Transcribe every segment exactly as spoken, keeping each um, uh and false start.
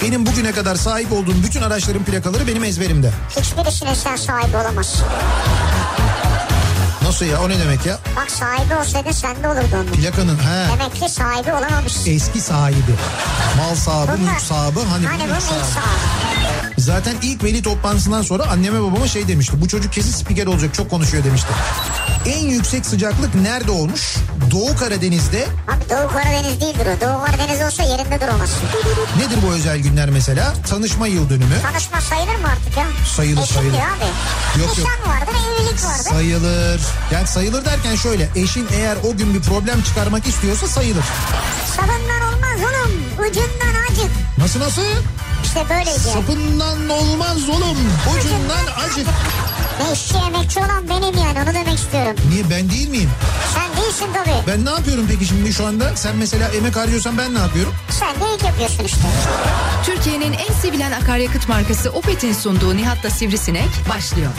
Benim bugüne kadar sahip olduğum bütün araçların plakaları benim ezberimde. Hiçbirisine sen sahibi olamazsın. Nasıl ya, o ne demek ya? Bak sahibi olsaydı sende olurdu onun. Plakanın he. Demek ki sahibi olamamışsın. Eski sahibi. Mal sahibi, Bunlar, mülk sahibi. Hani, hani bunun ilk sahibi. sahibi. Zaten ilk veli toplantısından sonra anneme babama şey demişti. Bu çocuk kesin spiker olacak, çok konuşuyor demişti. En yüksek sıcaklık nerede olmuş? Doğu Karadeniz'de. Abi Doğu Karadeniz değildir o. Doğu Karadeniz olsa yerinde duramazsın. Nedir bu özel günler mesela? Tanışma yıl dönümü. Tanışma sayılır mı artık ya? Sayılır Eşim sayılır. diyor abi. Yok, Nişan yok. vardır, evlilik vardır. Sayılır. Yani sayılır derken şöyle, eşin eğer o gün bir problem çıkarmak istiyorsa sayılır. Sabından olmaz oğlum. Ucundan acık. Nasıl nasıl? İşte böyleydi. Sapından olmaz oğlum. Ucundan acık. Ne işçi emekçi olan benim yani, onu demek istiyorum. Niye, ben değil miyim? Sen değilsin tabii. Ben ne yapıyorum peki şimdi şu anda? Sen mesela emek harcıyorsan ben ne yapıyorum? Sen de ilk yapıyorsun işte. Türkiye'nin en sevilen akaryakıt markası Opet'in sunduğu Nihat'la Sivrisinek başlıyor.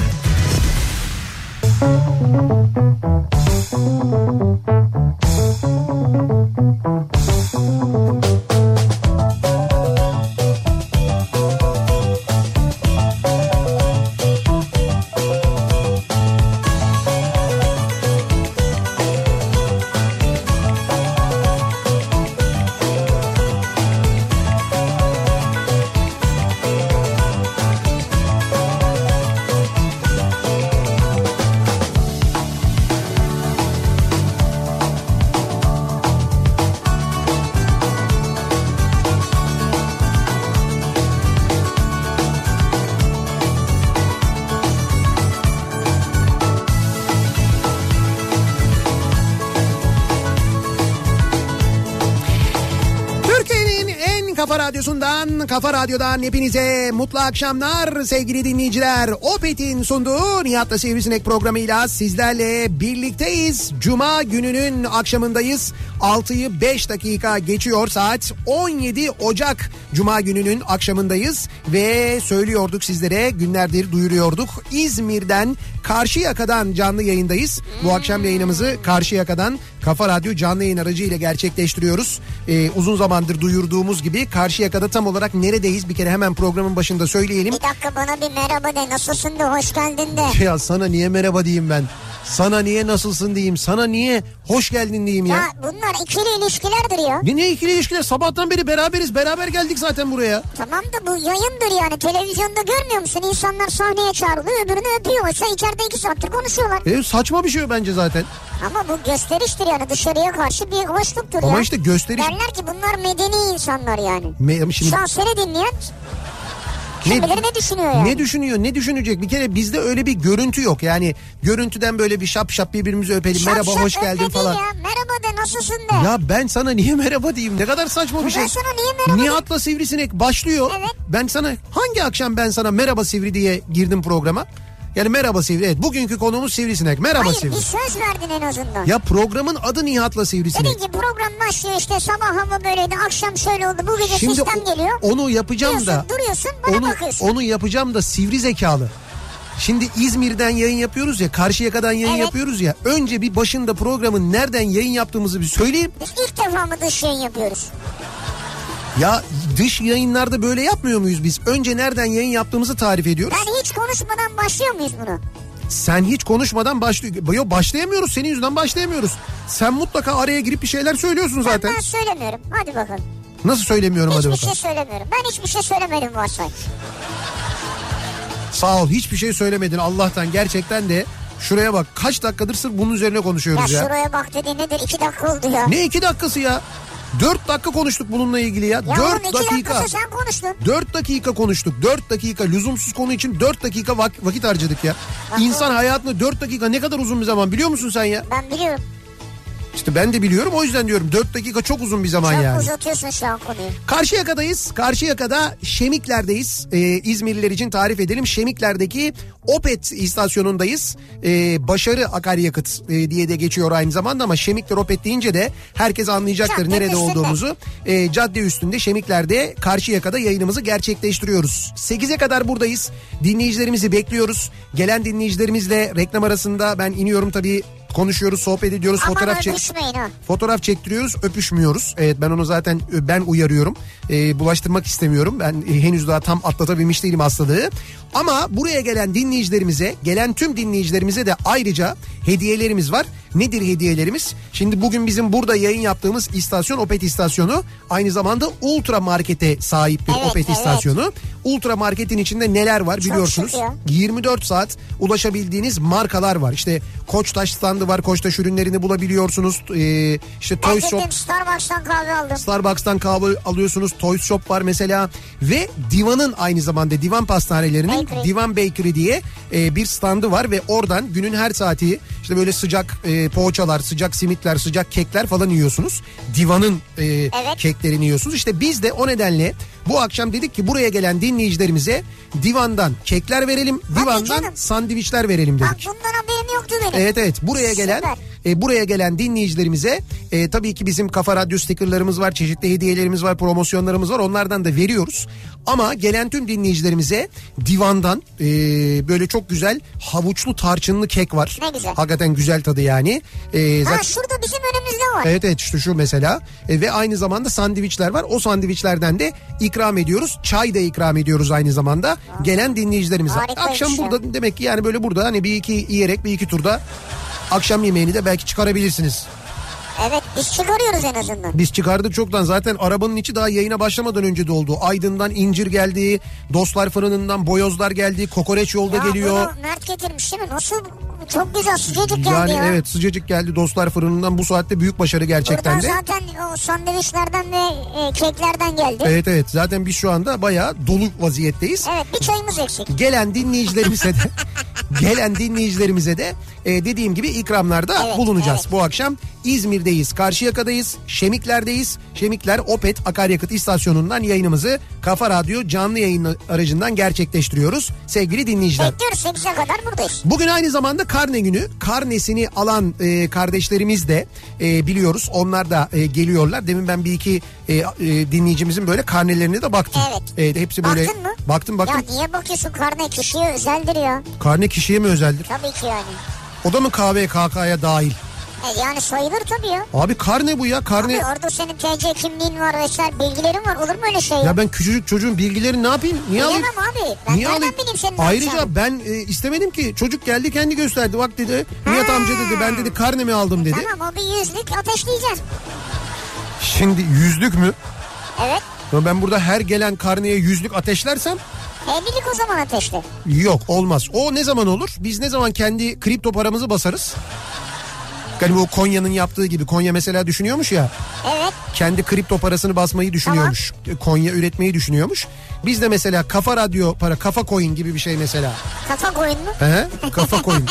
Kafa Radyosu'ndan, Kafa Radyo'dan hepinize mutlu akşamlar sevgili dinleyiciler. Opet'in sunduğu Nihat'la Sivrisinek programıyla sizlerle birlikteyiz. Cuma gününün akşamındayız. altıyı beş dakika geçiyor saat. on yedi Ocak Cuma gününün akşamındayız. Ve söylüyorduk sizlere, günlerdir duyuruyorduk. İzmir'den, Karşıyaka'dan canlı yayındayız. Bu akşam yayınımızı Karşıyaka'dan Kafa Radyo canlı yayın aracıyla gerçekleştiriyoruz. Ee, uzun zamandır duyurduğumuz gibi Karşıyaka'da tam olarak neredeyiz? Bir kere hemen programın başında söyleyelim. Bir dakika, bana bir merhaba de, nasılsın de, hoş geldin de. Ya sana niye merhaba diyeyim ben? Sana niye nasılsın diyeyim? Sana niye hoş geldin diyeyim ya? Ya bunlar ikili ilişkilerdir ya. Ne, ne ikili ilişkiler? Sabahtan beri beraberiz. Beraber geldik zaten buraya. Tamam da bu yayındır yani. Televizyonda görmüyor musun? İnsanlar sahneye çağrılıyor, öbürünü öpüyor. Oysa içeride iki saattir konuşuyorlar. E, saçma bir şey bence zaten. Ama bu gösteriştir yani, dışarıya karşı bir hoşluktur Ama ya. Ama işte gösteriş. Derler ki bunlar medeni insanlar yani. Me- şimdi... Şu an seni dinleyen... Kim Ne, bilir ne düşünüyor yani? Ne düşünüyor, ne düşünecek? Bir kere bizde öyle bir görüntü yok. Yani görüntüden böyle bir şap şap birbirimizi öpelim. Şap merhaba, şap hoş geldin falan. Ya. Merhaba de, nasılsın de. Ya ben sana niye merhaba diyeyim? Ne kadar saçma bir ben şey. Ben sana niye merhaba Nihat'la Sivrisinek başlıyor. Evet. Ben sana hangi akşam ben sana merhaba Sivri diye girdim programa? Yani merhaba Sivri. Evet, bugünkü konuğumuz Sivrisinek. Merhaba Hayır, Sivri. bir söz verdin en azından. Ya programın adı Nihat'la Sivrisinek. Dedin ki program başlıyor işte, sabah hava böyleydi, akşam şöyle oldu, bu gece Şimdi sistem o, geliyor. Onu yapacağım Diyorsun, da. duruyorsun bana onu, bakıyorsun. Onu yapacağım da sivri zekalı. Şimdi İzmir'den yayın yapıyoruz ya, Karşıyaka'dan yayın evet. yapıyoruz ya. Önce bir başında programın nereden yayın yaptığımızı bir söyleyeyim. Biz ilk defa mı dış yayın yapıyoruz? Ya dış yayınlarda böyle yapmıyor muyuz biz? Önce nereden yayın yaptığımızı tarif ediyoruz. Yani hiç konuşmadan başlıyor muyuz bunu? Sen hiç konuşmadan başlıyor. Yok, başlayamıyoruz, senin yüzünden başlayamıyoruz. Sen mutlaka araya girip bir şeyler söylüyorsun zaten. Ben söylemiyorum, hadi bakalım. Nasıl söylemiyorum, hiçbir hadi bakalım. Hiçbir şey söylemiyorum. Ben hiçbir şey söylemedim varsay. Sağ ol, hiçbir şey söylemedin Allah'tan, gerçekten de. Şuraya bak, kaç dakikadır sırf bunun üzerine konuşuyoruz ya. Ya şuraya bak dedi nedir, iki dakika oldu ya. Ne iki dakikası ya? Dört dakika konuştuk bununla ilgili ya. Ya dört iki dakika. dakikası sen konuştun. Dört dakika konuştuk. Dört dakika lüzumsuz konu için dört dakika vak- vakit harcadık ya. Bak, İnsan hayatında dört dakika ne kadar uzun bir zaman, biliyor musun sen ya? Ben biliyorum. İşte ben de biliyorum, o yüzden diyorum dört dakika çok uzun bir zaman çok yani. Çok uzatıyorsun şu an konuyu. Karşıyaka'dayız. Karşıyaka'da Şemikler'deyiz. Ee, İzmirliler için tarif edelim. Şemikler'deki Opet istasyonundayız. Ee, Başarı akaryakıt e, diye de geçiyor aynı zamanda ama Şemikler Opet deyince de herkes anlayacaktır cadde nerede üstünde olduğumuzu. Ee, cadde üstünde Şemikler'de Karşıyaka'da yayınımızı gerçekleştiriyoruz. sekize kadar buradayız. Dinleyicilerimizi bekliyoruz. Gelen dinleyicilerimizle reklam arasında ben iniyorum tabii. konuşuyoruz, sohbet ediyoruz, Aman fotoğraf çek öpüşmeyin ha. fotoğraf çektiriyoruz, öpüşmüyoruz. Evet, ben onu zaten ben uyarıyorum. Ee, bulaştırmak istemiyorum. Ben e, henüz daha tam atlatabilmiş değilim hastalığı. Ama buraya gelen dinleyicilerimize, gelen tüm dinleyicilerimize de ayrıca hediyelerimiz var. Nedir hediyelerimiz? Şimdi bugün bizim burada yayın yaptığımız istasyon Opet istasyonu aynı zamanda Ultra Market'e sahip bir Evet, Opet evet. istasyonu. Ultra Market'in içinde neler var biliyorsunuz. şık ya. yirmi dört saat ulaşabildiğiniz markalar var. İşte Koçtaş standı var. Koçtaş ürünlerini bulabiliyorsunuz. Ee, işte Ben Toys Shop, gittim Starbucks'tan kahve aldım. Starbucks'tan kahve alıyorsunuz. Toys Shop var mesela. Ve Divan'ın aynı zamanda Divan Pastanelerinin Bakery. Divan Bakery diye e, bir standı var. Ve oradan günün her saati işte böyle sıcak e, poğaçalar, sıcak simitler, sıcak kekler falan yiyorsunuz. Divan'ın e, Evet. keklerini yiyorsunuz. İşte biz de o nedenle bu akşam dedik ki buraya gelen dinleyicilerimize Divan'dan kekler verelim. Divan'dan canım. sandviçler verelim Bak dedik. bundan haberim yoktu benim. Evet evet, buraya gelen Süper. e, buraya gelen dinleyicilerimize e, tabii ki bizim Kafa Radyo stikerlerimiz var, çeşitli hediyelerimiz var, promosyonlarımız var, onlardan da veriyoruz. Ama gelen tüm dinleyicilerimize Divan'dan e, böyle çok güzel havuçlu tarçınlı kek var. Ne güzel. Hakikaten güzel tadı yani. E, Ha zaten- şurada bizim önümüzde var. Evet evet, işte şu mesela. E, ve aynı zamanda sandviçler var. O sandviçlerden de ikram ediyoruz. Çay da ikram ediyoruz aynı zamanda gelen dinleyicilerimize. Harikaymış Akşam ya. burada demek ki yani böyle burada hani bir iki yiyerek bir iki turda akşam yemeğini de belki çıkarabilirsiniz. Evet biz çıkarıyoruz en azından. Biz çıkardık çoktan, zaten arabanın içi daha yayına başlamadan önce doldu. Aydın'dan incir geldi, Dostlar Fırını'ndan boyozlar geldi, kokoreç yolda Ya geliyor. bunu Mert getirmiş değil mi? Nasıl? Çok güzel sıcacık geldi Yani ya. evet, sıcacık geldi Dostlar Fırını'ndan, bu saatte büyük başarı gerçekten Buradan de. zaten o sandviçlerden ve e, keklerden geldi. Evet evet, zaten biz şu anda bayağı dolu vaziyetteyiz. Evet bir çayımız eksik. Gelen dinleyicilerimize de gelen dinleyicilerimize de e, dediğim gibi ikramlarda Evet, bulunacağız. evet. Bu akşam İzmir'deyiz, Karşıyaka'dayız, Şemikler'deyiz. Şemikler Opet akaryakıt istasyonundan yayınımızı Kafa Radyo canlı yayın aracından gerçekleştiriyoruz sevgili dinleyiciler. Bekliyoruz sekize kadar buradayız. Bugün aynı zamanda karne günü. Karnesini alan e, kardeşlerimiz de e, biliyoruz. Onlar da e, geliyorlar. Demin ben bir iki e, e, dinleyicimizin böyle karnelerine de baktım. Evet. E, hepsi böyle. Baktın mı? Baktım baktım. Ya niye bakıyorsun karne kişiye özeldir ya. Karne kişiye mi özeldir? Tabii ki yani. O da mı K V K K'ya dahil? E yani sayılır tabii ya. Abi karne bu ya, karne. Abi orada senin T C kimliğin var vesaire bilgilerin var, olur mu öyle şey? Ya ben küçücük çocuğun bilgilerini ne yapayım? Niye alayım? Bilemem abi. Ben Niye nereden alayım? bileyim senin ne Ayrıca yapacağını? ben e, istemedim ki. Çocuk geldi kendi gösterdi. Bak dedi. Nihat amca dedi, ben dedi karnemi aldım dedi. Tamam o bir yüzlük ateşleyeceğiz. Şimdi yüzlük mü? Evet. Ya ben burada her gelen karneye yüzlük ateşlersem ellilik o zaman ateşli. yok, olmaz. O ne zaman olur? Biz ne zaman kendi kripto paramızı basarız? Yani bu Konya'nın yaptığı gibi. Konya mesela düşünüyormuş ya. Evet. Kendi kripto parasını basmayı düşünüyormuş. Konya üretmeyi düşünüyormuş. Biz de mesela Kafa Radyo para, Kafa Coin gibi bir şey mesela. Kafa koyun mu? He? Kafa Coin.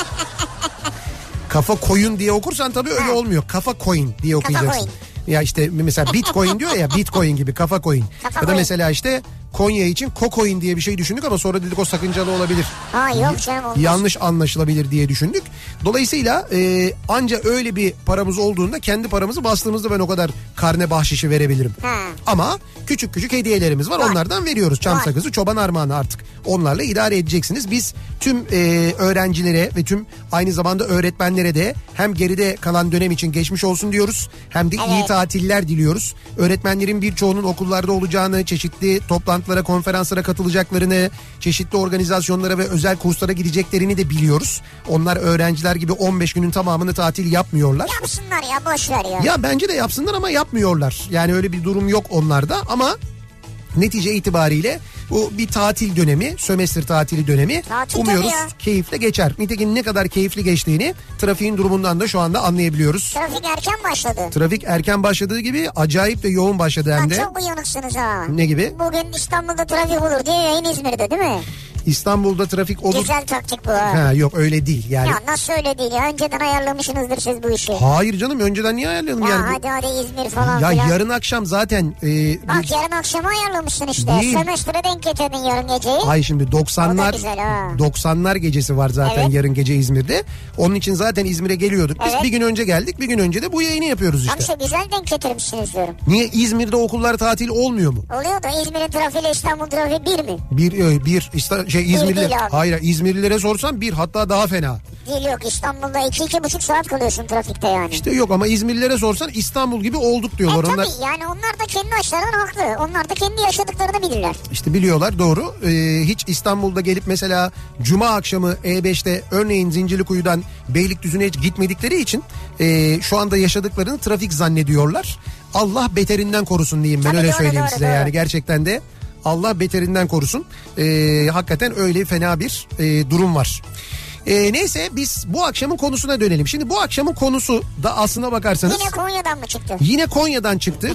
Kafa koyun diye okursan tabii öyle Ha. olmuyor. Kafa Coin diye okuyacaksın. coin. Ya işte mesela Bitcoin diyor ya, Bitcoin gibi Kafa Coin. Kafa Ya da coin. mesela işte Konya için Kocoin diye bir şey düşündük ama sonra dedik o sakıncalı olabilir. Ha yok canım olmaz. Yanlış anlaşılabilir diye düşündük. Dolayısıyla e, anca öyle bir paramız olduğunda kendi paramızı bastığımızda ben o kadar karne bahşişi verebilirim. Ha. Ama küçük küçük hediyelerimiz var. Var. Onlardan veriyoruz. Çam Var. sakızı, çoban armağanı artık. Onlarla idare edeceksiniz. Biz tüm e, öğrencilere ve tüm aynı zamanda öğretmenlere de hem geride kalan dönem için geçmiş olsun diyoruz. Hem de iyi Evet. tatiller diliyoruz. Öğretmenlerin birçoğunun okullarda olacağını, çeşitli toplantılara, konferanslara katılacaklarını, çeşitli organizasyonlara ve özel kurslara gideceklerini de biliyoruz. Onlar öğrenciler gibi on beş günün tamamını tatil yapmıyorlar. Yapsınlar ya boş ver ya. Ya bence de yapsınlar ama yapmıyorlar. Yani öyle bir durum yok onlarda ama netice itibariyle bu bir tatil dönemi, sömestr tatili dönemi. Tatil Umuyoruz tabii ya. keyifle geçer. Nitekim ne kadar keyifli geçtiğini trafiğin durumundan da şu anda anlayabiliyoruz. Trafik erken başladı. Trafik erken başladığı gibi acayip de yoğun başladı hem Bak de. çok uyanıksınız ha. Ne gibi? Bugün İstanbul'da trafik olur diye yayın İzmir'de değil mi? İstanbul'da trafik olur. Güzel taktik bu ha. Ha, yok öyle değil yani. Ya nasıl öyle değil ya? Önceden ayarlamışsınızdır siz bu işi. Hayır canım, önceden niye ayarlayalım Ya yani? hadi hadi İzmir falan Ya filan. yarın akşam zaten e, Bak bir- yarın akşama ayarlamışsın işte. Değil. Sömestre denk getirdin yarın geceyi. Ay şimdi doksanlar O da güzel ha. doksanlar gecesi var zaten Evet. yarın gece İzmir'de. Onun için zaten İzmir'e geliyorduk. Biz Evet. bir gün önce geldik, bir gün önce de bu yayını yapıyoruz Tam işte. işte güzel denk getirmişsiniz diyorum. Niye İzmir'de okullar tatil olmuyor mu? Oluyor da İzmir'in trafiğiyle İstanbul trafiği bir mi? Bir e, bir İsta- Şey İzmirli. değil Hayır, İzmirlilere sorsan bir, hatta daha fena. Değil, yok İstanbul'da iki iki buçuk saat kalıyorsun trafikte yani. İşte yok ama İzmirlilere sorsan İstanbul gibi olduk diyorlar. E tabii onlar... yani onlar da kendi açlarından haklı. Onlar da kendi yaşadıklarını bilirler. İşte biliyorlar, doğru. Ee, hiç İstanbul'da gelip mesela Cuma akşamı E beşte örneğin Zincirlikuyu'dan Beylikdüzü'ne hiç gitmedikleri için e, şu anda yaşadıklarını trafik zannediyorlar. Allah beterinden korusun diyeyim ben, tabii öyle doğru, söyleyeyim doğru, size doğru. yani gerçekten de Allah beterinden korusun. Ee, hakikaten öyle fena bir e, durum var. Ee, neyse biz bu akşamın konusuna dönelim. Şimdi bu akşamın konusu da aslına bakarsanız... Yine Konya'dan mı çıktı? Yine Konya'dan çıktı.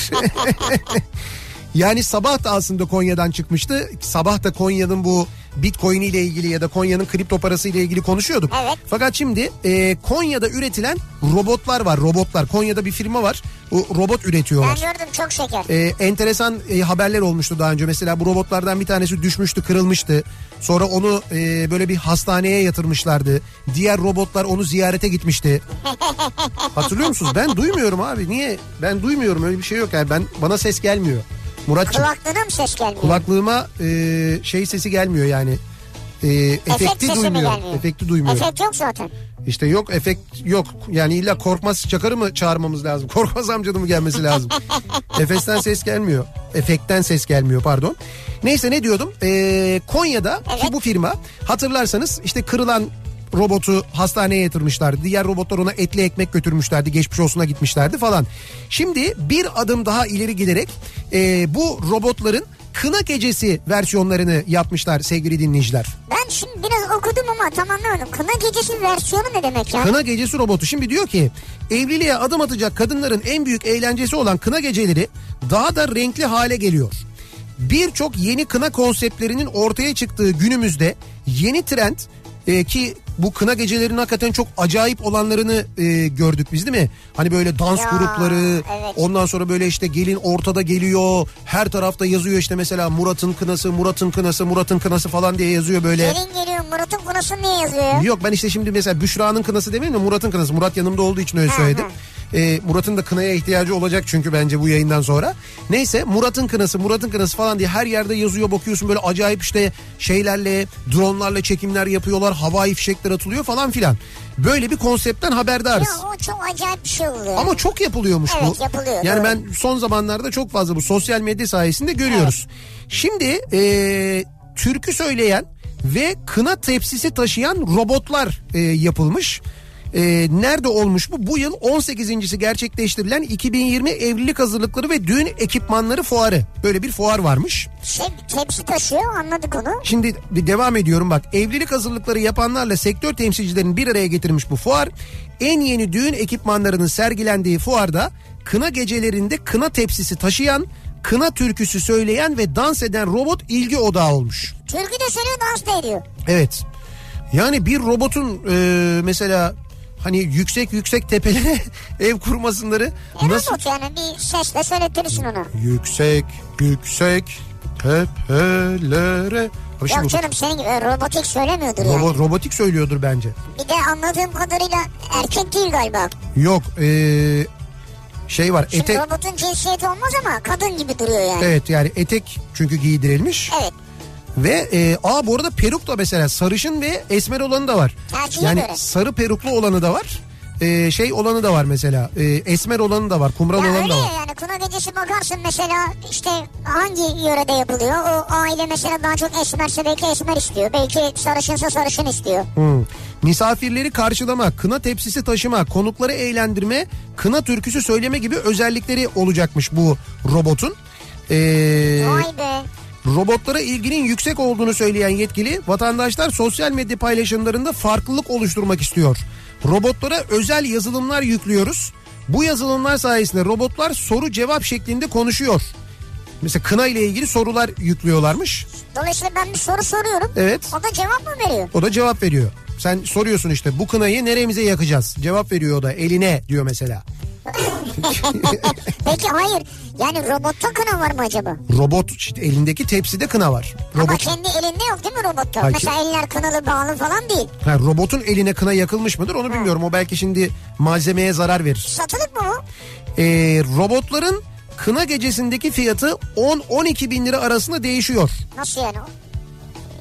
Yani sabah da aslında Konya'dan çıkmıştı. Sabah da Konya'nın bu Bitcoin ile ilgili ya da Konya'nın kripto parası ile ilgili konuşuyorduk. Evet. Fakat şimdi e, Konya'da üretilen robotlar var. Robotlar. Konya'da bir firma var. O robot üretiyorlar. Ben gördüm, çok şeker. E, enteresan e, haberler olmuştu daha önce. Mesela bu robotlardan bir tanesi düşmüştü, kırılmıştı. Sonra onu e, böyle bir hastaneye yatırmışlardı. Diğer robotlar onu ziyarete gitmişti. Hatırlıyor musunuz? Ben duymuyorum abi. Niye? Ben duymuyorum, öyle bir şey yok yani. Ben, bana ses gelmiyor. Muratçım. Kulaklığına mı ses gelmiyor? Kulaklığıma e, şey sesi gelmiyor yani. E, efekti Efekt sesi mi duymuyorum. gelmiyor? Efekti duymuyorum. Efekt yok zaten. İşte yok, efekt yok. Yani illa Korkmaz Çakar'ı mı çağırmamız lazım? Korkmaz amcanın mı gelmesi lazım? Efesten ses gelmiyor. Efektten ses gelmiyor, pardon. Neyse, ne diyordum? Ee, Konya'da evet. ki bu firma, hatırlarsanız işte kırılan robotu hastaneye yatırmışlardı. Diğer robotlar ona etli ekmek götürmüşlerdi. Geçmiş olsuna gitmişlerdi falan. Şimdi bir adım daha ileri giderek e, bu robotların kına gecesi versiyonlarını yapmışlar sevgili dinleyiciler. Ben şimdi biraz okudum ama tam anlamadım. Kına gecesi versiyonu ne demek ya? Kına gecesi robotu. Şimdi diyor ki evliliğe adım atacak kadınların en büyük eğlencesi olan kına geceleri daha da renkli hale geliyor. Birçok yeni kına konseptlerinin ortaya çıktığı günümüzde yeni trend e, ki bu kına gecelerinin hakikaten çok acayip olanlarını e, gördük biz, değil mi? Hani böyle dans ya, grupları, evet. Ondan sonra böyle işte gelin ortada geliyor, her tarafta yazıyor işte mesela Murat'ın kınası, Murat'ın kınası, Murat'ın kınası falan diye yazıyor böyle. Gelin geliyor, Murat'ın kınası niye yazıyor ya? Yok, ben işte şimdi mesela Büşra'nın kınası demeyeyim de Murat'ın kınası. Murat yanımda olduğu için öyle söyledim. Ee, Murat'ın da kınaya ihtiyacı olacak çünkü bence bu yayından sonra. Neyse, Murat'ın kınası, Murat'ın kınası falan diye her yerde yazıyor, bakıyorsun böyle acayip işte şeylerle, dronlarla çekimler yapıyorlar, havai fişekler atılıyor falan filan. Böyle bir konseptten haberdarız. Ya o çok acayip bir şey oluyor. Ama çok yapılıyormuş evet, bu. yapılıyor. Yani doğru. ben son zamanlarda çok fazla bu sosyal medya sayesinde görüyoruz. Evet. Şimdi ee, türkü söyleyen ve kına tepsisi taşıyan robotlar e, yapılmış. E, nerede olmuş bu? Bu yıl on sekizincisi gerçekleştirilen iki bin yirmi evlilik hazırlıkları ve düğün ekipmanları fuarı. Böyle bir fuar varmış. Şey, tepsi taşıyor, anladık onu. Şimdi devam ediyorum bak. Evlilik hazırlıkları yapanlarla sektör temsilcilerini bir araya getirmiş bu fuar. En yeni düğün ekipmanlarının sergilendiği fuarda kına gecelerinde kına tepsisi taşıyan, kına türküsü söyleyen ve dans eden robot ilgi odağı olmuş. Türkü de söylüyor, dans da ediyor. Evet. Yani bir robotun e, mesela hani yüksek yüksek tepelere ev kurmasınları E nasıl? robot yani, bir sesle söyletirsin onu. Yüksek yüksek tepelere. Abi Yok bu- canım, senin gibi robotik söylemiyordur Robo- yani. robotik söylüyordur bence. Bir de anladığım kadarıyla erkek değil galiba. Yok ee, şey var. Şimdi Etek. robotun cinsiyeti olmaz ama kadın gibi duruyor yani. Evet, yani etek çünkü giydirilmiş. Evet. Ve e, aa bu arada peruk da mesela sarışın ve esmer olanı da var. Tercihe Yani göre. sarı peruklu olanı da var. E, şey olanı da var mesela. E, esmer olanı da var. Kumral Ya olanı öyle da ya, var. yani kına gecesi bakarsın mesela işte hangi yörede yapılıyor. O aile mesela daha çok esmerse belki esmer istiyor. Belki sarışınsa sarışın istiyor. Hmm. Misafirleri karşılama, kına tepsisi taşıma, konukları eğlendirme, kına türküsü söyleme gibi özellikleri olacakmış bu robotun. Ee, Vay be. Robotlara ilginin yüksek olduğunu söyleyen yetkili, vatandaşlar sosyal medya paylaşımlarında farklılık oluşturmak istiyor. Robotlara özel yazılımlar yüklüyoruz. Bu yazılımlar sayesinde robotlar soru cevap şeklinde konuşuyor. Mesela kına ile ilgili sorular yüklüyorlarmış. Dolayısıyla ben bir soru soruyorum. Evet. O da cevap mı veriyor? O da cevap veriyor. Sen soruyorsun işte bu kınayı neremize yakacağız? Cevap veriyor o da, eline diyor mesela. Peki hayır. Yani robotta kına var mı acaba? Robot işte elindeki tepside kına var. Robot, Ama kendi elinde yok değil mi robotta? Hayır. Mesela eller kınalı bağlı falan değil. ha, robotun eline kına yakılmış mıdır onu bilmiyorum. O belki şimdi malzemeye zarar verir. Satılık mı bu? Ee, robotların kına gecesindeki fiyatı on on iki bin lira arasında değişiyor. Nasıl yani o?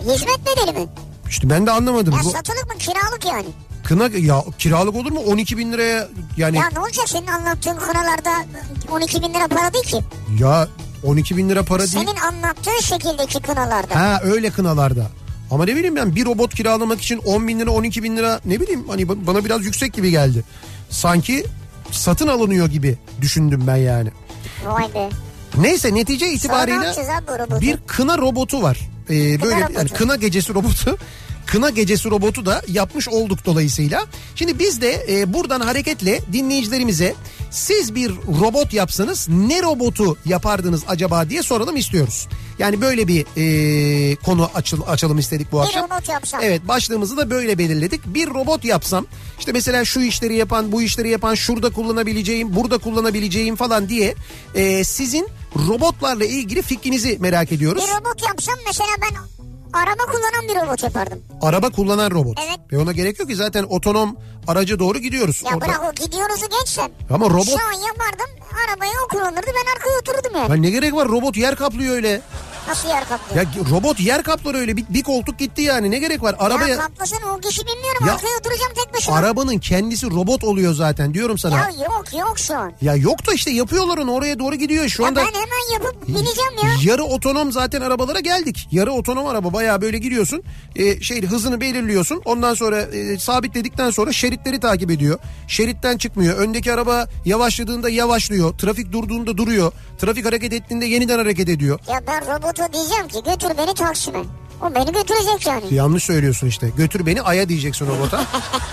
Hizmet bedeli mi? İşte ben de anlamadım. Ya satılık mı kiralık yani? Kına ya kiralık olur mu? on iki bin liraya yani. Ya ne olacak senin anlattığın kınalarda on iki bin lira para değil ki. Ya on iki bin lira para senin değil. Senin anlattığın şekildeki kınalarda. Ha öyle kınalarda. Ama ne bileyim ben bir robot kiralamak için on bin lira on iki bin lira ne bileyim hani bana biraz yüksek gibi geldi. Sanki satın alınıyor gibi düşündüm ben yani. Vay be. Neyse netice itibariyle bir kına robotu var. Ee, kına böyle robotu. Yani kına gecesi robotu. Kına gecesi robotu da yapmış olduk dolayısıyla. Şimdi biz de e, buradan hareketle dinleyicilerimize siz bir robot yapsanız ne robotu yapardınız acaba diye soralım istiyoruz. Yani böyle bir e, konu açıl, açalım istedik bu bir akşam. Bir robot yapsam. Evet, başlığımızı da böyle belirledik. Bir robot yapsam işte mesela şu işleri yapan, bu işleri yapan, şurada kullanabileceğim, burada kullanabileceğim falan diye e, sizin robotlarla ilgili fikrinizi merak ediyoruz. Bir robot yapsam mesela ben araba kullanan bir robot yapardım. Araba kullanan robot. Evet. Ve ona gerek yok ki zaten otonom araca doğru gidiyoruz. Ya Orada... bırak o gidiyoruzu geç sen. Ama robot... Şu an yapardım arabayı o kullanırdı ben arkaya otururdum yani. Ya ne gerek var, robot yer kaplıyor öyle. Nasıl yer kaplıyor? Ya robot yer kaplar öyle bir, bir koltuk gitti yani ne gerek var arabaya. Ya kaplasın o kişi bilmiyorum ya, arkaya oturacağım tek başıma. Arabanın kendisi robot oluyor zaten diyorum sana. Ya yok yok şu an. Ya yok da işte yapıyorlar onu oraya doğru gidiyor şu ya anda. Ben hemen yapıp bineceğim ya. Yarı otonom zaten arabalara geldik. Yarı otonom araba bayağı böyle gidiyorsun. E, şey hızını belirliyorsun. Ondan sonra e, sabitledikten sonra şeritleri takip ediyor. Şeritten çıkmıyor. Öndeki araba yavaşladığında yavaşlıyor. Trafik durduğunda duruyor. Trafik hareket ettiğinde yeniden hareket ediyor. Ya ben robota diyeceğim ki götür beni Taksim'e. O beni götürecek yani. Yanlış söylüyorsun işte. Götür beni Ay'a diyeceksin robota.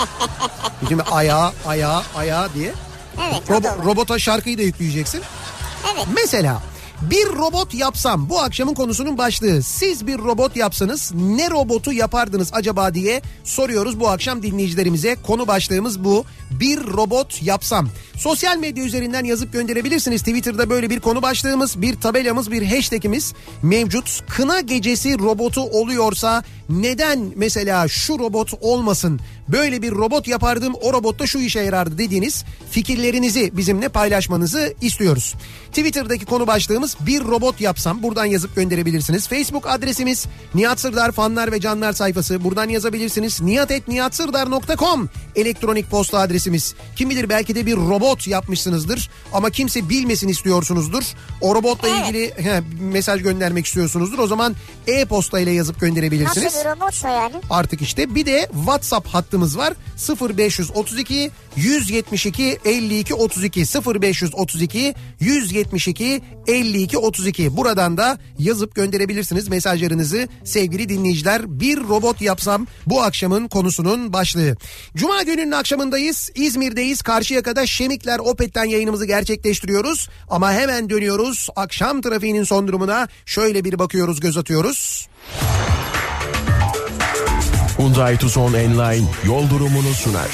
Şimdi ayağa, ayağa, ayağa diye. Evet. Robo- robota şarkıyı da yükleyeceksin. Evet. Mesela bir robot yapsam, bu akşamın konusunun başlığı. Siz bir robot yapsanız ne robotu yapardınız acaba diye soruyoruz bu akşam dinleyicilerimize. Konu başlığımız bu. Bir robot yapsam. Sosyal medya üzerinden yazıp gönderebilirsiniz. Twitter'da böyle bir konu başlığımız, bir tabelamız, bir hashtagimiz mevcut. Kına gecesi robotu oluyorsa neden mesela şu robot olmasın? Böyle bir robot yapardım, o robot da şu işe yarardı dediğiniz fikirlerinizi bizimle paylaşmanızı istiyoruz. Twitter'daki konu başlığımız bir robot yapsam, buradan yazıp gönderebilirsiniz. Facebook adresimiz Nihat Sırdar fanlar ve canlar sayfası, buradan yazabilirsiniz. nihat et nihat sırdar nokta com elektronik posta adresimiz. Kim bilir belki de bir robot yapmışsınızdır ama kimse bilmesin istiyorsunuzdur. O robotla evet. ilgili he, mesaj göndermek istiyorsunuzdur. O zaman e-posta ile yazıp gönderebilirsiniz. Nasıl bir robotsa yani? Artık işte bir de WhatsApp hattımız var. sıfır beş otuz iki yüz yetmiş iki elli iki otuz iki sıfır beş otuz iki yüz yetmiş iki elli iki otuz iki. Buradan da yazıp gönderebilirsiniz mesajlarınızı sevgili dinleyiciler. Bir robot yapsam bu akşamın konusunun başlığı. Cuma gününün akşamındayız. İzmir'deyiz. Karşıyaka'da Şemikler Opet'ten yayınımızı gerçekleştiriyoruz. Ama hemen dönüyoruz. Akşam trafiğinin son durumuna şöyle bir bakıyoruz, göz atıyoruz. Hyundai Tucson Enline yol durumunu sunar.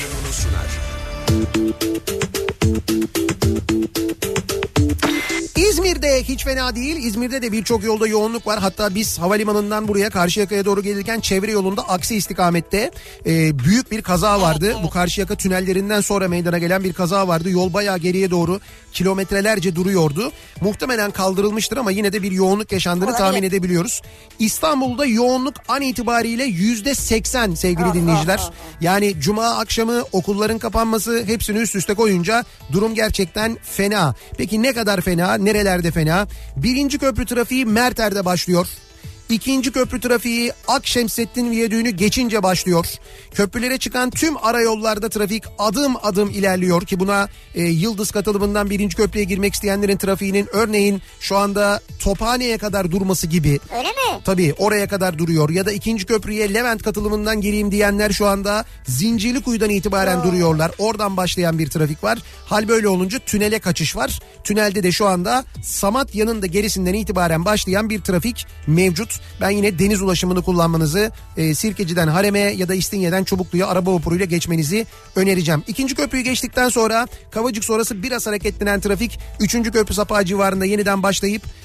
İzmir'de hiç fena değil. İzmir'de de birçok yolda yoğunluk var. Hatta biz havalimanından buraya Karşıyaka'ya doğru gelirken çevre yolunda aksi istikamette e, büyük bir kaza vardı. Evet, evet. Bu Karşıyaka tünellerinden sonra meydana gelen bir kaza vardı. Yol bayağı geriye doğru kilometrelerce duruyordu. Muhtemelen kaldırılmıştır ama yine de bir yoğunluk yaşandığını Olabilir. tahmin edebiliyoruz. İstanbul'da yoğunluk an itibariyle yüzde seksen sevgili oh, dinleyiciler. Oh, oh, oh. Yani cuma akşamı okulların kapanması hepsini üst üste koyunca durum gerçekten fena. Peki ne kadar fena? Nerelerde fena? Birinci köprü trafiği Merter'de başlıyor. İkinci köprü trafiği Akşemsettin Viyadüğü'nü geçince başlıyor. Köprülere çıkan tüm arayollarda trafik adım adım ilerliyor ki buna e, Yıldız katılımından birinci köprüye girmek isteyenlerin trafiğinin örneğin şu anda Tophane'ye kadar durması gibi. Öyle mi? Tabii oraya kadar duruyor ya da ikinci köprüye Levent katılımından gireyim diyenler şu anda Zincirlikuyu'dan itibaren oh. duruyorlar. Oradan başlayan bir trafik var. Hal böyle olunca tünele kaçış var. Tünelde de şu anda Samatya'nın da gerisinden itibaren başlayan bir trafik mevcut. Ben yine deniz ulaşımını kullanmanızı, e, Sirkeci'den Harem'e ya da İstinye'den Çubuklu'ya araba vapuruyla geçmenizi önereceğim. İkinci köprüyü geçtikten sonra Kavacık sonrası biraz hareketlenen trafik üçüncü köprü sapağı civarında yeniden başlayıp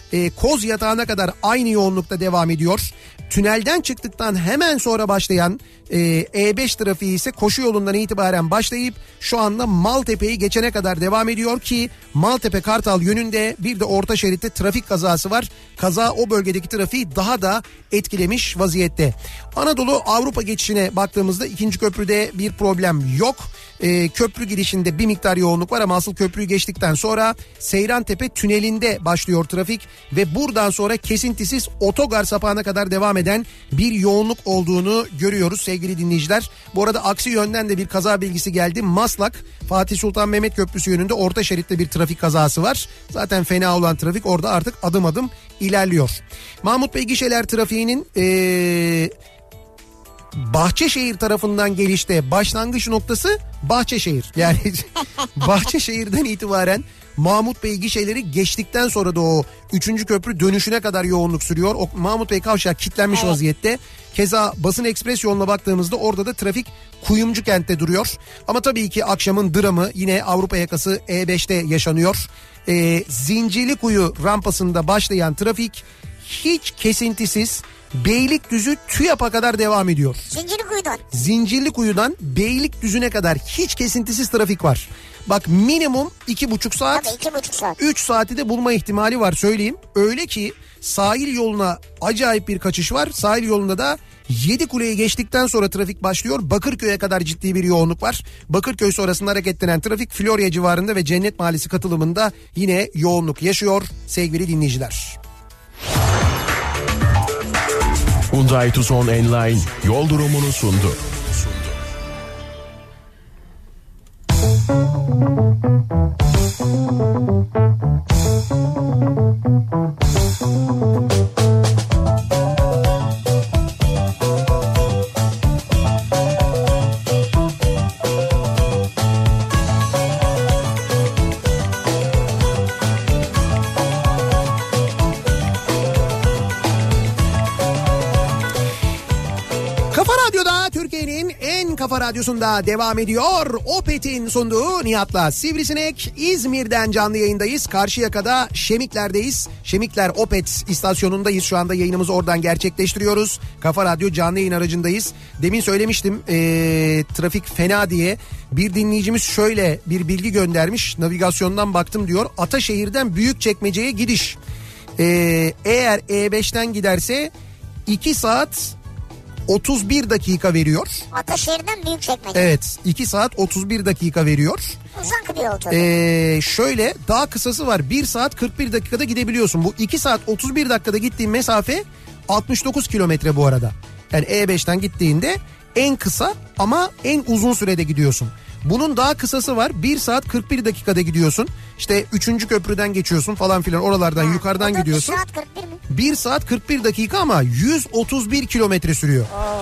e, Koz Yatağı'na kadar aynı yoğunlukta devam ediyor. Tünelden çıktıktan hemen sonra başlayan e, E beş trafiği ise koşu yolundan itibaren başlayıp şu anda Maltepe'yi geçene kadar devam ediyor ki Maltepe Kartal yönünde bir de orta şeritte trafik kazası var. Kaza o bölgedeki trafiği daha da etkilemiş vaziyette. Anadolu Avrupa geçişine baktığımızda ikinci köprüde bir problem yok. E, köprü girişinde bir miktar yoğunluk var ama asıl köprüyü geçtikten sonra Seyrantepe tünelinde başlıyor trafik ve buradan sonra kesintisiz otogar sapağına kadar devam eden bir yoğunluk olduğunu görüyoruz sevgili dinleyiciler. Bu arada aksi yönden de bir kaza bilgisi geldi. Maslak Fatih Sultan Mehmet Köprüsü yönünde orta şeritte bir trafik kazası var. Zaten fena olan trafik orada artık adım adım ilerliyor. Mahmut Bey gişeler trafiğinin ee, Bahçeşehir tarafından gelişte başlangıç noktası Bahçeşehir. Yani Bahçeşehir'den itibaren Mahmut Bey gişeleri geçtikten sonra da o üçüncü köprü dönüşüne kadar yoğunluk sürüyor. O Mahmut Bey kavşağı kilitlenmiş evet. vaziyette. Keza Basın Ekspres yoluna baktığımızda orada da trafik Kuyumcu kentte duruyor. Ama tabii ki akşamın dramı yine Avrupa yakası E beşte yaşanıyor. Ee, Zincirlikuyu rampasında başlayan trafik hiç kesintisiz Beylikdüzü TÜYAP'a kadar devam ediyor. Zincirlikuyu'dan. Zincirlikuyu'dan Beylikdüzü'ne kadar hiç kesintisiz trafik var. Bak minimum iki buçuk saat. Tabii iki buçuk saat. Üç saati de bulma ihtimali var söyleyeyim. Öyle ki sahil yoluna acayip bir kaçış var. Sahil yolunda da Yedikule'yi geçtikten sonra trafik başlıyor. Bakırköy'e kadar ciddi bir yoğunluk var. Bakırköy sonrasında hareketlenen trafik Florya civarında ve Cennet Mahallesi katılımında yine yoğunluk yaşıyor sevgili dinleyiciler. Hyundai Tucson Enline yol durumunu sundu. Kafa Radyosu'nda devam ediyor. Opet'in sunduğu Nihat'la Sivrisinek. İzmir'den canlı yayındayız. Karşıyaka'da Şemikler'deyiz. Şemikler Opet istasyonundayız. Şu anda yayınımızı oradan gerçekleştiriyoruz. Kafa Radyo canlı yayın aracındayız. Demin söylemiştim ee, trafik fena diye. Bir dinleyicimiz şöyle bir bilgi göndermiş. Navigasyondan baktım diyor. Ataşehir'den Büyükçekmece'ye gidiş. Ee, eğer E beşten giderse iki saat otuz bir dakika veriyor. Ataşehir'den Büyükçekmece. Evet, iki saat otuz bir dakika veriyor. Uzak bir yol tabii. Ee, şöyle daha kısası var. bir saat kırk bir dakikada gidebiliyorsun. Bu iki saat otuz bir dakikada gittiğin mesafe altmış dokuz kilometre bu arada. Yani E beşten gittiğinde en kısa ama en uzun sürede gidiyorsun. Bunun daha kısası var. bir saat kırk bir dakikada gidiyorsun. İşte üçüncü köprüden geçiyorsun falan filan oralardan ha, yukarıdan gidiyorsun. bir saat kırk bir mi? bir saat kırk bir dakika ama yüz otuz bir kilometre sürüyor. Oo.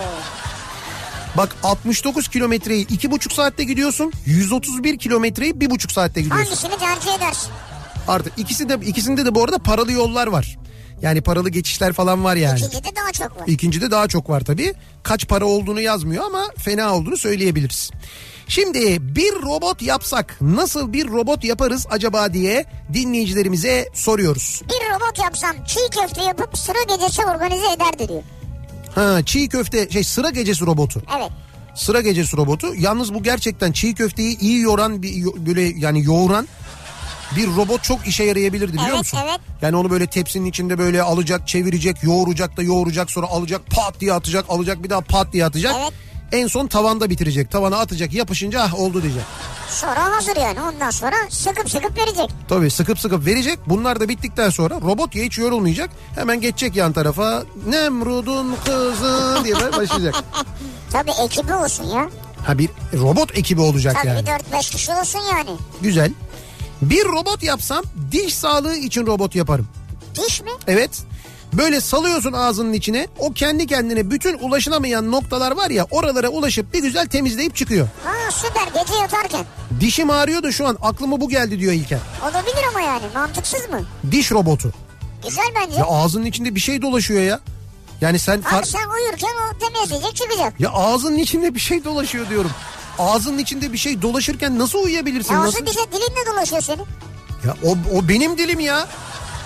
Bak altmış dokuz kilometreyi iki buçuk saatte gidiyorsun. yüz otuz bir kilometreyi bir buçuk saatte gidiyorsun. Hangisini tercih edersin? Artık ikisi de ikisinde de bu arada paralı yollar var. Yani paralı geçişler falan var yani. İkincide daha çok var. İkincide daha çok var tabii. Kaç para olduğunu yazmıyor ama fena olduğunu söyleyebiliriz. Şimdi bir robot yapsak nasıl bir robot yaparız acaba diye dinleyicilerimize soruyoruz. Bir robot yapsam çiğ köfte yapıp sıra gecesi organize ederdi diyor. Ha, çiğ köfte şey sıra gecesi robotu. Evet. Sıra gecesi robotu. Yalnız bu gerçekten çiğ köfteyi iyi yoğuran bir böyle yani yoğuran bir robot çok işe yarayabilirdi biliyor evet, musun? Evet. Yani onu böyle tepsinin içinde böyle alacak, çevirecek, yoğuracak da yoğuracak, sonra alacak, pat diye atacak, alacak bir daha pat diye atacak. Evet. En son tavanda bitirecek. Tavana atacak, yapışınca ah oldu diyecek. Sonra hazır yani, ondan sonra sıkıp sıkıp verecek. Tabii sıkıp sıkıp verecek. Bunlar da bittikten sonra robot ya hiç yorulmayacak. Hemen geçecek yan tarafa. Nemrud'un kızı diye başlayacak. Tabii ekibi olsun ya. Ha bir robot ekibi olacak Tabii yani. Tabii dört beş kişi olsun yani. Güzel. Bir robot yapsam diş sağlığı için robot yaparım. Diş mi? Evet. Böyle salıyorsun ağzının içine, o kendi kendine bütün ulaşılamayan noktalar var ya, oralara ulaşıp bir güzel temizleyip çıkıyor. Ha süper, gece yatarken. Dişim ağrıyordu şu an, aklıma bu geldi diyor İlker. Olabilir ama yani, mantıksız mı? Diş robotu. Güzel bence. Ya ağzının içinde bir şey dolaşıyor ya. Yani sen... Abi far... sen uyurken o temizleyecek, çıkacak. Ya ağzının içinde bir şey dolaşıyor diyorum. Ağzının içinde bir şey dolaşırken nasıl uyuyabilirsin? Ya nasıl? olsun, dilinle dolaşıyor senin. Ya o, o benim dilim ya.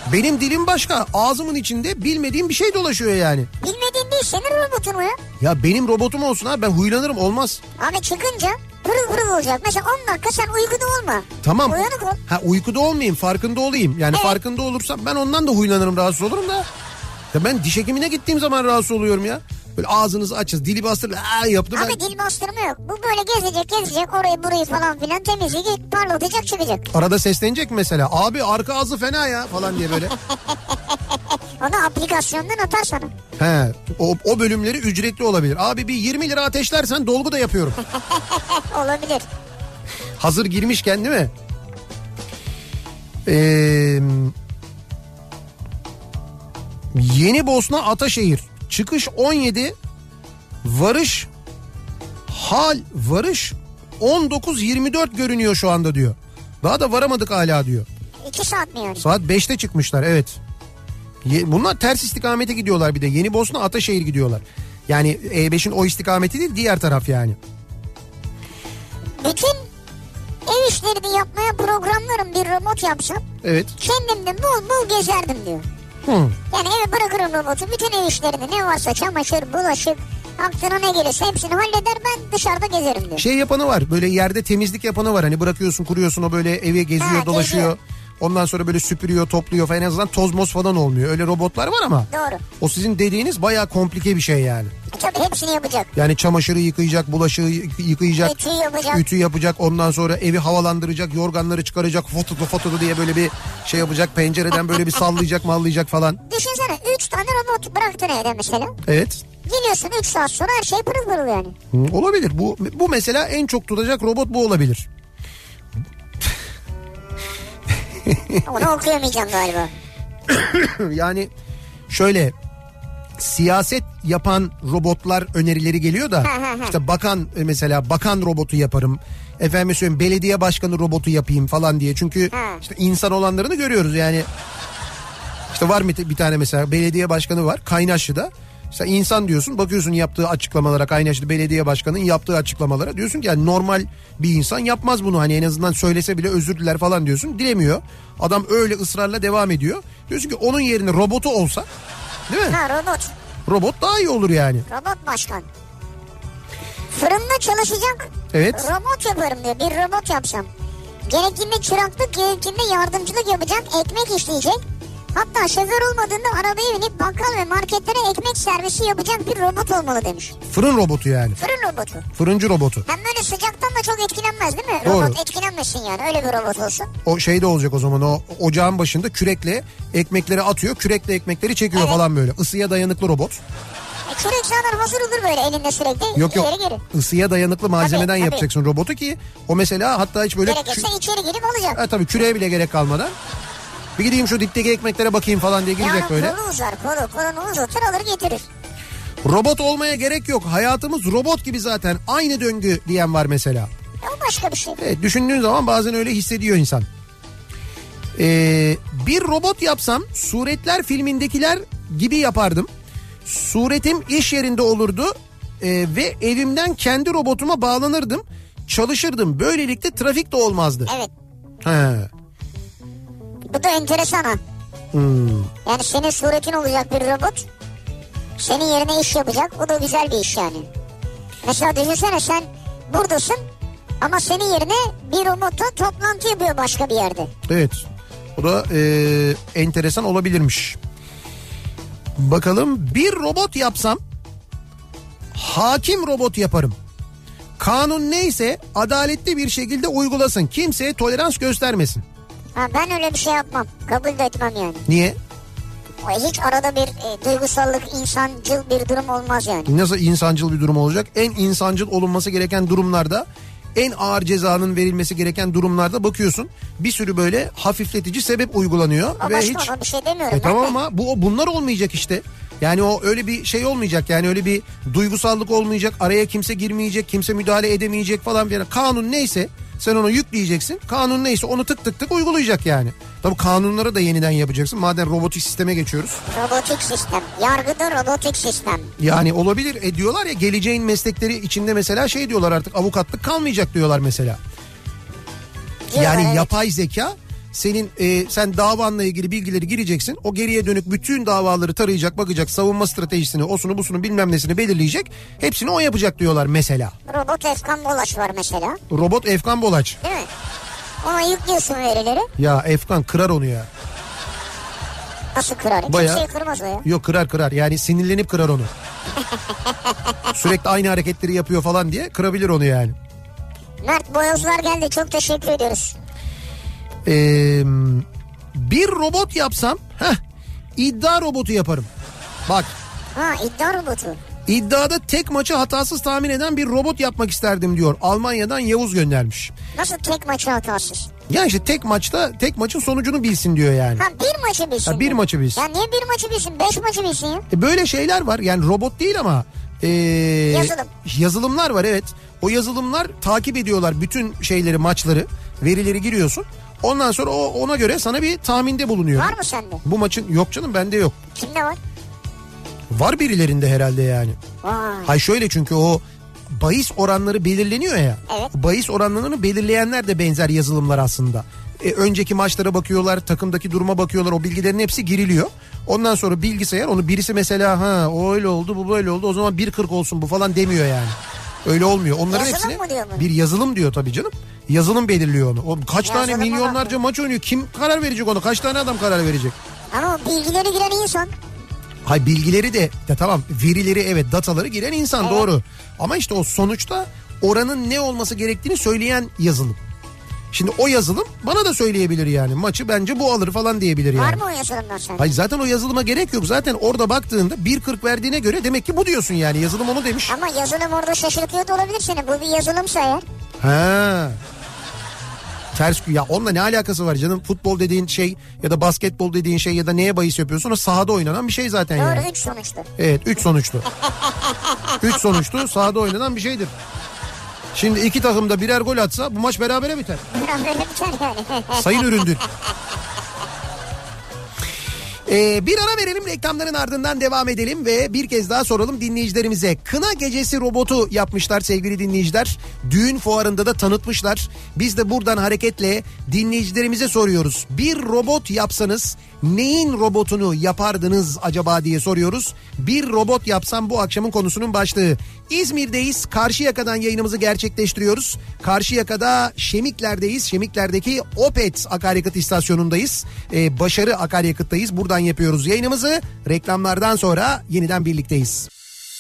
Benim dilim başka. Ağzımın içinde bilmediğim bir şey dolaşıyor yani. Bilmediğin değil, senin robotun o ya. Ya benim robotum olsun abi, ben huylanırım, olmaz. Abi çıkınca pırıl pırıl olacak. Mesela on dakika sen uykuda olma. Tamam. Uyanık ol. Ha, uykuda olmayayım, farkında olayım. Yani Evet. farkında olursam ben ondan da huylanırım, rahatsız olurum da. Ya ben diş hekimine gittiğim zaman rahatsız oluyorum ya. Böyle ağzınızı açız, dili bastırır, aa yaptım. Abi Ben... dil bastırma yok. Bu böyle gezecek gezecek orayı burayı falan filan temizleyecek, parlatacak, çıkacak. Arada seslenecek mesela. Abi arka ağzı fena ya falan diye böyle. Onu aplikasyondan atar sana. He, o, o bölümleri ücretli olabilir. Abi bir yirmi lira ateşlersen dolgu da yapıyorum. Olabilir. Hazır girmişken değil mi? Ee, Yeni Bosna Ataşehir. Çıkış on yedi. Varış hal varış on dokuz yirmi dört görünüyor şu anda diyor. Daha da varamadık hala diyor. İki saat mi yani? Saat beşte çıkmışlar, evet. Bunlar ters istikamete gidiyorlar bir de. Yeni Bosna Ataşehir gidiyorlar. Yani E beşin o istikameti değil, diğer taraf yani. Bütün ev işlerini yapmaya programlarım, bir robot yapsam. Evet. Kendim de bol bol gezerdim diyor. Hı. Yani eve bırakırım robotu, bütün ev işlerini, ne varsa çamaşır, bulaşık, aklına ne gelirse hepsini halleder, ben dışarıda gezerim diyor. Şey yapanı var, böyle yerde temizlik yapanı var. Hani bırakıyorsun, kuruyorsun, o böyle eve geziyor, Ha, dolaşıyor. geziyor. Ondan sonra böyle süpürüyor, topluyor falan, en azından toz moz falan olmuyor. Öyle robotlar var ama. Doğru. O sizin dediğiniz bayağı komplike bir şey yani. E tabii hepsini yapacak. Yani çamaşırı yıkayacak, bulaşığı yıkayacak. Ütüyü yapacak. Ütü yapacak, ondan sonra evi havalandıracak, yorganları çıkaracak, fotoğrafı fotoğrafı diye böyle bir şey yapacak. Pencereden böyle bir sallayacak, mallayacak falan. Düşünsene üç tane robot bıraktın evde mesela. Evet. Geliyorsun üç saat sonra her şey pırıl pırıl yani. Hı, olabilir. Bu, bu mesela en çok tutacak robot bu olabilir. Onu okuyamayacağım galiba. Yani şöyle, siyaset yapan robotlar önerileri geliyor da işte bakan, mesela bakan robotu yaparım. Efendim söyleyeyim, belediye başkanı robotu yapayım falan diye. Çünkü Ha. işte insan olanlarını görüyoruz yani. İşte var mı bir tane mesela belediye başkanı var Kaynaşlı'da. İşte insan diyorsun, bakıyorsun yaptığı açıklamalara, Kaynaşlı belediye başkanının yaptığı açıklamalara, diyorsun ki yani normal bir insan yapmaz bunu, hani en azından söylese bile özür diler falan diyorsun, dilemiyor. Adam öyle ısrarla devam ediyor. Diyorsun ki onun yerine robotu olsa, değil mi? Ha, robot. Robot daha iyi olur yani. Robot başkan. Fırında çalışacak. Evet. Robot yaparım diyor. Bir robot yapsam. Gerektiğinde çıraklık, gerektiğinde yardımcılık yapacak. Ekmek işleyecek. Hatta şoför olmadığında arabaya binip bakkal ve marketlere ekmek servisi yapacak bir robot olmalı demiş. Fırın robotu yani. Fırın robotu. Fırıncı robotu. Hem böyle sıcaktan da çok etkilenmez değil mi? Doğru. Robot etkilenmesin yani, öyle bir robot olsun. O şey de olacak o zaman, o ocağın başında kürekle ekmekleri atıyor, kürekle ekmekleri çekiyor Evet. falan böyle. Isıya dayanıklı robot. E, kürek zaten hazır olur böyle elinde sürekli. Yok yok, İleri geri. ısıya dayanıklı malzemeden Tabii, yapacaksın robotu ki o mesela hatta hiç böyle... Gerekirse içeri girip alacak. Ha, tabii küreğe bile gerek kalmadan. Bir gideyim şu dipteki ekmeklere bakayım falan diye girecek Yani böyle. kolu uzar, kolu, kolunu uzatır alır getirir. Robot olmaya gerek yok. Hayatımız robot gibi zaten. Aynı döngü diyen var mesela. E, o başka bir şey. Evet, düşündüğün zaman bazen öyle hissediyor insan. Ee, bir robot yapsam Suretler filmindekiler gibi yapardım. Suretim iş yerinde olurdu ee, ve evimden kendi robotuma bağlanırdım. Çalışırdım. Böylelikle trafik de olmazdı. Evet. He. Bu da enteresan ha. Hmm. Yani senin suretin olacak bir robot. Senin yerine iş yapacak. O da güzel bir iş yani. Mesela düşünsene, sen buradasın ama senin yerine bir robotla toplantı yapıyor başka bir yerde. Evet. O da e, enteresan olabilirmiş. Bakalım, bir robot yapsam hakim robot yaparım. Kanun neyse adaletli bir şekilde uygulasın. Kimseye tolerans göstermesin. Ha, ben öyle bir şey yapmam. Kabul de etmem yani. Niye? O hiç arada bir e, duygusallık, insancıl bir durum olmaz yani. Nasıl insancıl bir durum olacak? En insancıl olunması gereken durumlarda, en ağır cezanın verilmesi gereken durumlarda bakıyorsun bir sürü böyle hafifletici sebep uygulanıyor. O ve başka, hiç... ona bir şey demiyorum. E tamam de. ama bu bunlar olmayacak işte. Yani o öyle bir şey olmayacak, yani öyle bir duygusallık olmayacak, araya kimse girmeyecek, kimse müdahale edemeyecek falan filan. Kanun neyse sen onu yükleyeceksin, kanun neyse onu tık tık tık uygulayacak yani. Tabii kanunları da yeniden yapacaksın madem robotik sisteme geçiyoruz. Robotik sistem, yargıda robotik sistem. Yani olabilir, e diyorlar ya, geleceğin meslekleri içinde mesela şey diyorlar, artık avukatlık kalmayacak diyorlar mesela. Diyorlar, yani evet. yapay zeka senin e, sen davanla ilgili bilgileri gireceksin. O geriye dönük bütün davaları tarayacak, bakacak, savunma stratejisini, osunu busunu bilmem nesini belirleyecek. Hepsini o yapacak diyorlar mesela. Robot Efkan Bolaç var mesela. Robot Efkan Bolaç. Değil mi? Ona yüklüyorsun verileri. Ya Efkan kırar onu ya. Nasıl kırar? Bayağı... Kimseyi kırmaz o ya. Yok kırar kırar yani sinirlenip kırar onu. Sürekli aynı hareketleri yapıyor falan diye kırabilir onu yani. Mert Boyozlar geldi, çok teşekkür ediyoruz. Ee, bir robot yapsam heh, iddia robotu yaparım. Bak. Ha, iddia robotu. İddiada tek maçı hatasız tahmin eden bir robot yapmak isterdim diyor. Almanya'dan Yavuz göndermiş. Nasıl tek maçı hatasız? Ya işte tek maçta tek maçın sonucunu bilsin diyor yani. Ha, bir maçı bilsin. Ha, bir maçı bilsin. Ya niye bir maçı bilsin? Beş maçı bilsin ya. E böyle şeyler var yani robot değil ama. E, Yazılım. Yazılımlar var evet. O yazılımlar takip ediyorlar bütün şeyleri, maçları, verileri giriyorsun. Ondan sonra o ona göre sana bir tahminde bulunuyor. Var mı sende? Bu maçın yok canım, bende yok. Kimde var? Var birilerinde herhalde yani. Vay. Hay şöyle, çünkü o bahis oranları belirleniyor ya. Evet. Bahis oranlarını belirleyenler de benzer yazılımlar aslında. E, önceki maçlara bakıyorlar, takımdaki duruma bakıyorlar, o bilgilerin hepsi giriliyor. Ondan sonra bilgisayar onu, birisi mesela ha o öyle oldu bu böyle oldu o zaman bir kırk olsun bu falan demiyor yani. Öyle olmuyor. Onların yazılım hepsini mı diyor bu? Bir yazılım diyor tabii canım. Yazılım belirliyor onu. O kaç Yazılım tane milyonlarca olabilir. maç oynuyor. Kim karar verecek onu? Kaç tane adam karar verecek? Ama bilgileri giren insan. Hay bilgileri de, de tamam, verileri evet, dataları giren insan, evet. Doğru. Ama işte o sonuçta oranın ne olması gerektiğini söyleyen yazılım. Şimdi o yazılım bana da söyleyebilir yani. Maçı bence bu alır falan diyebilir yani. Var mı o yazılımdan sen? Hayır zaten o yazılıma gerek yok. Zaten orada baktığında bir kırk verdiğine göre demek ki bu diyorsun yani. Yazılım onu demiş. Ama yazılım orada şaşırtıyor da olabilir seni. Bu bir yazılımsa eğer. Ha. Ters, ya onunla ne alakası var canım? Futbol dediğin şey ya da basketbol dediğin şey ya da neye bahis yapıyorsun? O sahada oynanan bir şey zaten. Doğru, yani. üç sonuçlu. Evet, üç sonuçlu. Üç sonuçlu sahada oynanan bir şeydir. Şimdi iki takım da birer gol atsa bu maç berabere biter. Berabere biter yani. Sayın üründür. Ee, bir ara verelim, reklamların ardından devam edelim ve bir kez daha soralım dinleyicilerimize. Kına gecesi robotu yapmışlar sevgili dinleyiciler. Düğün fuarında da tanıtmışlar. Biz de buradan hareketle dinleyicilerimize soruyoruz. Bir robot yapsanız neyin robotunu yapardınız acaba diye soruyoruz. Bir robot yapsam bu akşamın konusunun başlığı. İzmir'deyiz. Karşıyaka'dan yayınımızı gerçekleştiriyoruz. Karşıyaka'da Şemikler'deyiz. Şemikler'deki Opet akaryakıt istasyonundayız. Ee, Başarı akaryakıttayız. Buradan yapıyoruz yayınımızı. Reklamlardan sonra yeniden birlikteyiz.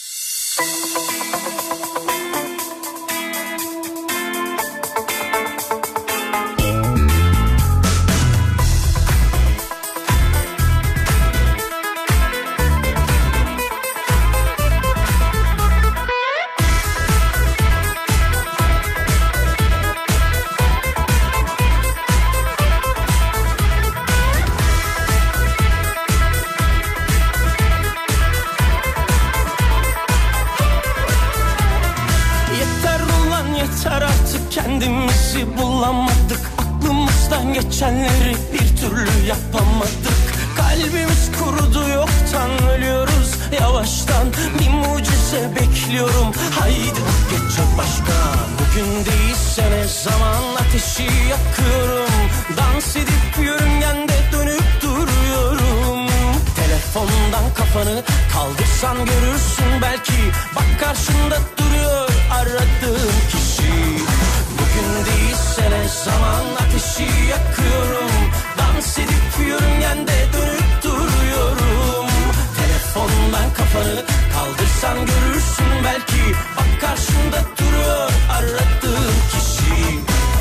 Kendimizi bulamadık, aklımızdan geçenleri bir türlü yapamadık. Kalbimiz kurudu, yoktan ölüyoruz yavaştan. Bir mucize bekliyorum, haydi bu gece başka. Bugün değilse ne zaman ateşi yakıyorum. Dans edip yörüngende dönüp duruyorum. Telefondan kafanı kaldırsan görürsün belki. Bak karşında duruyor aradığın kişi. Bugün değilse ne zaman ateşi yakıyorum. Dans edip yörüngende dönüp duruyorum. Telefondan kafanı kaldırsan görürsün belki. Bak karşında duruyor aradığın kişi.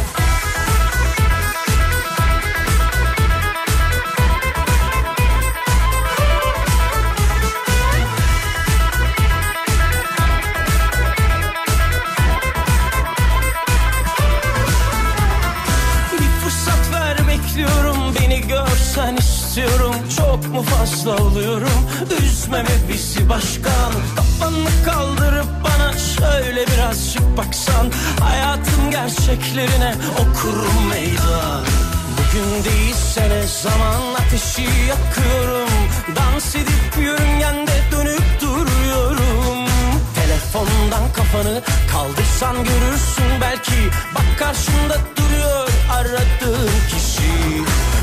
Beni görsen istiyorum, çok mu fazla oluyorum? Üzmeme bizi başkan. Kafanı kaldırıp bana şöyle birazcık baksan. Hayatın gerçeklerine okurum meydan. Bugün değilse ne zaman ateşi yakıyorum. Dans edip yörüngende dönüp duruyorum. Telefondan kafanı kaldırsan görürsün belki. Bak karşında duruyor aradığın kişi.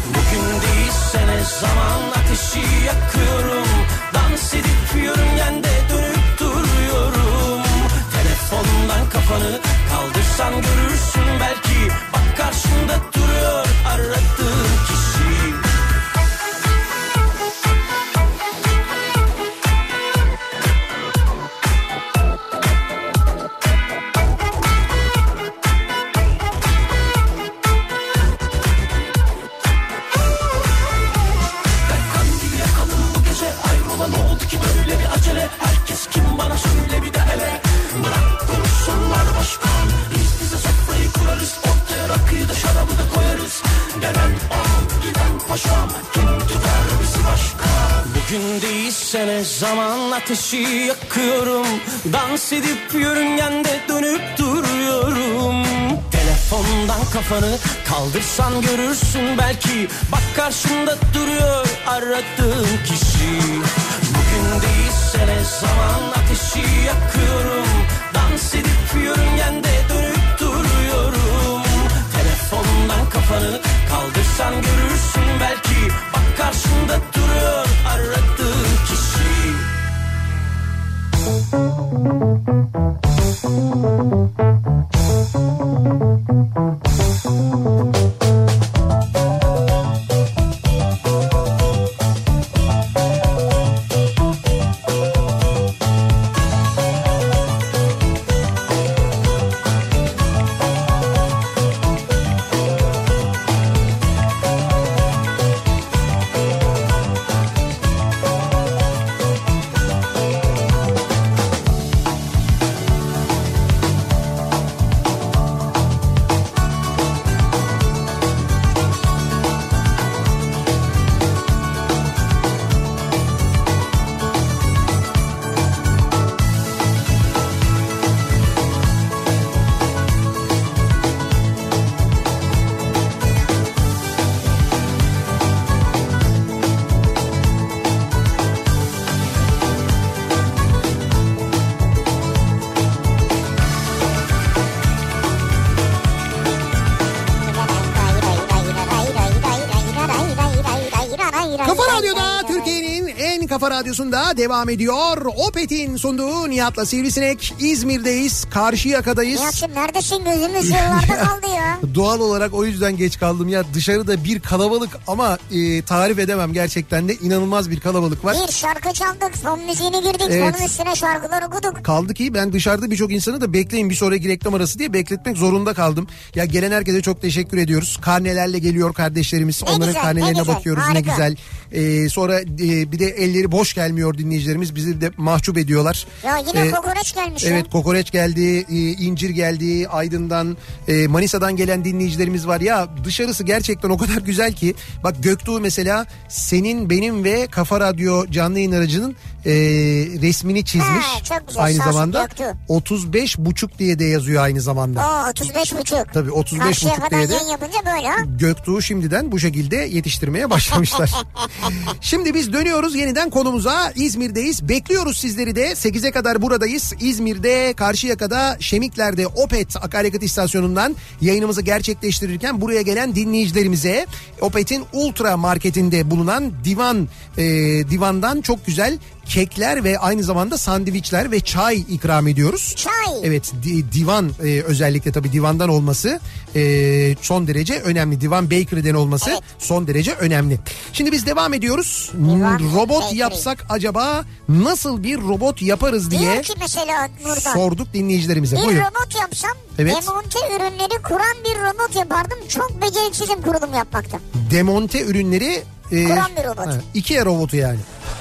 değilsene zaman ateşi yakıyorum. Dans edip yörüngende dönüp duruyorum. Telefondan kafanı kaldırsan görürsün belki. Bak karşında duruyor aradığın kişi. Herkes kim bana söyle bir de hele. Bırak konuşsunlar başkan. Biz bize sofrayı kurarız. Ortaya rakıyı da şarabı da koyarız. Gelen ağam giden paşam. Kim tutar bizi başkan? Bugün değilsene zaman ateşi yakıyorum. Dans edip yörüngende dönüp duruyorum. Telefondan kafanı kaldırsan görürsün belki. Bak karşında duruyor aradığın kişi. Bugün değilsene zaman ateşi yakıyorum. Dans edip yörüngende dönüp duruyorum. Telefondan kafanı kaldırsan görürsün belki. Bak karşında duruyor aradığın kişi. Kafa Radyosu'nda devam ediyor. Opet'in sunduğu Nihat'la Sivrisinek. İzmir'deyiz. Karşıyaka'dayız. Nihat'cığım neredesin? Gözümüz yollarda kaldı ya. Doğal olarak o yüzden geç kaldım ya. Dışarıda bir kalabalık ama e, tarif edemem gerçekten de. İnanılmaz bir kalabalık var. Bir şarkı çaldık. Son müziğini girdik. Evet. Onun üstüne şarkılar okuduk. Kaldı ki ben dışarıda birçok insanı da bekleyin bir sonraki reklam arası diye bekletmek zorunda kaldım. Ya gelen herkese çok teşekkür ediyoruz. Karnelerle geliyor kardeşlerimiz. Ne Onların güzel, karnelerine ne güzel, bakıyoruz. harika. Ne güzel. Ee, sonra e, bir de elleri boş gelmiyor dinleyicilerimiz. Bizi de mahcup ediyorlar. Ya yine Ee, kokoreç gelmiş. Evet ya. kokoreç geldi, e, incir geldi, Aydın'dan, e, Manisa'dan gelen dinleyicilerimiz var. Ya dışarısı gerçekten o kadar güzel ki. Bak Göktuğ mesela senin, benim ve Kafa Radyo canlı yayın aracının e, resmini çizmiş. Ha, çok güzel, aynı sağ olsun zamanda Göktuğ. otuz beş buçuk diye de yazıyor aynı zamanda. Oo otuz beş buçuk. Tabii otuz beş Karşıya buçuk kadar diye de yayın yapınca böyle ha. Göktuğ'u şimdiden bu şekilde yetiştirmeye başlamışlar. Şimdi biz dönüyoruz yeniden konumuza. İzmir'deyiz. Bekliyoruz sizleri de. sekize kadar buradayız. İzmir'de, Karşıyaka'da, Şemikler'de Opet akaryakıt istasyonundan yayınımızı gerçekleştirirken buraya gelen dinleyicilerimize Opet'in Ultra Market'inde bulunan Divan e, Divan'dan çok güzel kekler ve aynı zamanda sandviçler ve çay ikram ediyoruz. Çay. Evet, di, divan e, özellikle tabii divandan olması e, son derece önemli. Divan Bakery'den olması evet. son derece önemli. Şimdi biz devam ediyoruz. Divan robot Bakery. Yapsak acaba nasıl bir robot yaparız diye Diyor ki mesela buradan. sorduk dinleyicilerimize. Bir Buyurun. robot yapsam Evet. demonte ürünleri kuran bir robot yapardım. Çok beceriksizim kurulum yapmakta. Demonte ürünleri e, Kuran bir robot. Ha, IKEA robotu yani.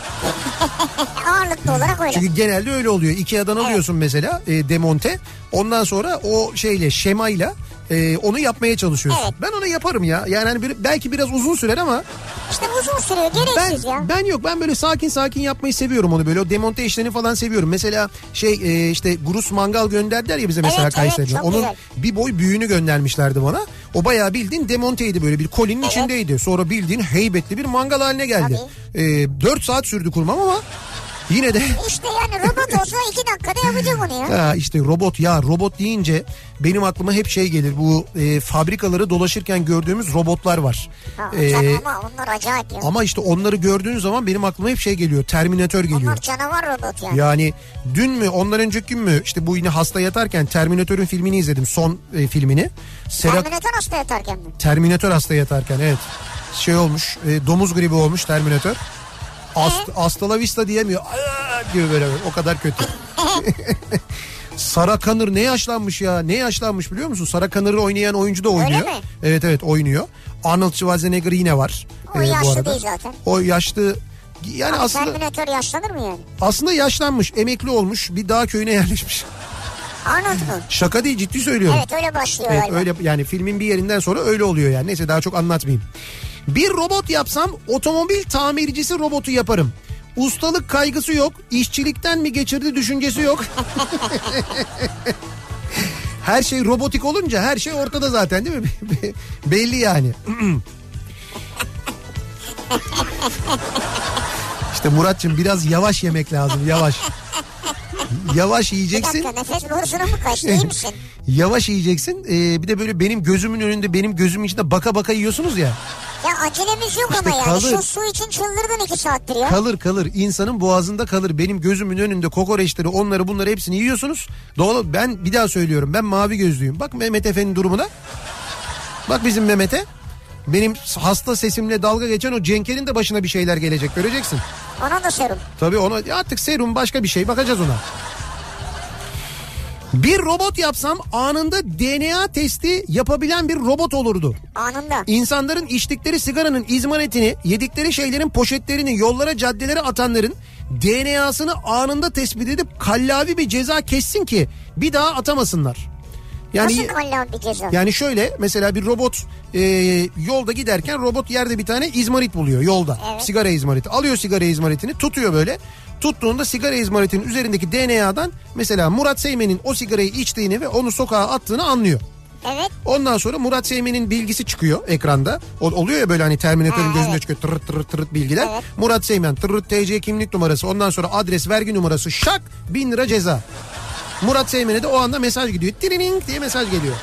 Ağırlıklı olarak öyle. Çünkü genelde öyle oluyor. IKEA'dan Evet. alıyorsun mesela e, demonte. Ondan sonra o şeyle şemayla e, onu yapmaya çalışıyorsun. Evet. Ben onu yaparım ya. Yani hani bir, belki biraz uzun sürer ama İşte uzun sürüyor gereksiz ben ya. ben yok ben böyle sakin sakin yapmayı seviyorum onu böyle. O demonte işlerini falan seviyorum. Mesela şey e, işte Gurus Mangal gönderdiler ya bize mesela Evet, evet, Kayseri'den. çok Onun güzel. bir boy büyüğünü göndermişlerdi bana. O bayağı bildiğin demonteydi böyle bir kolinin Evet. içindeydi. Sonra bildiğin heybetli bir mangal haline geldi. E, dört saat sürdü kurmam ama Yine de... İşte yani robot olsa iki dakikada yapacak onu ya. Ha işte robot ya robot deyince benim aklıma hep şey gelir. Bu e, fabrikaları dolaşırken gördüğümüz robotlar var. Ha, Ee, ama onlar acayip ya. ama işte onları gördüğün zaman benim aklıma hep şey geliyor. Terminator geliyor. Onlar canavar robot yani. Yani dün mü ondan önceki gün mü işte bu yine hasta yatarken Terminator'un filmini izledim. Son e, filmini. Sera... Terminator hasta yatarken mi? Terminator hasta yatarken evet. Şey olmuş e, domuz gribi olmuş Terminator. Ast, hasta la vista diyemiyor. Aa, diyor böyle, o kadar kötü. Sarah Connor ne yaşlanmış ya, ne yaşlanmış biliyor musun? Sarah Connor'ı oynayan oyuncu da oynuyor. Öyle mi? Evet evet oynuyor. Arnold Schwarzenegger yine var. O e, yaşlı bu arada. değil zaten. O yaşlı yani Ama aslında Terminator yaşlanır mı yani? aslında yaşlanmış, emekli olmuş, bir dağ köyüne yerleşmiş. Arnold mu? Şaka değil, ciddi söylüyorum. Evet öyle başlıyor Evet, galiba. öyle yani filmin bir yerinden sonra öyle oluyor yani. Neyse daha çok anlatmayayım. Bir robot yapsam otomobil tamircisi robotu yaparım. Ustalık kaygısı yok, işçilikten mi geçirdi düşüncesi yok. Her şey robotik olunca her şey ortada zaten değil mi? Belli yani. İşte Muratçım biraz yavaş yemek lazım, yavaş. Yavaş yiyeceksin. Bir dakika, nefes borusuna mı kaçtı, iyi misin? Yavaş yiyeceksin. Ee, bir de böyle benim gözümün önünde, benim gözümün içinde baka baka yiyorsunuz ya. Ya acelemiz yok İşte ama yani. kalır. Şu su için çıldırdın iki saattir ya. Kalır kalır. İnsanın boğazında kalır. Benim gözümün önünde kokoreçleri, onları bunları hepsini yiyorsunuz. Doğal, ben bir daha söylüyorum. Ben mavi gözlüyüm. Bak Mehmet Efe'nin durumuna. Bak bizim Mehmet'e. Benim hasta sesimle dalga geçen o Cenk'in de başına bir şeyler gelecek. Göreceksin. Ona da serum. Tabii ona artık serum başka bir şey. Bakacağız ona. Bir robot yapsam anında D N A testi yapabilen bir robot olurdu. Anında. İnsanların içtikleri sigaranın izmaritini, yedikleri şeylerin poşetlerini yollara, caddelere atanların D N A'sını anında tespit edip kallavi bir ceza kessin ki bir daha atamasınlar. Yani, Nasıl kallavi bir ceza? Yani şöyle mesela bir robot e, yolda giderken robot yerde bir tane izmarit buluyor yolda. Evet. Sigara izmariti. Alıyor sigara izmaritini, tutuyor böyle. Tuttuğunda sigara izmaritinin üzerindeki D N A'dan mesela Murat Seymen'in o sigarayı içtiğini ve onu sokağa attığını anlıyor. Evet. Ondan sonra Murat Seymen'in bilgisi çıkıyor ekranda. O, oluyor ya böyle hani Terminator'ın Ha, gözünde evet. çıkıyor tırırt tırırt tırırt bilgiler. Evet. Murat Seymen tırırt T C kimlik numarası, ondan sonra adres, vergi numarası, şak bin lira ceza. Murat Seymen'e de o anda mesaj gidiyor. Tirining diye mesaj geliyor.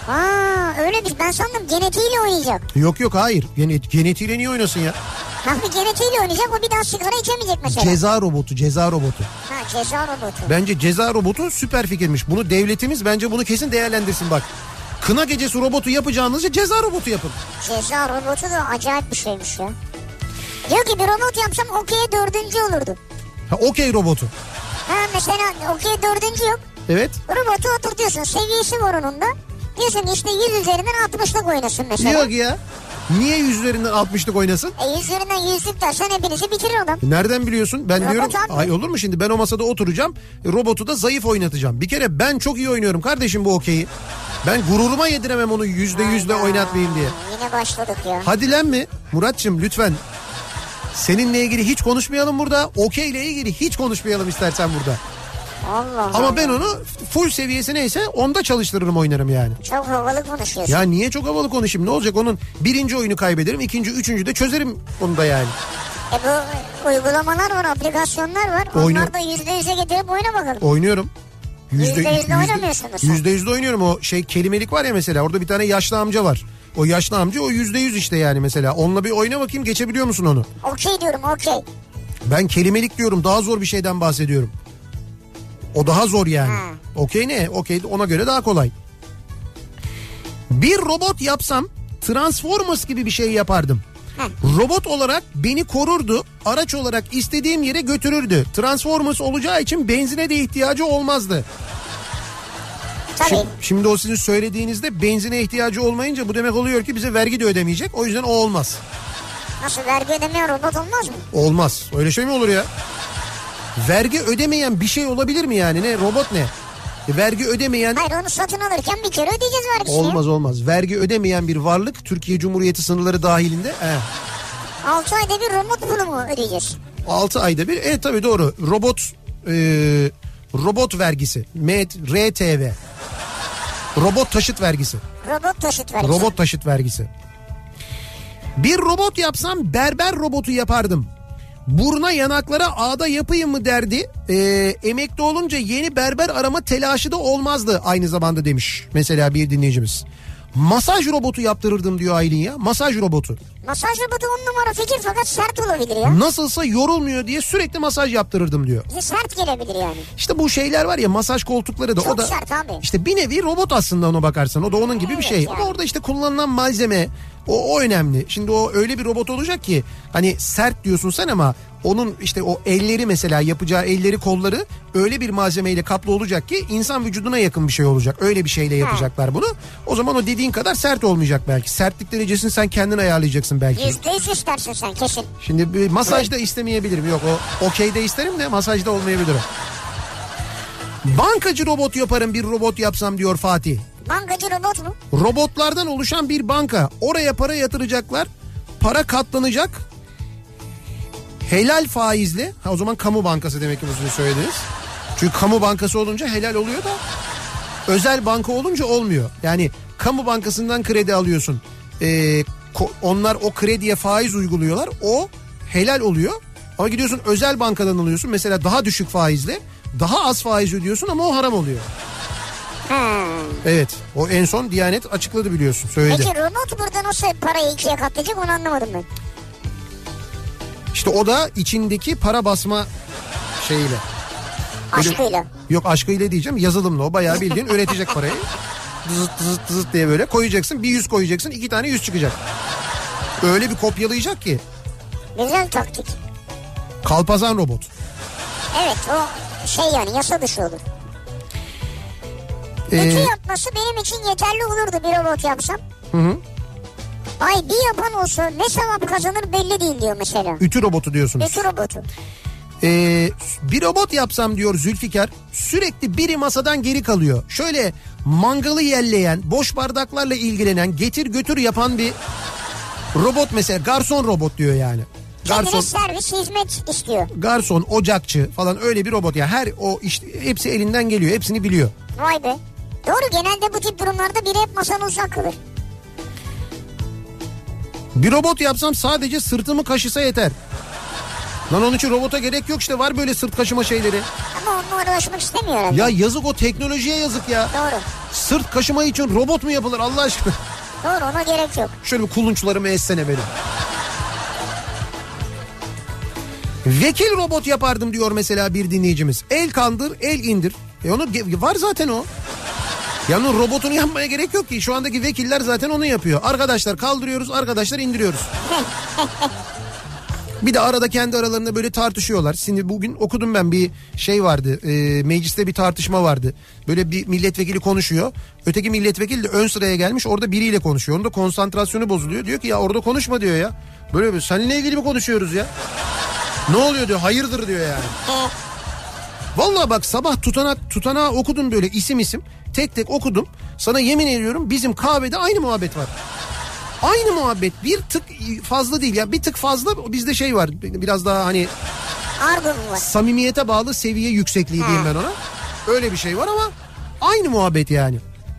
Aa öyle bir, ben sandım genetiğiyle oynayacak. Yok yok hayır. Gene, genetiğiyle niye oynasın ya? Ha bir genetiğiyle oynayacak, o bir daha sigara içemeyecek mesela. Ceza robotu, ceza robotu. Ha ceza robotu. Bence ceza robotu süper fikirmiş. Bunu devletimiz bence bunu kesin değerlendirsin bak. Kına gecesi robotu yapacağınızı ceza robotu yapın. Ceza robotu da acayip bir şeymiş ya. Diyor ki bir robot yapsam okey'e dördüncü olurdu. Ha okey robotu. Ha mesela okey'e dördüncü yok. Evet. Robotu oturtuyorsun, seviyesi var onun da. Diyorsun ki işte yüz üzerinden altmışlık oynasın mesela. Yok ya. Niye yüz üzerinden altmışlık oynasın? E yüz üzerinden yüzlük dersen hepinizi bitirir adam. Nereden biliyorsun? Ben Robot diyorum abi. ay olur mu şimdi ben o masada oturacağım, e, robotu da zayıf oynatacağım. Bir kere ben çok iyi oynuyorum kardeşim bu okeyi. Ben gururuma yediremem onu yüzde yüzle Hayda, oynatmayayım diye. Yine başladık ya. Hadi lan mi? Muratçım lütfen. Seninle ilgili hiç konuşmayalım burada. Okeyle ilgili hiç konuşmayalım istersen burada. Allah Ama Allah. ben onu full seviyesi neyse onda çalıştırırım, oynarım yani. Çok havalı konuşuyorsun. Ya niye çok havalı konuşayım, ne olacak, onun birinci oyunu kaybederim, ikinci üçüncü de çözerim onu da yani. E bu uygulamalar var, aplikasyonlar var. Oyna- Onlar da yüzde yüze getirip oyna bakalım. Oynuyorum. Yüzde yüzde oynamıyorsunuz sen. Yüzde yüzde oynuyorum. O şey kelimelik var ya mesela, orada bir tane yaşlı amca var. O yaşlı amca o yüzde yüz işte yani mesela. Onunla bir oyna bakayım, geçebiliyor musun onu? Okey diyorum, okey. Ben kelimelik diyorum, daha zor bir şeyden bahsediyorum. O daha zor yani. Ha. Okey ne? Okey ona göre daha kolay. Bir robot yapsam Transformers gibi bir şey yapardım. Heh. Robot olarak beni korurdu, araç olarak istediğim yere götürürdü. Transformers olacağı için benzine de ihtiyacı olmazdı. Tabii. Şimdi, şimdi o sizin söylediğinizde benzine ihtiyacı olmayınca bu demek oluyor ki bize vergi de ödemeyecek. O yüzden o olmaz. Nasıl, vergi ödemeyen robot olmaz mı? Olmaz. Öyle şey mi olur ya? Vergi ödemeyen bir şey olabilir mi yani? Ne robot ne? E, vergi ödemeyen... Hayır, onu satın alırken bir kere ödeyeceğiz vergisini. Olmaz olmaz. Vergi ödemeyen bir varlık Türkiye Cumhuriyeti sınırları dahilinde. He. altı ayda bir robot bunu mu ödeyeceğiz? altı ayda bir. Evet tabii doğru. Robot e, robot vergisi. M R T V. Robot taşıt vergisi. Robot taşıt vergisi. Robot taşıt vergisi. Bir robot yapsam berber robotu yapardım. Buruna yanaklara ağda yapayım mı derdi. Ee, emekli olunca yeni berber arama telaşı da olmazdı aynı zamanda demiş. Mesela bir dinleyicimiz. Masaj robotu yaptırırdım diyor Aylin ya. Masaj robotu. Masaj robotu on numara fikir fakat sert olabilir ya. Nasılsa yorulmuyor diye sürekli masaj yaptırırdım diyor. Bize sert gelebilir yani. İşte bu şeyler var ya, masaj koltukları da. Çok o da sert abi. İşte bir nevi robot aslında ona bakarsan. O da onun gibi Evet bir şey. yani. Ama orada işte kullanılan malzeme o, o önemli. Şimdi o öyle bir robot olacak ki hani sert diyorsun sen ama onun işte o elleri mesela yapacağı elleri kolları öyle bir malzemeyle kaplı olacak ki insan vücuduna yakın bir şey olacak. Öyle bir şeyle yapacaklar bunu. O zaman o dediğin kadar sert olmayacak belki. Sertlik derecesini sen kendin ayarlayacaksın belki. Yüzde yüz istersin sen kesin. Şimdi bir masajda istemeyebilirim. Yok o okeyde isterim de masajda olmayabilir o. Bankacı robot yaparım bir robot yapsam diyor Fatih. Bankacı robot mu? Robotlardan oluşan bir banka. Oraya para yatıracaklar. Para katlanacak. Helal faizli. Ha o zaman kamu bankası demek ki bunu söylediniz. Çünkü kamu bankası olunca helal oluyor da özel banka olunca olmuyor. Yani kamu bankasından kredi alıyorsun. Ee, ko- onlar o krediye faiz uyguluyorlar. O helal oluyor. Ama gidiyorsun özel bankadan alıyorsun. Mesela daha düşük faizle. Daha az faiz ödüyorsun ama o haram oluyor. Ha. Evet. O en son Diyanet açıkladı biliyorsun. Söyledi. Peki robot burada nasıl parayı ikiye katlayacak onu anlamadım ben. İşte o da içindeki para basma şeyiyle. Böyle- Aşkıyla. Yok aşkıyla diyeceğim, yazılımla. O bayağı bildiğin üretecek parayı. Dızıt dızıt dızıt diye böyle koyacaksın. Bir yüz koyacaksın, iki tane yüz çıkacak. Öyle bir kopyalayacak ki. Güzel taktik. Kalpazan robot. Evet o şey yani yasa dışı olur. Ee, İki yapması benim için yeterli olurdu bir robot yapsam. hı hı. Ay bir yapan olsa ne sevap kazanır belli değil diyor mesela. Ütü robotu diyorsunuz. Ütü robotu. Ee, bir robot yapsam diyor Zülfikar, sürekli biri masadan geri kalıyor. Şöyle mangalı yelleyen, boş bardaklarla ilgilenen, getir götür yapan bir robot mesela. Garson robot diyor yani. Kendine Garson, servis hizmet istiyor. garson, ocakçı falan öyle bir robot ya. Her o işte hepsi elinden geliyor, hepsini biliyor. Vay be. Doğru genelde bu tip durumlarda biri hep masanın uzak kalır. Bir robot yapsam sadece sırtımı kaşısa yeter. Lan onun için robota gerek yok, işte var böyle sırt kaşıma şeyleri. Ama onunla uğraşmak istemiyor herhalde. Ya yazık, o teknolojiye yazık ya. Doğru. Sırt kaşıma için robot mu yapılır Allah aşkına? Doğru ona gerek yok. Şöyle bir kulunçlarımı essene benim. Vekil robot yapardım diyor mesela bir dinleyicimiz. El kandır, el indir. E onu var zaten o. Yani robotunu yapmaya gerek yok ki. Şu andaki vekiller zaten onu yapıyor. Arkadaşlar kaldırıyoruz, arkadaşlar indiriyoruz. Bir de arada kendi aralarında böyle tartışıyorlar. Şimdi bugün okudum ben, bir şey vardı. E, mecliste bir tartışma vardı. Böyle bir milletvekili konuşuyor. Öteki milletvekili de ön sıraya gelmiş, orada biriyle konuşuyor. Onun da konsantrasyonu bozuluyor. Diyor ki ya orada konuşma diyor ya. Böyle böyle seninle ilgili mi konuşuyoruz ya? Ne oluyor diyor, hayırdır diyor yani. Vallahi bak sabah tutanak tutanağı okudum böyle isim isim. Tek tek okudum. Sana yemin ediyorum bizim kahvede aynı muhabbet var. Aynı muhabbet, bir tık fazla değil ya, bir tık fazla bizde şey var biraz daha hani Argo mu var? samimiyete bağlı seviye yüksekliği diyeyim ben ona. Öyle bir şey var ama aynı muhabbet yani.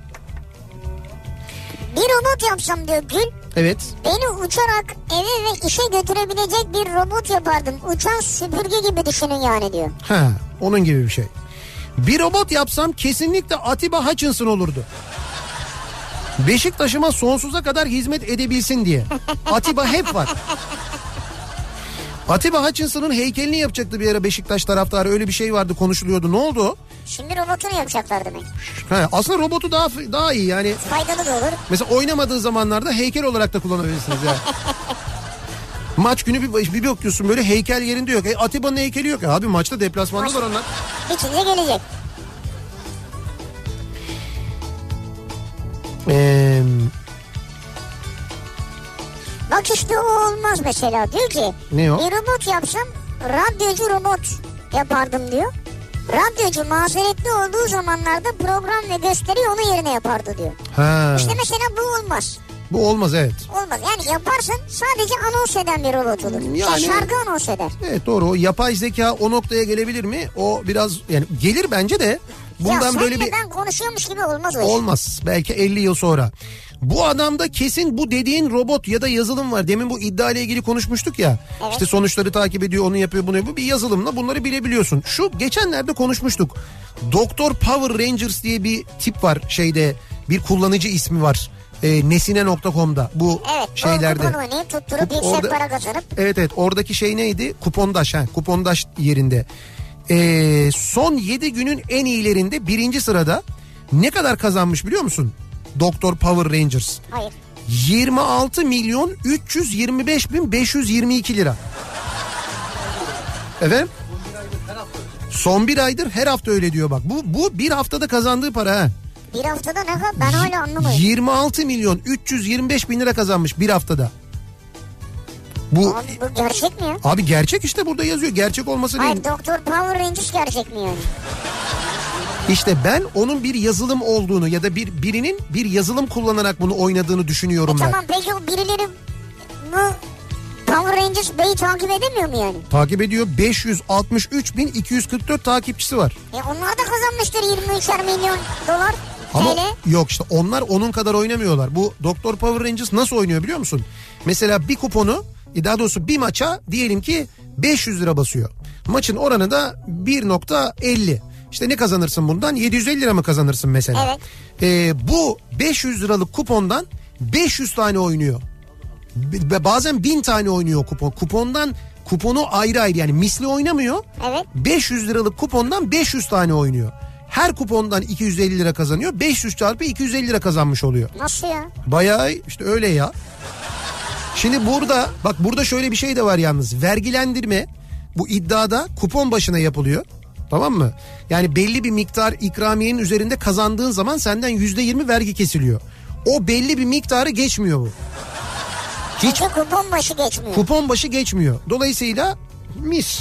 Bir robot yapsam diyor Gül. Evet. Beni uçarak eve ve işe götürebilecek bir robot yapardım. Uçan süpürge gibi düşünün yani diyor. Ha, onun gibi bir şey. Bir robot yapsam kesinlikle Atiba Hutchinson olurdu. Beşiktaş'ıma sonsuza kadar hizmet edebilsin diye. Atiba hep var. Atiba Hutchinson'ın heykelini yapacaktı bir ara Beşiktaş taraftarı, öyle bir şey vardı, konuşuluyordu. Ne oldu o? Şimdi robotunu yapacaklar demek. Ha, aslında robotu daha daha iyi yani. Faydalı da olur. Mesela oynamadığı zamanlarda heykel olarak da kullanabilirsiniz ya. Maç günü bir, bir bakıyorsun böyle heykel yerinde yok. E, Atiba'nın heykeli yok. Abi maçta deplasmanda Maç... var onlar. Bitince gelecek. Eee... Bak işte o olmaz mesela. Diyor ki Ne o? bir robot yapsam radyocu robot yapardım diyor. Radyocu mazeretli olduğu zamanlarda program ve gösteri onun yerine yapardı diyor. Ha. İşte mesela bu olmaz. Bu olmaz, evet. Olmaz yani, yaparsın sadece anons eden bir robot olur. Yani, yani şarkı anons eder. Evet doğru, o yapay zeka o noktaya gelebilir mi? O biraz yani gelir bence de. Bundan ya böyle bir ben konuşuyormuş gibi olmaz o iş. Olmaz. Belki elli yıl sonra. Bu adamda kesin bu dediğin robot ya da yazılım var. Demin bu iddia ile ilgili konuşmuştuk ya. Evet. İşte sonuçları takip ediyor, onu yapıyor, bunu yapıyor. Bir yazılımla bunları bilebiliyorsun. Şu geçenlerde konuşmuştuk. Doktor Power Rangers diye bir tip var şeyde. Bir kullanıcı ismi var. E, nesine nokta com'da bu evet, şeylerde. Evet, kupon oynayıp tutturup Kup, yüksek orada, para kazanıp. Evet evet, oradaki şey neydi? Kupondaş, ha, kupondaş yerinde. E, son yedi günün en iyilerinde birinci sırada ne kadar kazanmış biliyor musun? Doktor Power Rangers. Hayır. yirmi altı milyon üç yüz yirmi beş bin beş yüz yirmi iki lira. Efendim? Son bir aydır her hafta öyle diyor bak. Bu bu bir haftada kazandığı para ha. Bir haftada ne kadar? Ben hala anlamadım. yirmi altı milyon üç yüz yirmi beş bin lira kazanmış bir haftada. Bu, abi bu gerçek mi ya? Abi gerçek işte, burada yazıyor. Gerçek olması değil. Hayır, Doktor Power Rangers gerçek mi yani? İşte ben onun bir yazılım olduğunu ya da bir birinin bir yazılım kullanarak bunu oynadığını düşünüyorum e ben. Tamam, peki o birileri bu Power Rangers Bey'i takip edemiyor mu yani? Takip ediyor. beş yüz altmış üç bin iki yüz kırk dört takipçisi var. E onlar da kazanmıştır yirmi üçer milyon dolar. Ama T L. yok işte, onlar onun kadar oynamıyorlar. Bu Doktor Power Rangers nasıl oynuyor biliyor musun? Mesela bir kuponu, daha doğrusu bir maça diyelim ki beş yüz lira basıyor. Maçın oranı da bir nokta elli. İşte ne kazanırsın bundan? yedi yüz elli lira mı kazanırsın mesela? Evet. Ee, bu beş yüz liralık kupondan beş yüz tane oynuyor. B- bazen bin tane oynuyor kupon. Kupondan kuponu ayrı ayrı, yani misli oynamıyor. Evet. beş yüz liralık kupondan beş yüz tane oynuyor. Her kupondan iki yüz elli lira kazanıyor. beş yüz çarpı iki yüz elli lira kazanmış oluyor. Nasıl ya? Bayağı işte öyle ya. Şimdi burada bak, burada şöyle bir şey de var yalnız. Vergilendirme bu iddiada kupon başına yapılıyor. Tamam mı? Yani belli bir miktar ikramiyenin üzerinde kazandığın zaman senden yüzde yirmi vergi kesiliyor. O belli bir miktarı geçmiyor bu. Hiç kupon başı geçmiyor. Kupon başı geçmiyor. Dolayısıyla mis.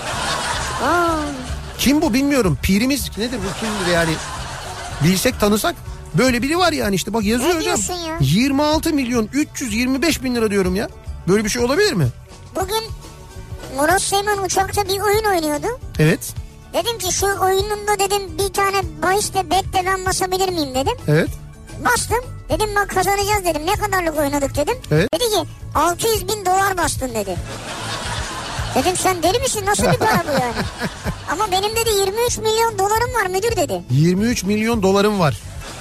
Aa. Kim bu bilmiyorum. Pirimiz nedir bu, kimdir yani? Bilsek tanısak. Böyle biri var yani, işte bak yazıyor ne hocam. Ya? yirmi altı milyon üç yüz yirmi beş bin lira diyorum ya. Böyle bir şey olabilir mi? Bugün Murat Seymen uçakta bir oyun oynuyordu. Evet. Dedim ki şu oyununda dedim bir tane bahiste bette ben basabilir miyim dedim. Evet. Bastım. Dedim bak kazanacağız dedim. Ne kadarlık oynadık dedim. Evet. Dedi ki altı yüz bin dolar bastın dedi. Dedim sen deli misin, nasıl bir para bu yani? Ama benim dedi yirmi üç milyon dolarım var müdür dedi. yirmi üç milyon dolarım var.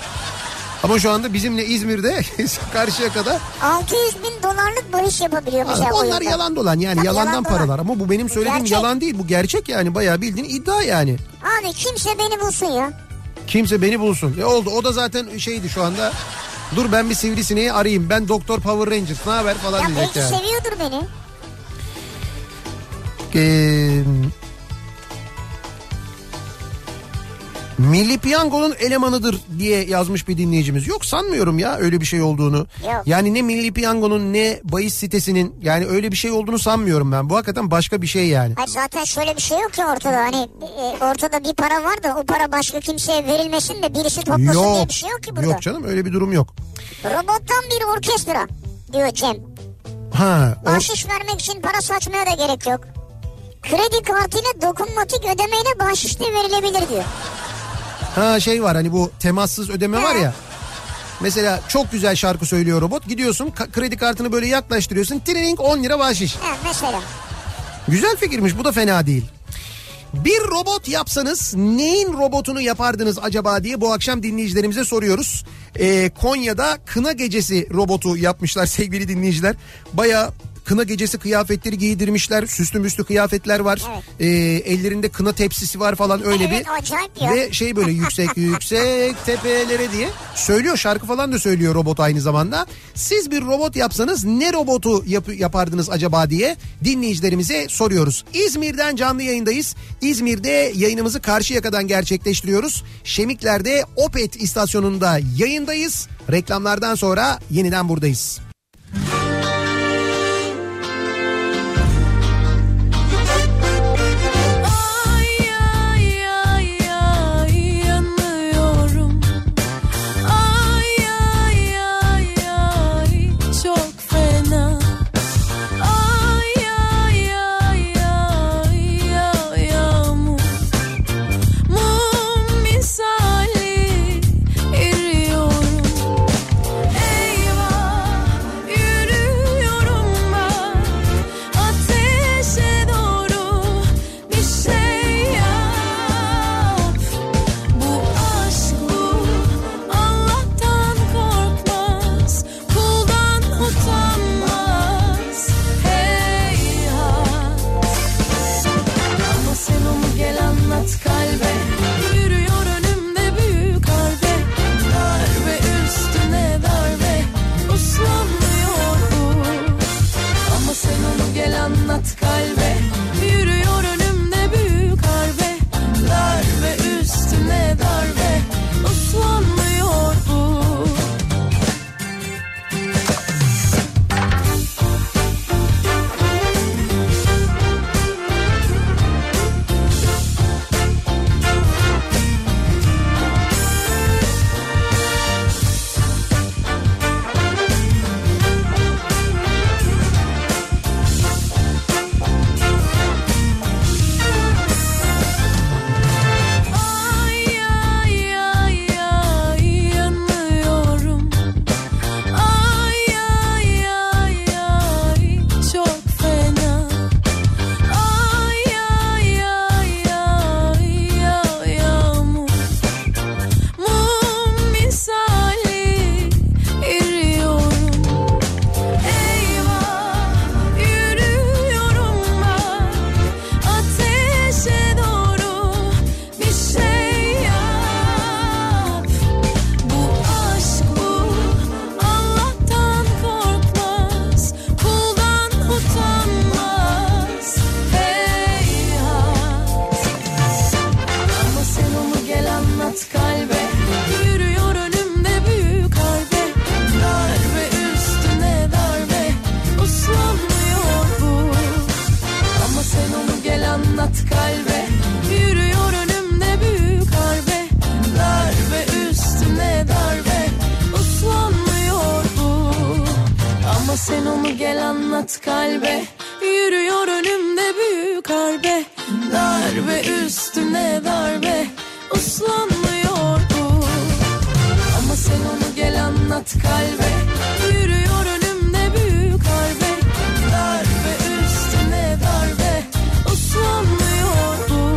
Ama şu anda bizimle İzmir'de Karşıyaka'da altı yüz bin dolarlık bahis yapabiliyor mesela. onlar oyunda. yalan dolan yani, Tabii yalandan yalan paralar. dolan. Ama bu benim söylediğim Gerçek. yalan değil, bu gerçek yani, bayağı bildiğin iddia yani. Abi kimse beni bulsun ya. Kimse beni bulsun. E oldu, o da zaten şeydi şu anda. Dur ben bir sivrisineği arayayım, ben Doktor Power Rangers ne haber falan Ya diyecek belki yani. seviyordur beni. Eee... Milli Piyango'nun elemanıdır diye yazmış bir dinleyicimiz. Yok, sanmıyorum ya öyle bir şey olduğunu. Yok. Yani ne Milli Piyango'nun ne bahis sitesinin, yani öyle bir şey olduğunu sanmıyorum ben. Bu hakikaten başka bir şey yani. Hayır, zaten şöyle bir şey yok ki ortada. Hani e, ortada bir para var da o para başka kimseye verilmesin de birisi toplasın Yok. diye bir şey yok ki burada. Yok canım, öyle bir durum yok. Robottan bir orkestra diyor Cem. Ha, o... Bahşiş vermek için para saçmaya da gerek yok. Kredi kartıyla dokunmatik ödemeyle bahşiş de verilebilir diyor. Ha şey var hani, bu temassız ödeme var ya. Mesela çok güzel şarkı söylüyor robot. Gidiyorsun ka- kredi kartını böyle yaklaştırıyorsun. Tring on lira bahşiş. Ha mesela. Güzel fikirmiş, bu da fena değil. Bir robot yapsanız neyin robotunu yapardınız acaba diye bu akşam dinleyicilerimize soruyoruz. Ee, Konya'da kına gecesi robotu yapmışlar sevgili dinleyiciler. Bayağı kına gecesi kıyafetleri giydirmişler. Süslü müslü kıyafetler var. Evet. Ee, ellerinde kına tepsisi var falan, öyle Evet, bir. acayip ya. Ve şey böyle yüksek yüksek tepelere diye söylüyor, şarkı falan da söylüyor robot aynı zamanda. Siz bir robot yapsanız ne robotu yap- yapardınız acaba diye dinleyicilerimize soruyoruz. İzmir'den canlı yayındayız. İzmir'de yayınımızı Karşıyaka'dan gerçekleştiriyoruz. Şemikler'de Opet istasyonunda yayındayız. Reklamlardan sonra yeniden buradayız. anlat kalbe. Yürüyor önümde büyük harbe. Darbe üstüne darbe. Uslanmıyor bu. Ama sen onu gel anlat kalbe. Yürüyor önümde büyük harbe. Darbe üstüne darbe. Uslanmıyor bu. Ama sen onu gel anlat kalbe. Yürüyor önümde büyük harbe. Darbe üstüne darbe. Uslanmıyor bu.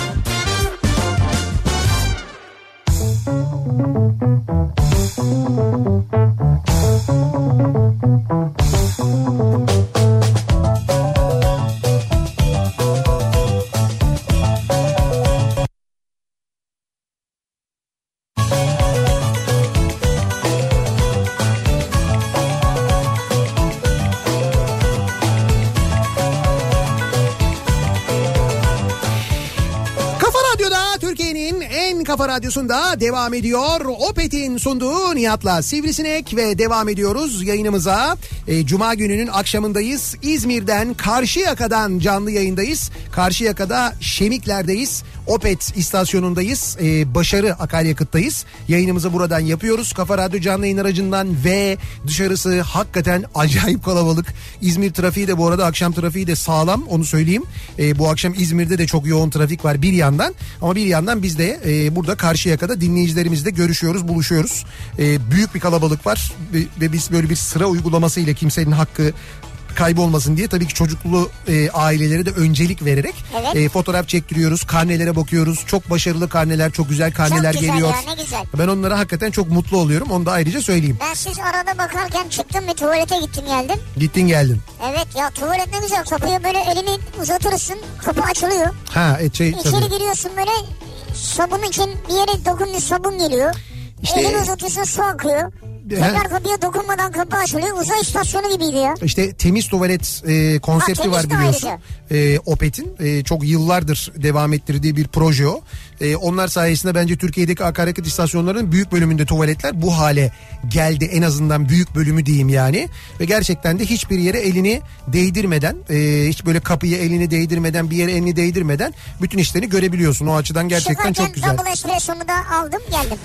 Kafa Radyosu'nda devam ediyor. Opet'in sunduğu Nihat'la Sivrisinek ve devam ediyoruz yayınımıza. E, Cuma gününün akşamındayız. İzmir'den Karşıyaka'dan canlı yayındayız. Karşıyaka'da Şemikler'deyiz. Opet istasyonundayız. E, Başarı akaryakıttayız. Yayınımızı buradan yapıyoruz. Kafa Radyo canlı yayın aracından ve dışarısı hakikaten acayip kalabalık. İzmir trafiği de bu arada akşam trafiği de sağlam, onu söyleyeyim. E, bu akşam İzmir'de de çok yoğun trafik var bir yandan. Ama bir yandan biz de e, burada Karşıyaka'da dinleyicilerimizle görüşüyoruz, buluşuyoruz. E, büyük bir kalabalık var ve, ve biz böyle bir sıra uygulaması ile kimsenin hakkı kaybolmasın diye tabii ki çocuklu e, ailelere de öncelik vererek evet. e, fotoğraf çektiriyoruz, karnelere bakıyoruz. Çok başarılı karneler, çok güzel karneler çok güzel geliyor. Ya, ne güzel. Ben onlara hakikaten çok mutlu oluyorum. Onu da ayrıca söyleyeyim. Ben siz arada bakarken çıktım, bir tuvalete gittim geldim. Gittin geldin. Evet ya, tuvalet ne güzel, kapıya böyle elini uzatırsın, kapı açılıyor. Ha, e, şey, İçeri tabii. giriyorsun böyle, sabun için bir yere dokunmuş, sabun geliyor. İşte, elini uzatıyorsun, su akıyor. Tekrar kapıya dokunmadan kapı açılıyor. Uzay istasyonu gibiydi ya. İşte temiz tuvalet e, konsepti ha, var biliyorsun. E, Opet'in e, çok yıllardır devam ettirdiği bir proje o. E, onlar sayesinde bence Türkiye'deki akaryakıt istasyonlarının büyük bölümünde tuvaletler bu hale geldi. En azından büyük bölümü diyeyim yani. Ve gerçekten de hiçbir yere elini değdirmeden, e, hiç böyle kapıya elini değdirmeden, bir yere elini değdirmeden bütün işlerini görebiliyorsun. O açıdan gerçekten Çıkarken çok güzel. double espressomu da aldım geldim.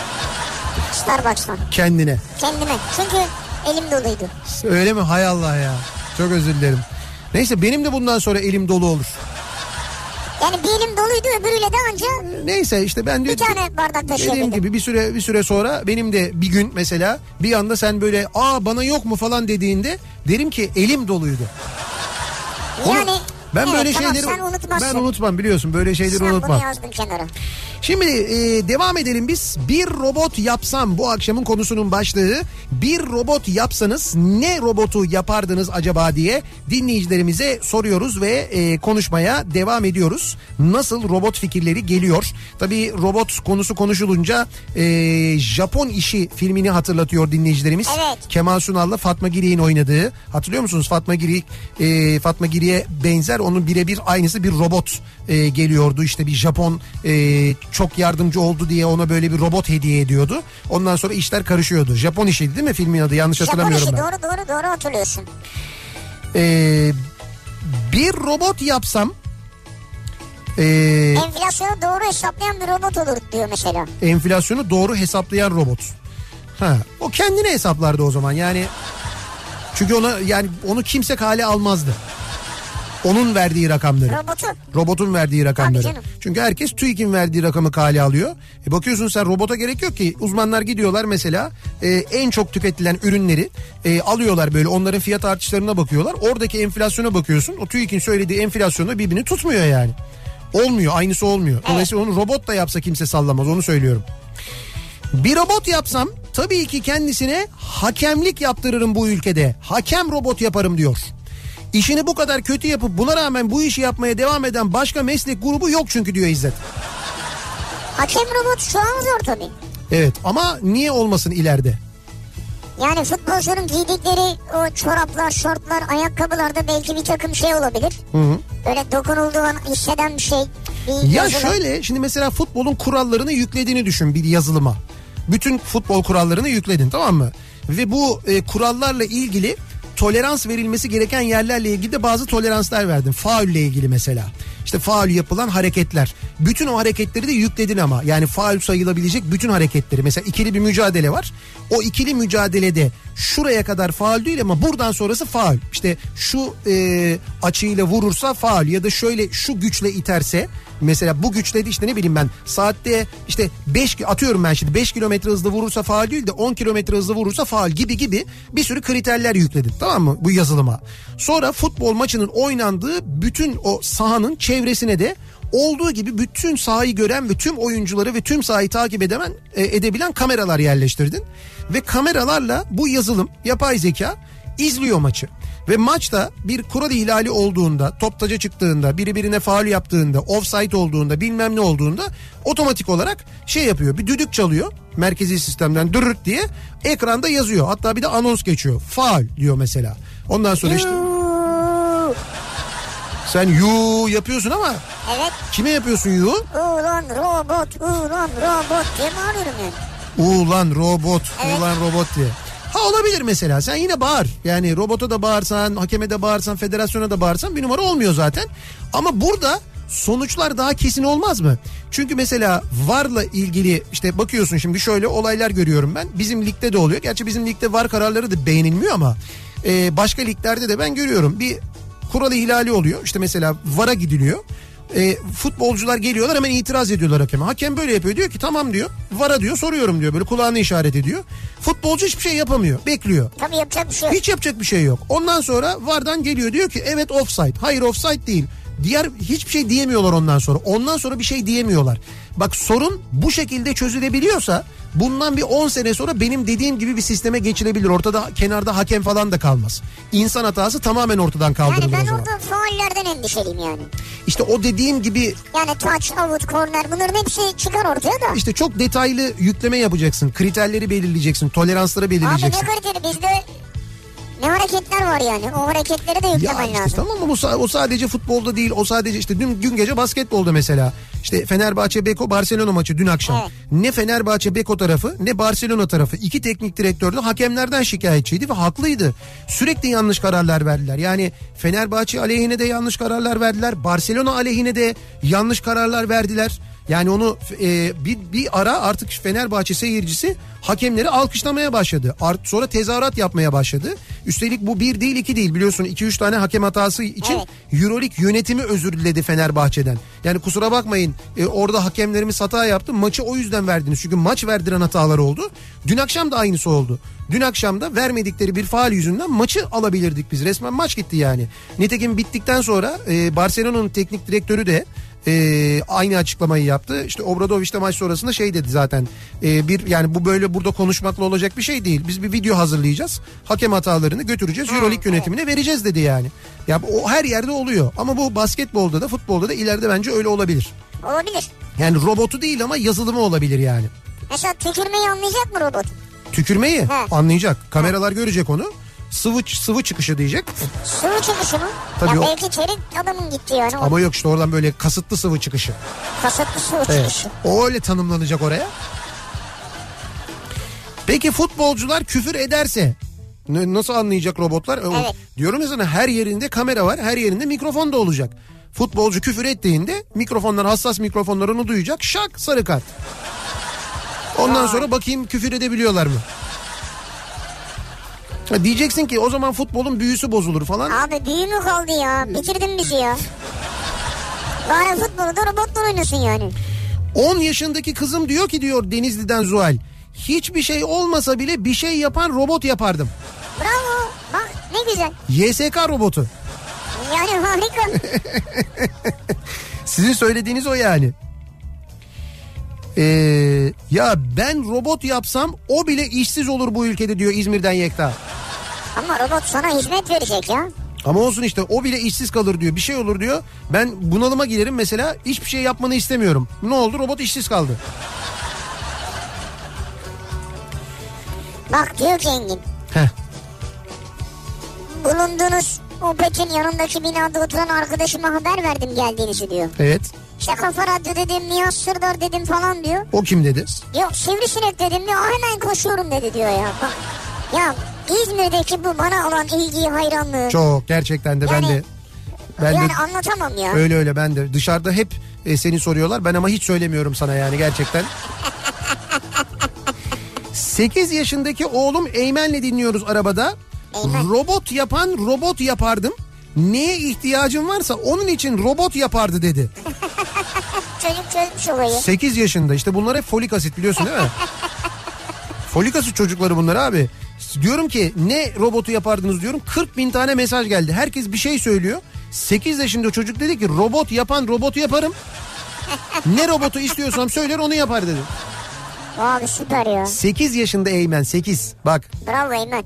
Starbucks'tan. Kendine. Kendime. Çünkü elim doluydu. Öyle mi? Hay Allah ya. Çok özür dilerim. Neyse, benim de bundan sonra elim dolu olur. Yani bir elim doluydu, öbürüyle de anca. Neyse işte ben de bir tane bardak taşıyabildim. Dediğim gibi bir süre bir süre sonra benim de bir gün mesela bir anda sen böyle aa bana yok mu falan dediğinde derim ki elim doluydu. Yani Onu, ben evet, böyle tamam, şeyleri sen unutmazsın. Ben unutmam, biliyorsun böyle şeyleri sen unutmam. Sen bunu yazdın kenara. Şimdi e, devam edelim biz. Bir robot yapsam, bu akşamın konusunun başlığı. Bir robot yapsanız ne robotu yapardınız acaba diye dinleyicilerimize soruyoruz ve e, konuşmaya devam ediyoruz. Nasıl robot fikirleri geliyor? Tabii robot konusu konuşulunca e, Japon İşi filmini hatırlatıyor dinleyicilerimiz. Evet. Kemal Sunal'la Fatma Giri'nin oynadığı. Hatırlıyor musunuz? Fatma Giri e, Fatma Giri'ye benzer, onun birebir aynısı bir robot e, geliyordu. İşte bir Japon e, çok yardımcı oldu diye ona böyle bir robot hediye ediyordu. Ondan sonra işler karışıyordu. Japon İşiydi değil mi filmin adı? Yanlış hatırlamıyorum ben. Japon İşi, doğru doğru doğru hatırlıyorsun. Ee, bir robot yapsam e, enflasyonu doğru hesaplayan bir robot olur diyor mesela. Enflasyonu doğru hesaplayan robot. Ha, o kendine hesaplardı o zaman. Yani çünkü ona yani onu kimse kale almazdı. Onun verdiği rakamları. Robotu. Robotun verdiği rakamları. Çünkü herkes TÜİK'in verdiği rakamı kale alıyor. E bakıyorsun sen, robota gerek yok ki. Uzmanlar gidiyorlar mesela e, en çok tüketilen ürünleri e, alıyorlar, böyle onların fiyat artışlarına bakıyorlar. Oradaki enflasyona bakıyorsun. O TÜİK'in söylediği enflasyonla birbirini tutmuyor yani. Olmuyor, aynısı olmuyor. Evet. Dolayısıyla onu robot da yapsa kimse sallamaz, onu söylüyorum. Bir robot yapsam tabii ki kendisine hakemlik yaptırırım bu ülkede. Hakem robot yaparım diyor. İşini bu kadar kötü yapıp buna rağmen bu işi yapmaya devam eden başka meslek grubu yok çünkü diyor İzzet. Hakem robot şu an zor tabii. Evet, ama niye olmasın ileride? Yani futbolcuların giydikleri o çoraplar, şortlar, ayakkabılarda belki bir takım şey olabilir. Hı hı. Böyle dokunulduğu an hisseden bir şey. Bir ya yazılım. Şöyle, şimdi mesela futbolun kurallarını yüklediğini düşün bir yazılıma. Bütün futbol kurallarını yükledin, tamam mı? Ve bu e, kurallarla ilgili tolerans verilmesi gereken yerlerle ilgili de bazı toleranslar verdin. Faulle ilgili mesela. İşte faul yapılan hareketler. Bütün o hareketleri de yükledin ama. Yani faul sayılabilecek bütün hareketleri. Mesela ikili bir mücadele var. O ikili mücadelede şuraya kadar faul değil ama buradan sonrası faul. İşte şu e, açıyla vurursa faul ya da şöyle şu güçle iterse, mesela bu güçle de işte ne bileyim ben saatte işte beş atıyorum ben şimdi beş kilometre hızlı vurursa faul değil de on kilometre hızlı vurursa faul gibi gibi bir sürü kriterler yükledin, tamam mı, bu yazılıma. Sonra futbol maçının oynandığı bütün o sahanın çevresine de olduğu gibi bütün sahayı gören ve tüm oyuncuları ve tüm sahayı takip edemen, e, edebilen kameralar yerleştirdin. Ve kameralarla bu yazılım, yapay zeka izliyor maçı. Ve maçta bir kural ihlali olduğunda, top taca çıktığında, biri birine faul yaptığında, offside olduğunda, bilmem ne olduğunda otomatik olarak şey yapıyor. Bir düdük çalıyor merkezi sistemden, dürürt diye ekranda yazıyor. Hatta bir de anons geçiyor. Faul diyor mesela. Ondan sonra işte sen yu yapıyorsun ama Evet. kime yapıyorsun yu? Ulan robot, ulan robot diye bağırıyorum yani. Ulan robot, Evet. ulan robot diye. Ha olabilir mesela, sen yine bağır. Yani robota da bağırsan, hakeme de bağırsan, federasyona da bağırsan bir numara olmuyor zaten. Ama burada sonuçlar daha kesin olmaz mı? Çünkü mesela V A R'la ilgili işte bakıyorsun, şimdi şöyle olaylar görüyorum ben. Bizim ligde de oluyor. Gerçi bizim ligde V A R kararları da beğenilmiyor ama e, başka liglerde de ben görüyorum. Bir kural ihlali oluyor. İşte mesela V A R'a gidiliyor. E, futbolcular geliyorlar, hemen itiraz ediyorlar hakeme. Hakem böyle yapıyor, diyor ki tamam diyor. V A R'a diyor soruyorum diyor, böyle kulağını işaret ediyor. Futbolcu hiçbir şey yapamıyor, bekliyor. Tabii yapacak bir şey yok. Hiç yapacak bir şey yok. Ondan sonra V A R'dan geliyor, diyor ki evet offside. Hayır offside değil. Diğer hiçbir şey diyemiyorlar ondan sonra. Ondan sonra bir şey diyemiyorlar. Bak, sorun bu şekilde çözülebiliyorsa bundan bir on sene sonra benim dediğim gibi bir sisteme geçilebilir. Ortada kenarda hakem falan da kalmaz. İnsan hatası tamamen ortadan kaldırılır Yani ben o zaman. orada faullerden endişeliyim yani. İşte o dediğim gibi Yani touch, out, corner, bunların hepsi çıkar ortaya da. işte çok detaylı yükleme yapacaksın. Kriterleri belirleyeceksin. Toleransları Abi ne belirleyeceksin. kriteri, bizde ne hareketler var yani, o hareketleri de Ya yüklemen işte lazım. tamam ama o, sa- o sadece futbolda değil, o sadece işte dün, dün gece basketbolda mesela işte Fenerbahçe Beko Barcelona maçı dün akşam. Evet. Ne Fenerbahçe Beko tarafı ne Barcelona tarafı, iki teknik direktör de hakemlerden şikayetçiydi ve haklıydı. Sürekli yanlış kararlar verdiler. Yani Fenerbahçe aleyhine de yanlış kararlar verdiler. Barcelona aleyhine de yanlış kararlar verdiler. Yani onu e, bir, bir ara artık Fenerbahçe seyircisi hakemleri alkışlamaya başladı. Art, sonra tezahürat yapmaya başladı. Üstelik bu bir değil iki değil, biliyorsun iki üç tane hakem hatası için Evet. Euroleague yönetimi özür diledi Fenerbahçe'den. Yani kusura bakmayın e, orada hakemlerimiz hata yaptı, maçı o yüzden verdiniz. Çünkü maç verdiren hatalar oldu. Dün akşam da aynısı oldu. Dün akşam da vermedikleri bir faul yüzünden maçı alabilirdik biz. Resmen maç gitti yani. Nitekim bittikten sonra e, Barcelona'nın teknik direktörü de Ee, aynı açıklamayı yaptı. İşte Obradoviç de maç sonrasında şey dedi zaten. E, bir yani bu böyle burada konuşmakla olacak bir şey değil. Biz bir video hazırlayacağız. Hakem hatalarını götüreceğiz. Euroleague yönetimine vereceğiz dedi yani. Ya o her yerde oluyor. Ama bu basketbolda da futbolda da ileride bence öyle olabilir. Olabilir. Yani robotu değil ama yazılımı olabilir yani. Mesela tükürmeyi anlayacak mı robot? Tükürmeyi He. anlayacak. Kameralar görecek onu. Sıvı sıvı çıkışı diyecek. Sıvı çıkışı mı? Tabii ya o- belki terin adamın gitti yani. Ama yok işte oradan böyle kasıtlı sıvı çıkışı. Kasıtlı sıvı Evet. çıkışı. O öyle tanımlanacak oraya. Peki futbolcular küfür ederse n- nasıl anlayacak robotlar? O- Evet. Diyorum ya sana, her yerinde kamera var, her yerinde mikrofon da olacak. Futbolcu küfür ettiğinde mikrofonlar, hassas mikrofonlar onu duyacak, şak sarı kart. Ondan Vay. sonra bakayım küfür edebiliyorlar mı? Ha, diyeceksin ki o zaman futbolun büyüsü bozulur falan. Abi büyü mü kaldı ya? Bitirdin bizi ya. Bari futbolu da robotlar oynasın yani. on yaşındaki kızım diyor ki, diyor Denizli'den Zuhal, hiçbir şey olmasa bile bir şey yapan robot yapardım. Bravo. Bak ne güzel. Y S K robotu. Yani harika. Sizin söylediğiniz o yani. Ee, ya ben robot yapsam o bile işsiz olur bu ülkede diyor İzmir'den Yekta. Ama robot sana hizmet verecek ya. Ama olsun işte, o bile işsiz kalır diyor, bir şey olur diyor. Ben bunalıma girerim mesela, hiçbir şey yapmanı istemiyorum. Ne oldu, robot işsiz kaldı. Bak diyor ki Engin. Heh. Bulunduğunuz Opet'in yanındaki binada oturan arkadaşıma haber verdim geldiğinizi diyor. Evet. İşte Kafa Radyo dedim, Nihat Sırdar dedim falan diyor. O kim dedi? Yok Sivrisinek dedim diyor, hemen koşuyorum dedi diyor ya. Bak, ya İzmir'deki bu bana olan ilgiyi, hayranlığı. Çok gerçekten de yani, ben de. Ben yani de, anlatamam ya. Öyle öyle ben de. Dışarıda hep e, seni soruyorlar. Ben ama hiç söylemiyorum sana yani gerçekten. sekiz yaşındaki oğlum Eymen'le dinliyoruz arabada. Eymen. Robot yapan robot yapardım. Neye ihtiyacım varsa onun için robot yapardı dedi. Çocuk çözmüş olayı. sekiz yaşında işte bunlar hep folik asit biliyorsun değil mi? Folik asit çocukları bunlar abi. Diyorum ki ne robotu yapardınız diyorum. kırk bin tane mesaj geldi. Herkes bir şey söylüyor. sekiz yaşında çocuk dedi ki robot yapan robotu yaparım. Ne robotu istiyorsam söyler onu yapar dedi. Abi süper ya. sekiz yaşında Eymen, sekiz. Bak. Bravo Eymen.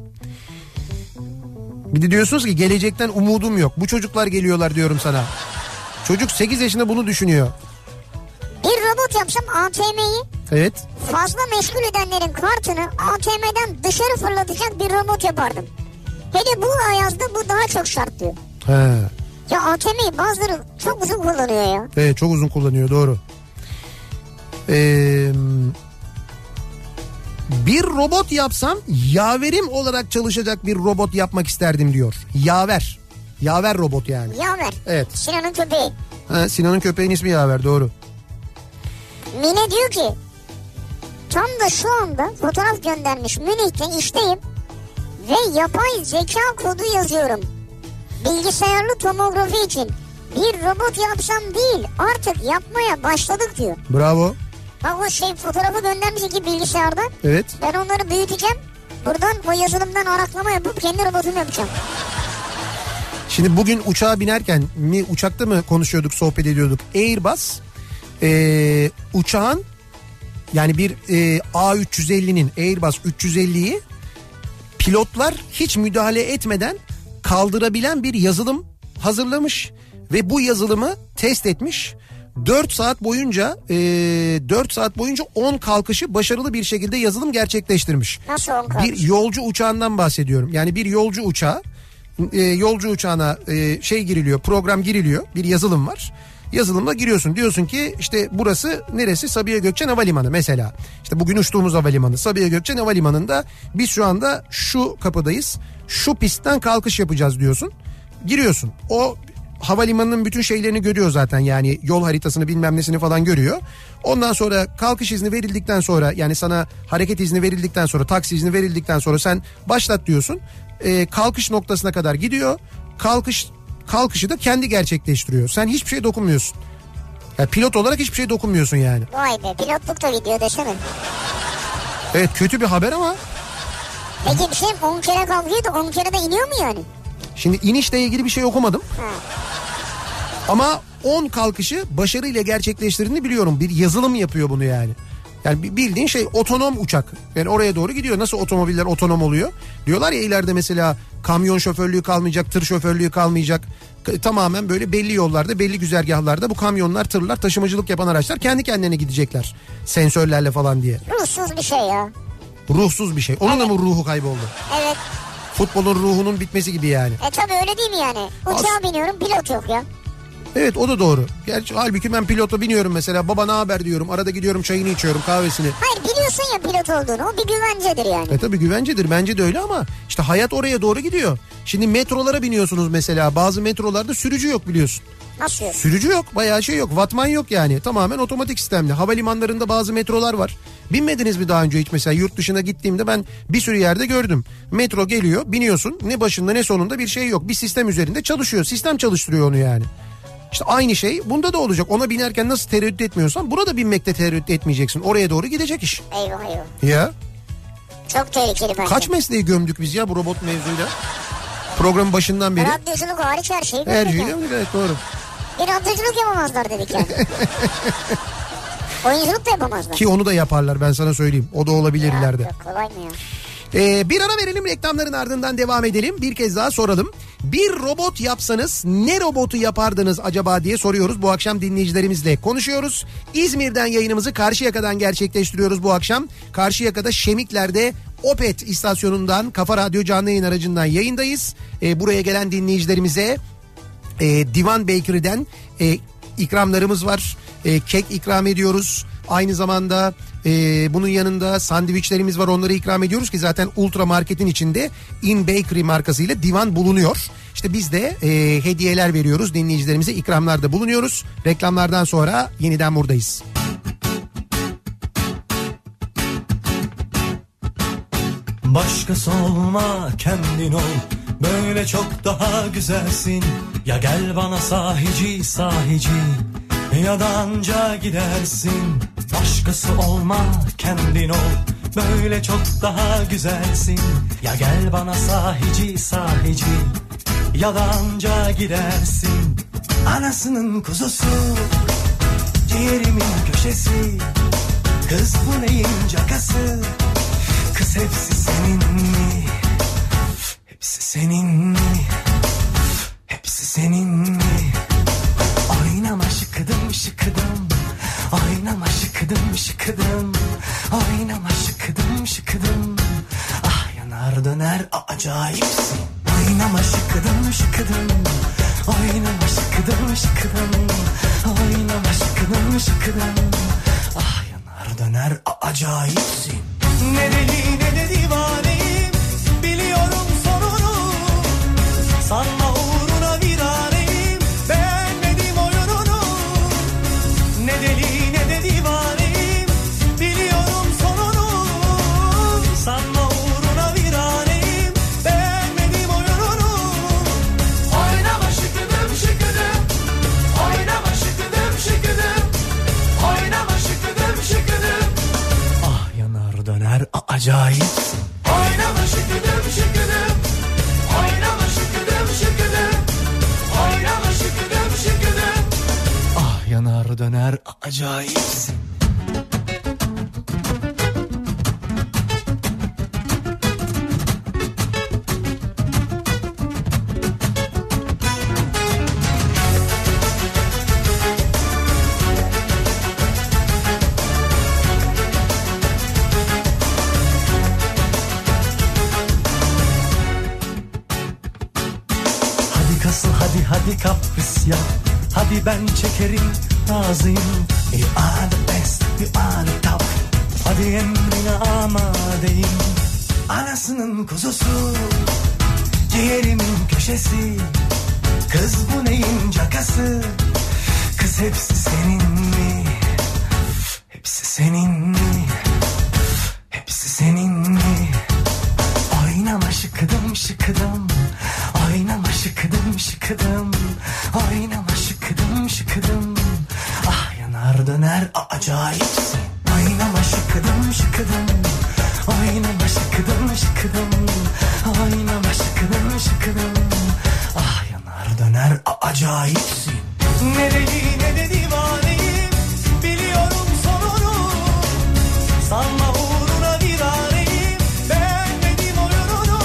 Bir de diyorsunuz ki gelecekten umudum yok. Bu çocuklar geliyorlar diyorum sana. Çocuk sekiz yaşında bunu düşünüyor. Bir robot yapsam A T M'yi Evet. fazla meşgul edenlerin kartını A T M'den dışarı fırlatacak bir robot yapardım. Hele bu ayazda bu daha çok şart diyor. He. Ya A T M'yi bazıları çok uzun kullanıyor ya. Evet çok uzun kullanıyor doğru. Eee... Bir robot yapsam yaverim olarak çalışacak bir robot yapmak isterdim diyor. Yaver. Yaver robot yani. Yaver. Evet. Sinan'ın köpeği. Ha, Sinan'ın köpeğin ismi Yaver doğru. Mine diyor ki tam da şu anda fotoğraf göndermiş. Münih'te işteyim ve yapay zeka kodu yazıyorum. Bilgisayarlı tomografi için bir robot yapsam değil artık yapmaya başladık diyor. Bravo. Bak o şey fotoğrafı göndermiş iki bilgisayarda. Evet. Ben onları büyüteceğim. Buradan o yazılımdan araklama yapıp kendi robotumu yapacağım. Şimdi bugün uçağa binerken mi uçakta mı konuşuyorduk sohbet ediyorduk. Airbus e, uçağın yani bir e, A üç yüz ellinin Airbus üç yüz elliyi pilotlar hiç müdahale etmeden kaldırabilen bir yazılım hazırlamış. Ve bu yazılımı test etmiş. dört saat boyunca e, dört saat boyunca on kalkışı başarılı bir şekilde yazılım gerçekleştirmiş. Nasıl on kalkış? Bir yolcu uçağından bahsediyorum. Yani bir yolcu uçağı e, yolcu uçağına e, şey giriliyor, program giriliyor. Bir yazılım var. Yazılımla giriyorsun. Diyorsun ki işte burası neresi? Sabiha Gökçen Havalimanı mesela. İşte bugün uçtuğumuz havalimanı. Sabiha Gökçen Havalimanı'nda biz şu anda şu kapıdayız. Şu pistten kalkış yapacağız diyorsun. Giriyorsun. O havalimanının bütün şeylerini görüyor zaten, yani yol haritasını bilmem nesini falan görüyor. Ondan sonra kalkış izni verildikten sonra, yani sana hareket izni verildikten sonra, taksi izni verildikten sonra sen başlat diyorsun. Ee, kalkış noktasına kadar gidiyor. Kalkış kalkışı da kendi gerçekleştiriyor. Sen hiçbir şey dokunmuyorsun. Yani pilot olarak hiçbir şey dokunmuyorsun yani. Vay be, pilotluk da gidiyor desene. Evet, kötü bir haber ama. Peki bir şey on kere kalkıyor da on kere de iniyor mu yani? Şimdi inişle ilgili bir şey okumadım. Ha. Ama on kalkışı başarıyla gerçekleştirdiğini biliyorum. Bir yazılım yapıyor bunu yani. Yani bildiğin şey otonom uçak. Yani oraya doğru gidiyor. Nasıl otomobiller otonom oluyor? Diyorlar ya ileride mesela kamyon şoförlüğü kalmayacak, tır şoförlüğü kalmayacak. Tamamen böyle belli yollarda, belli güzergahlarda bu kamyonlar, tırlar, taşımacılık yapan araçlar kendi kendine gidecekler. Sensörlerle falan diye. Ruhsuz bir şey ya. Ruhsuz bir şey. Onun evet. da mı ruhu kayboldu? Evet. Futbolun ruhunun bitmesi gibi yani. E tabii öyle değil mi yani? Uçağa As- biniyorum, pilot yok ya. Evet, o da doğru. Gerçi halbuki ben pilota biniyorum mesela. Baba ne haber diyorum. Arada gidiyorum, çayını içiyorum, kahvesini. Hayır, biliyorsun ya pilot olduğunu. O bir güvencedir yani. E tabii güvencedir. Bence de öyle ama işte hayat oraya doğru gidiyor. Şimdi metrolara biniyorsunuz mesela. Bazı metrolarda sürücü yok biliyorsun. Nasıl yok? Sürücü yok. Bayağı şey yok. Vatman yok yani. Tamamen otomatik sistemli. Havalimanlarında bazı metrolar var. Binmediniz mi daha önce hiç mesela? Yurt dışına gittiğimde ben bir sürü yerde gördüm. Metro geliyor, biniyorsun. Ne başında ne sonunda bir şey yok. Bir sistem üzerinde çalışıyor. Sistem çalıştırıyor onu yani. İşte aynı şey bunda da olacak. Ona binerken nasıl tereddüt etmiyorsan burada binmekte tereddüt etmeyeceksin. Oraya doğru gidecek iş. Eyvah eyvah. Ya. Çok tehlikeli bence. Kaç mesleği gömdük biz ya bu robot mevzuyla? Programın başından beri. Radyoculuk hariç her şeyi Her gömdük şeyi yani. gömdük, evet doğru. Bir radyoculuk yapamazlar dedik yani. Oyunculuk da yapamazlar. Ki onu da yaparlar, ben sana söyleyeyim. O da olabilir ya, ileride. Yok, kolay mı ya? Ee, bir ara verelim, reklamların ardından devam edelim. Bir kez daha soralım. Bir robot yapsanız ne robotu yapardınız acaba diye soruyoruz. Bu akşam dinleyicilerimizle konuşuyoruz. İzmir'den yayınımızı Karşıyaka'dan gerçekleştiriyoruz bu akşam. Karşıyaka'da Şemikler'de Opet istasyonundan, Kafa Radyo canlı yayın aracından yayındayız. Ee, buraya gelen dinleyicilerimize e, Divan Bakery'den e, ikramlarımız var. E, kek ikram ediyoruz. Aynı zamanda e, bunun yanında sandviçlerimiz var, onları ikram ediyoruz ki zaten Ultra Market'in içinde In Bakery markasıyla divan bulunuyor. İşte biz de e, hediyeler veriyoruz dinleyicilerimize, ikramlarda bulunuyoruz. Reklamlardan sonra yeniden buradayız. Başkası olma, kendin ol, böyle çok daha güzelsin. Ya gel bana sahici sahici, ya da anca gidersin. Başkası olma, kendin ol, böyle çok daha güzelsin. Ya gel bana sahici sahici, ya da anca gidersin. Anasının kuzusu, ciğerimin köşesi, kız bu neyin cakası? Kız hepsi senin mi? Hepsi senin mi? Hepsi senin mi? Oynama şıkıdım şıkıdım, oynama şıkıdım şıkıdım, oynama şıkıdım şıkıdım. Ah yanar döner acayipsin. Oynama şıkıdım şıkıdım, oynama şıkıdım şıkıdım, oynama şıkıdım şıkıdım. Ah yanar döner acayipsin. Ne deli ne de divaneyim, biliyorum sonunu. Sanma uğruna viraneyim, beğenmedim oyununu. Ne deli ne de divaneyim, biliyorum sonunu. Sanma uğruna viraneyim, beğenmedim oyununu. Oynama şıkıdım şıkıdım, oynama şıkıdım şıkıdım, oynama şıkıdım şıkıdım. Ah yanar döner acayipsin. Oynama şıkıdım şıkıdım, oynama şıkıdım şıkıdım, oynama şıkıdım şıkıdım. Ah yanar döner acayipsin. Hadi hadi kapris yap, hadi ben çekerim razıyım. You are the best, you are the top, hadi emrine amadeyim. Anasının kuzusu, ciğerimin köşesi, kız bu neyin cakası? Kız hepsi senin mi? Hepsi senin mi? Hepsi senin mi? Oynama şıkıdım şıkıdım, oynama şıkıdım şıkıdım, oynama şıkıdım şıkıdım. Ah yanar döner acayipsin. Oynama şıkıdım şıkıdım, oynama şıkıdım şıkıdım, oynama şıkıdım şıkıdım. Ah yanar döner acayipsin. Ne deli ne de divaneyim, biliyorum sonunu. Sanma uğruna viraneyim, beğenmedim oyununu.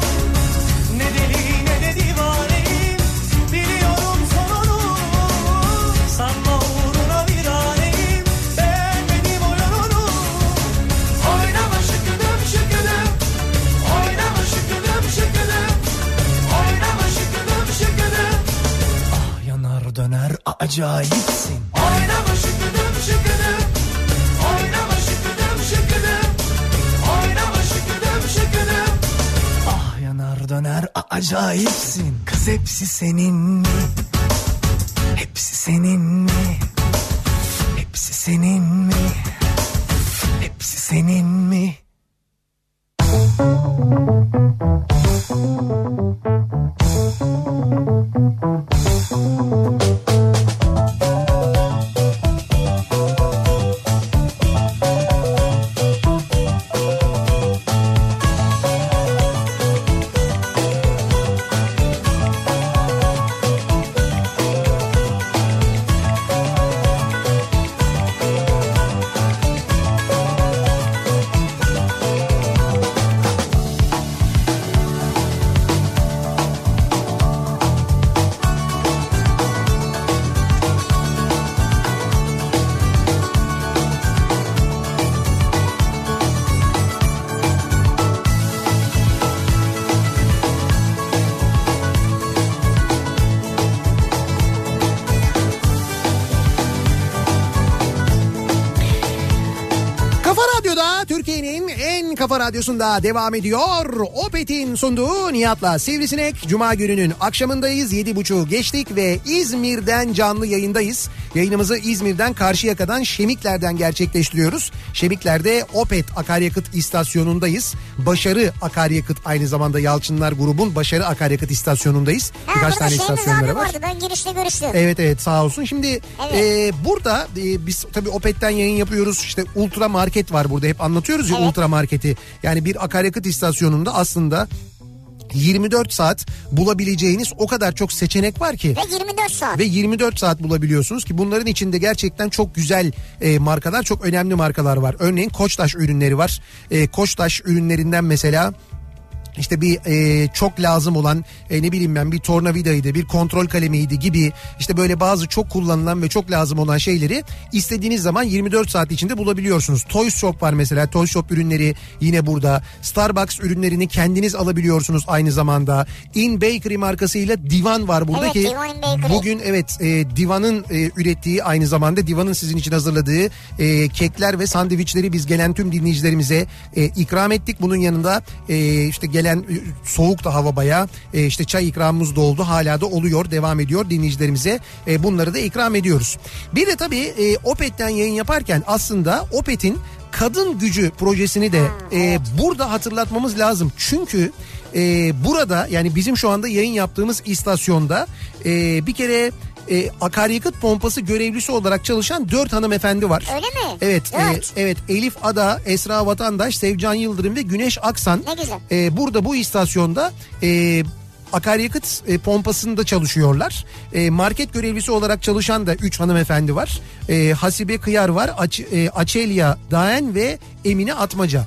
Ne deli ne de divaneyim, biliyorum sonunu. Sanma uğruna viraneyim, beğenmedim oyununu. Oynama şıkıdım şıkıdım, oynama şıkıdım şıkıdım, oynama şıkıdım şıkıdım. Ah yanar döner acayipsin. Oynama şıkıdım şıkıdım, oynama şıkıdım şıkıdım, oynama şıkıdım şıkıdım. Ah yanar döner acayipsin. Kız hepsi senin mi? Hepsi senin mi? Hepsi senin mi? Hepsi senin mi? Türkiye'nin en kafa radyosunda devam ediyor. Opet'in sunduğu Nihat'la Sivrisinek. Cuma gününün akşamındayız. Yedi buçuğu geçtik ve İzmir'den canlı yayındayız. Yayınımızı İzmir'den Karşıyaka'dan Şemikler'den gerçekleştiriyoruz. Şemikler'de Opet akaryakıt istasyonundayız. Başarı akaryakıt aynı zamanda Yalçınlar grubun Başarı akaryakıt istasyonundayız. Ha, Birkaç tane istasyonları var. Vardı. Ben girişte görüştüm. Evet evet sağ olsun. Şimdi evet. e, burada e, biz tabii Opet'ten yayın yapıyoruz. İşte ultra market var burada, hep anlatıyoruz ya evet. ultra marketi. Yani bir akaryakıt istasyonunda aslında yirmi dört saat bulabileceğiniz o kadar çok seçenek var ki. Ve yirmi dört saat. Ve yirmi dört saat bulabiliyorsunuz ki bunların içinde gerçekten çok güzel e, markalar, çok önemli markalar var. Örneğin Koçtaş ürünleri var. E, Koçtaş ürünlerinden mesela İşte bir e, çok lazım olan e, ne bileyim ben bir tornavidaydı, bir kontrol kalemiydi gibi işte böyle bazı çok kullanılan ve çok lazım olan şeyleri istediğiniz zaman yirmi dört saat içinde bulabiliyorsunuz. Toys Shop var mesela, Toys Shop ürünleri yine burada. Starbucks ürünlerini kendiniz alabiliyorsunuz aynı zamanda. In Bakery markasıyla Divan var burada evet, ki Divan bugün evet e, Divan'ın e, ürettiği, aynı zamanda Divan'ın sizin için hazırladığı e, kekler ve sandviçleri biz gelen tüm dinleyicilerimize e, ikram ettik. Bunun yanında e, işte gelen soğuk da hava bayağı e, işte çay ikramımız da oldu, hala da oluyor, devam ediyor dinleyicilerimize e, bunları da ikram ediyoruz. Bir de tabii e, Opet'ten yayın yaparken aslında Opet'in kadın gücü projesini de e, burada hatırlatmamız lazım. Çünkü e, burada yani bizim şu anda yayın yaptığımız istasyonda e, bir kere E, akaryakıt pompası görevlisi olarak çalışan dört hanımefendi var. Öyle mi? Evet. E, evet. Elif Ada, Esra Vatandaş, Sevcan Yıldırım ve Güneş Aksan. Ne güzel. E, burada bu istasyonda e, akaryakıt e, pompasında çalışıyorlar. E, market görevlisi olarak çalışan da üç hanımefendi var. E, Hasibe Kıyar var, Aç, e, Açelya Daen ve Emine Atmaca.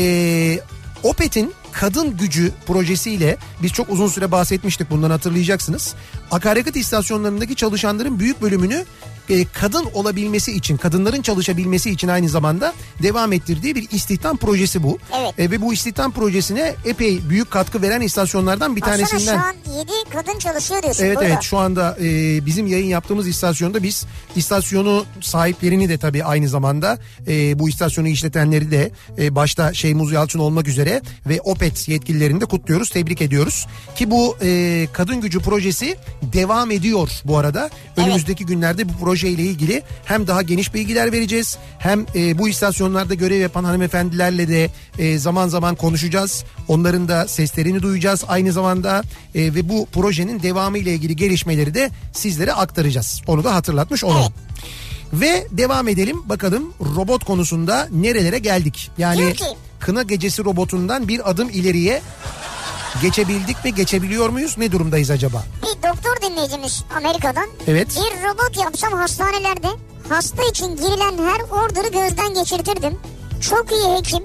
E, Opet'in Kadın Gücü projesiyle biz çok uzun süre bahsetmiştik, bundan hatırlayacaksınız. Akaryakıt istasyonlarındaki çalışanların büyük bölümünü e, kadın olabilmesi için, kadınların çalışabilmesi için aynı zamanda devam ettirdiği bir istihdam projesi bu. Evet. E, ve bu istihdam projesine epey büyük katkı veren istasyonlardan bir Baksana, tanesinden. şu an yedi kadın çalışıyor diyorsun Evet burada. evet şu anda e, bizim yayın yaptığımız istasyonda biz istasyonu sahiplerini de tabii aynı zamanda e, bu istasyonu işletenleri de e, başta Şeymuz Yalçın olmak üzere ve Opet yetkililerini de kutluyoruz, tebrik ediyoruz. Ki bu e, kadın gücü projesi devam ediyor bu arada. Önümüzdeki evet. günlerde bu projeyle ilgili hem daha geniş bilgiler vereceğiz, hem e, bu istasyonlarda görev yapan hanımefendilerle de e, zaman zaman konuşacağız. Onların da seslerini duyacağız aynı zamanda e, ve bu projenin devamı ile ilgili gelişmeleri de sizlere aktaracağız. Onu da hatırlatmış olalım. Evet. Ve devam edelim bakalım robot konusunda nerelere geldik? Yani Kına Gecesi robotundan bir adım ileriye geçebildik mi, geçebiliyor muyuz, ne durumdayız acaba? Bir doktor dinleyicimiz Amerika'dan. Evet. Bir robot yapsam hastanelerde hasta için girilen her order'ı gözden geçirtirdim. Çok iyi hekim,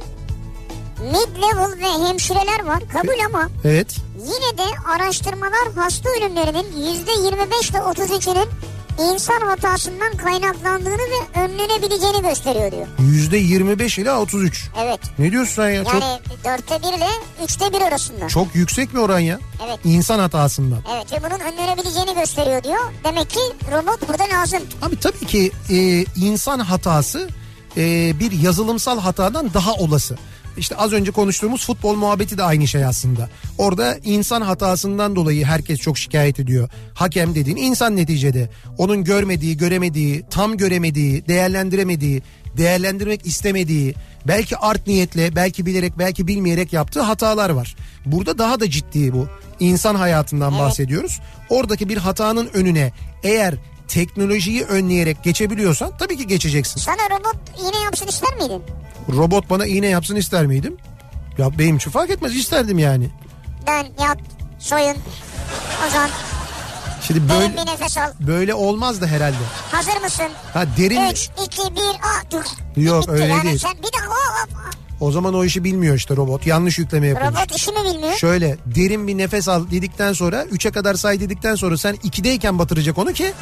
mid-level ve hemşireler var, kabul ama evet. yine de araştırmalar hasta ölümlerinin yüzde yirmi beş ile otuz üçünün insan hatasından kaynaklandığını ve önlenebileceğini gösteriyor diyor. yüzde yirmi beş ile otuz üç. Evet. Ne diyorsun sen ya? Yani çok... dörtte bir ile üçte bir arasında. Çok yüksek bir oran ya. Evet. İnsan hatasından. Evet ve bunun önlenebileceğini gösteriyor diyor. Demek ki robot burada lazım. Abi tabii ki e, insan hatası e, bir yazılımsal hatadan daha olası. İşte az önce konuştuğumuz futbol muhabbeti de aynı şey aslında. Orada insan hatasından dolayı herkes çok şikayet ediyor. Hakem dediğin insan neticede. Onun görmediği, göremediği, tam göremediği, değerlendiremediği, değerlendirmek istemediği, belki art niyetle, belki bilerek, belki bilmeyerek yaptığı hatalar var. Burada daha da ciddi bu. İnsan hayatından evet. bahsediyoruz. Oradaki bir hatanın önüne eğer teknolojiyi önleyerek geçebiliyorsan tabii ki geçeceksin. Sana robot iğne yapsın ister miydin? Robot bana iğne yapsın ister miydim? Ya benim için fark etmez, isterdim yani. Dön, yat, soyun, uzan. Şimdi böyle, derin bir nefes al. Böyle olmaz da herhalde. Hazır mısın? Ha derin. üç, iki, bir, ah dur. Yok Bitti öyle yani değil. Sen bir de oh, oh. O zaman o işi bilmiyor işte robot. Yanlış yükleme yapıyor. Robot işi mi bilmiyor? Şöyle derin bir nefes al dedikten sonra, üçe kadar say dedikten sonra sen ikideyken batıracak onu ki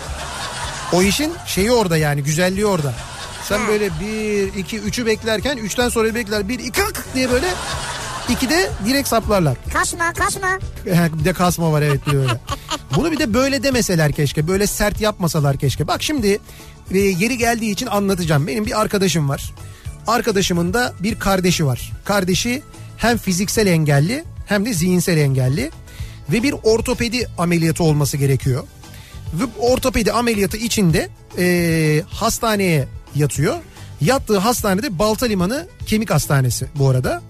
o işin şeyi orada, yani güzelliği orada. Sen ha. böyle bir, iki, üçü beklerken üçten sonra bekler bir, iki diye böyle ikide direkt saplarlar. Kasma kasma. Bir de kasma var evet diyor öyle. Bunu bir de böyle demeseler keşke, böyle sert yapmasalar keşke. Bak şimdi e, yeri geldiği için anlatacağım. Benim bir arkadaşım var. Arkadaşımın da bir kardeşi var. Kardeşi hem fiziksel engelli hem de zihinsel engelli. Ve bir ortopedi ameliyatı olması gerekiyor. Ve ortopedi ameliyatı içinde e, hastaneye yatıyor. Yattığı hastanede Baltalimanı Kemik Hastanesi bu arada.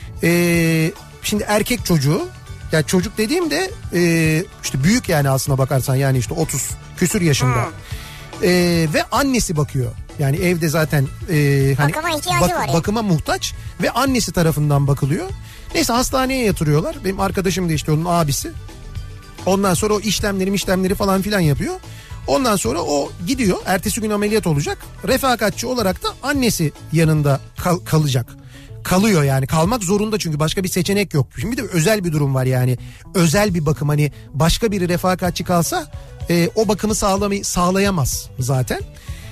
E, şimdi erkek çocuğu. Yani çocuk dediğimde e, işte büyük yani aslına bakarsan yani işte otuz küsür yaşında. E, ve annesi bakıyor. Yani evde zaten e, hani bakıma ihtiyacı bak, var ya. bakıma muhtaç ve annesi tarafından bakılıyor. Neyse hastaneye yatırıyorlar. Benim arkadaşım da işte onun abisi. Ondan sonra o işlemleri işlemleri falan filan yapıyor. Ondan sonra o gidiyor. Ertesi gün ameliyat olacak. Refakatçi olarak da annesi yanında kal- kalacak. Kalıyor yani, kalmak zorunda çünkü başka bir seçenek yok. Şimdi de özel bir durum var yani. Özel bir bakım, hani başka biri refakatçi kalsa e, o bakımı sağlamay- sağlayamaz zaten.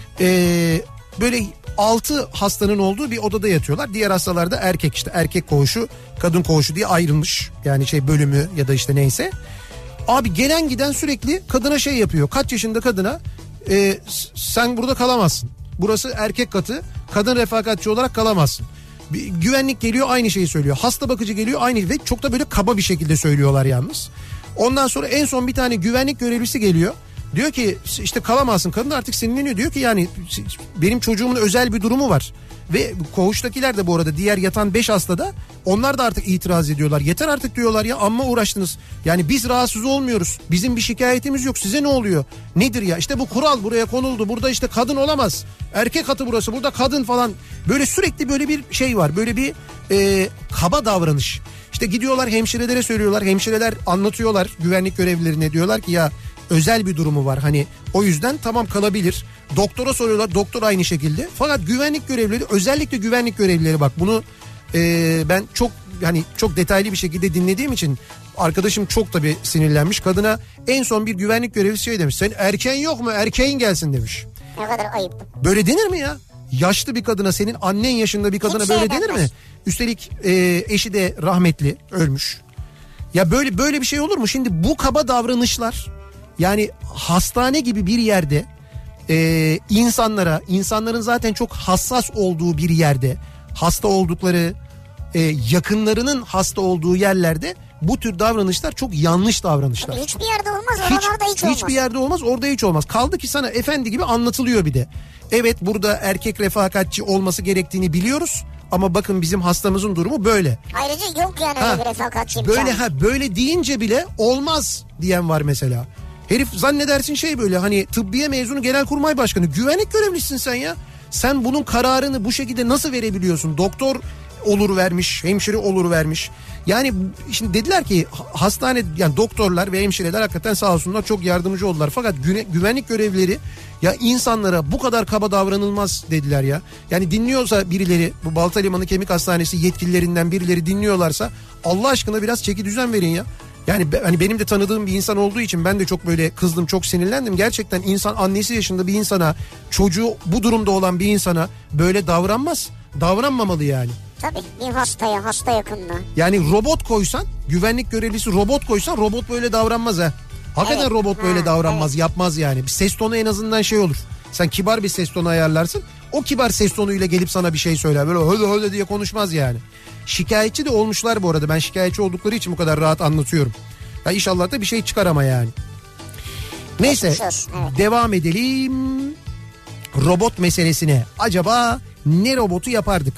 E, böyle altı hastanın olduğu bir odada yatıyorlar. Diğer hastalarda erkek, işte erkek koğuşu, kadın koğuşu diye ayrılmış. Yani şey bölümü ya da işte neyse. Abi gelen giden sürekli kadına şey yapıyor. Kaç yaşında kadına e, sen burada kalamazsın. Burası erkek katı, kadın refakatçi olarak kalamazsın. Bir güvenlik geliyor aynı şeyi söylüyor. Hasta bakıcı geliyor aynı ve çok da böyle kaba bir şekilde söylüyorlar yalnız. Ondan sonra en son bir tane güvenlik görevlisi geliyor. Diyor ki işte kalamazsın. Kadın artık sinirleniyor. Diyor ki yani benim çocuğumun özel bir durumu var. Ve koğuştakiler de bu arada diğer yatan beş hastada onlar da artık itiraz ediyorlar. Yeter artık diyorlar ya, amma uğraştınız. Yani biz rahatsız olmuyoruz. Bizim bir şikayetimiz yok. Size ne oluyor? Nedir ya? İşte bu kural buraya konuldu. Burada işte kadın olamaz. Erkek hatı burası. Burada kadın falan. Böyle sürekli böyle bir şey var. Böyle bir e, kaba davranış. İşte gidiyorlar hemşirelere söylüyorlar. Hemşireler anlatıyorlar güvenlik görevlilerine, diyorlar ki ya özel bir durumu var. Hani o yüzden tamam kalabilir. Doktora soruyorlar. Doktor aynı şekilde. Fakat güvenlik görevlileri, özellikle güvenlik görevlileri, bak bunu e, ben çok hani çok detaylı bir şekilde dinlediğim için arkadaşım çok tabii sinirlenmiş. Kadına en son bir güvenlik görevlisi şey demiş. Senin erkeğin yok mu? Erkeğin gelsin demiş. Ne kadar ayıp. Böyle denir mi ya? Yaşlı bir kadına, senin annen yaşında bir kadına Kimseye böyle denir denmez. mi? Üstelik e, eşi de rahmetli, ölmüş. Ya böyle böyle bir şey olur mu? Şimdi bu kaba davranışlar, yani hastane gibi bir yerde e, insanlara, insanların zaten çok hassas olduğu bir yerde, hasta oldukları, e, yakınlarının hasta olduğu yerlerde bu tür davranışlar çok yanlış davranışlar. Tabii hiçbir yerde olmaz, Hiç, oralarda hiç olmaz. hiçbir yerde olmaz, orada hiç olmaz. Kaldı ki sana efendi gibi anlatılıyor bir de. Evet, burada erkek refakatçi olması gerektiğini biliyoruz ama bakın bizim hastamızın durumu böyle. Ayrıca yok yani Ha, öyle bir refakatçi imkanı. Böyle ha böyle deyince bile olmaz diyen var mesela. Herif zannedersin şey böyle hani tıbbiye mezunu genelkurmay başkanı, güvenlik görevlisin sen ya. Sen bunun kararını bu şekilde nasıl verebiliyorsun? Doktor olur vermiş, hemşire olur vermiş. Yani şimdi dediler ki hastane, yani doktorlar ve hemşireler hakikaten sağ olsunlar çok yardımcı oldular. Fakat güne, güvenlik görevlileri ya insanlara bu kadar kaba davranılmaz dediler ya. Yani dinliyorsa birileri, bu Baltalimanı Kemik Hastanesi yetkililerinden birileri dinliyorlarsa Allah aşkına biraz çeki düzen verin ya. Yani be, hani benim de tanıdığım bir insan olduğu için ben de çok böyle kızdım, çok sinirlendim. Gerçekten insan annesi yaşında bir insana, çocuğu bu durumda olan bir insana böyle davranmaz. Davranmamalı yani. Tabii bir hastaya, hasta yakınına. Yani robot koysan, güvenlik görevlisi robot koysan robot böyle davranmaz ha. Hakikaten Evet. robot böyle Ha, davranmaz, yapmaz yani. Bir ses tonu en azından şey olur. Sen kibar bir ses tonu ayarlarsın. O kibar ses tonuyla gelip sana bir şey söyler. Böyle öyle öyle diye konuşmaz yani. Şikayetçi de olmuşlar bu arada. Ben şikayetçi oldukları için bu kadar rahat anlatıyorum. Ya inşallah da bir şey çıkar ama yani. Neyse, Geçmiş olsun, evet. devam edelim. Robot meselesine. Acaba ne robotu yapardık?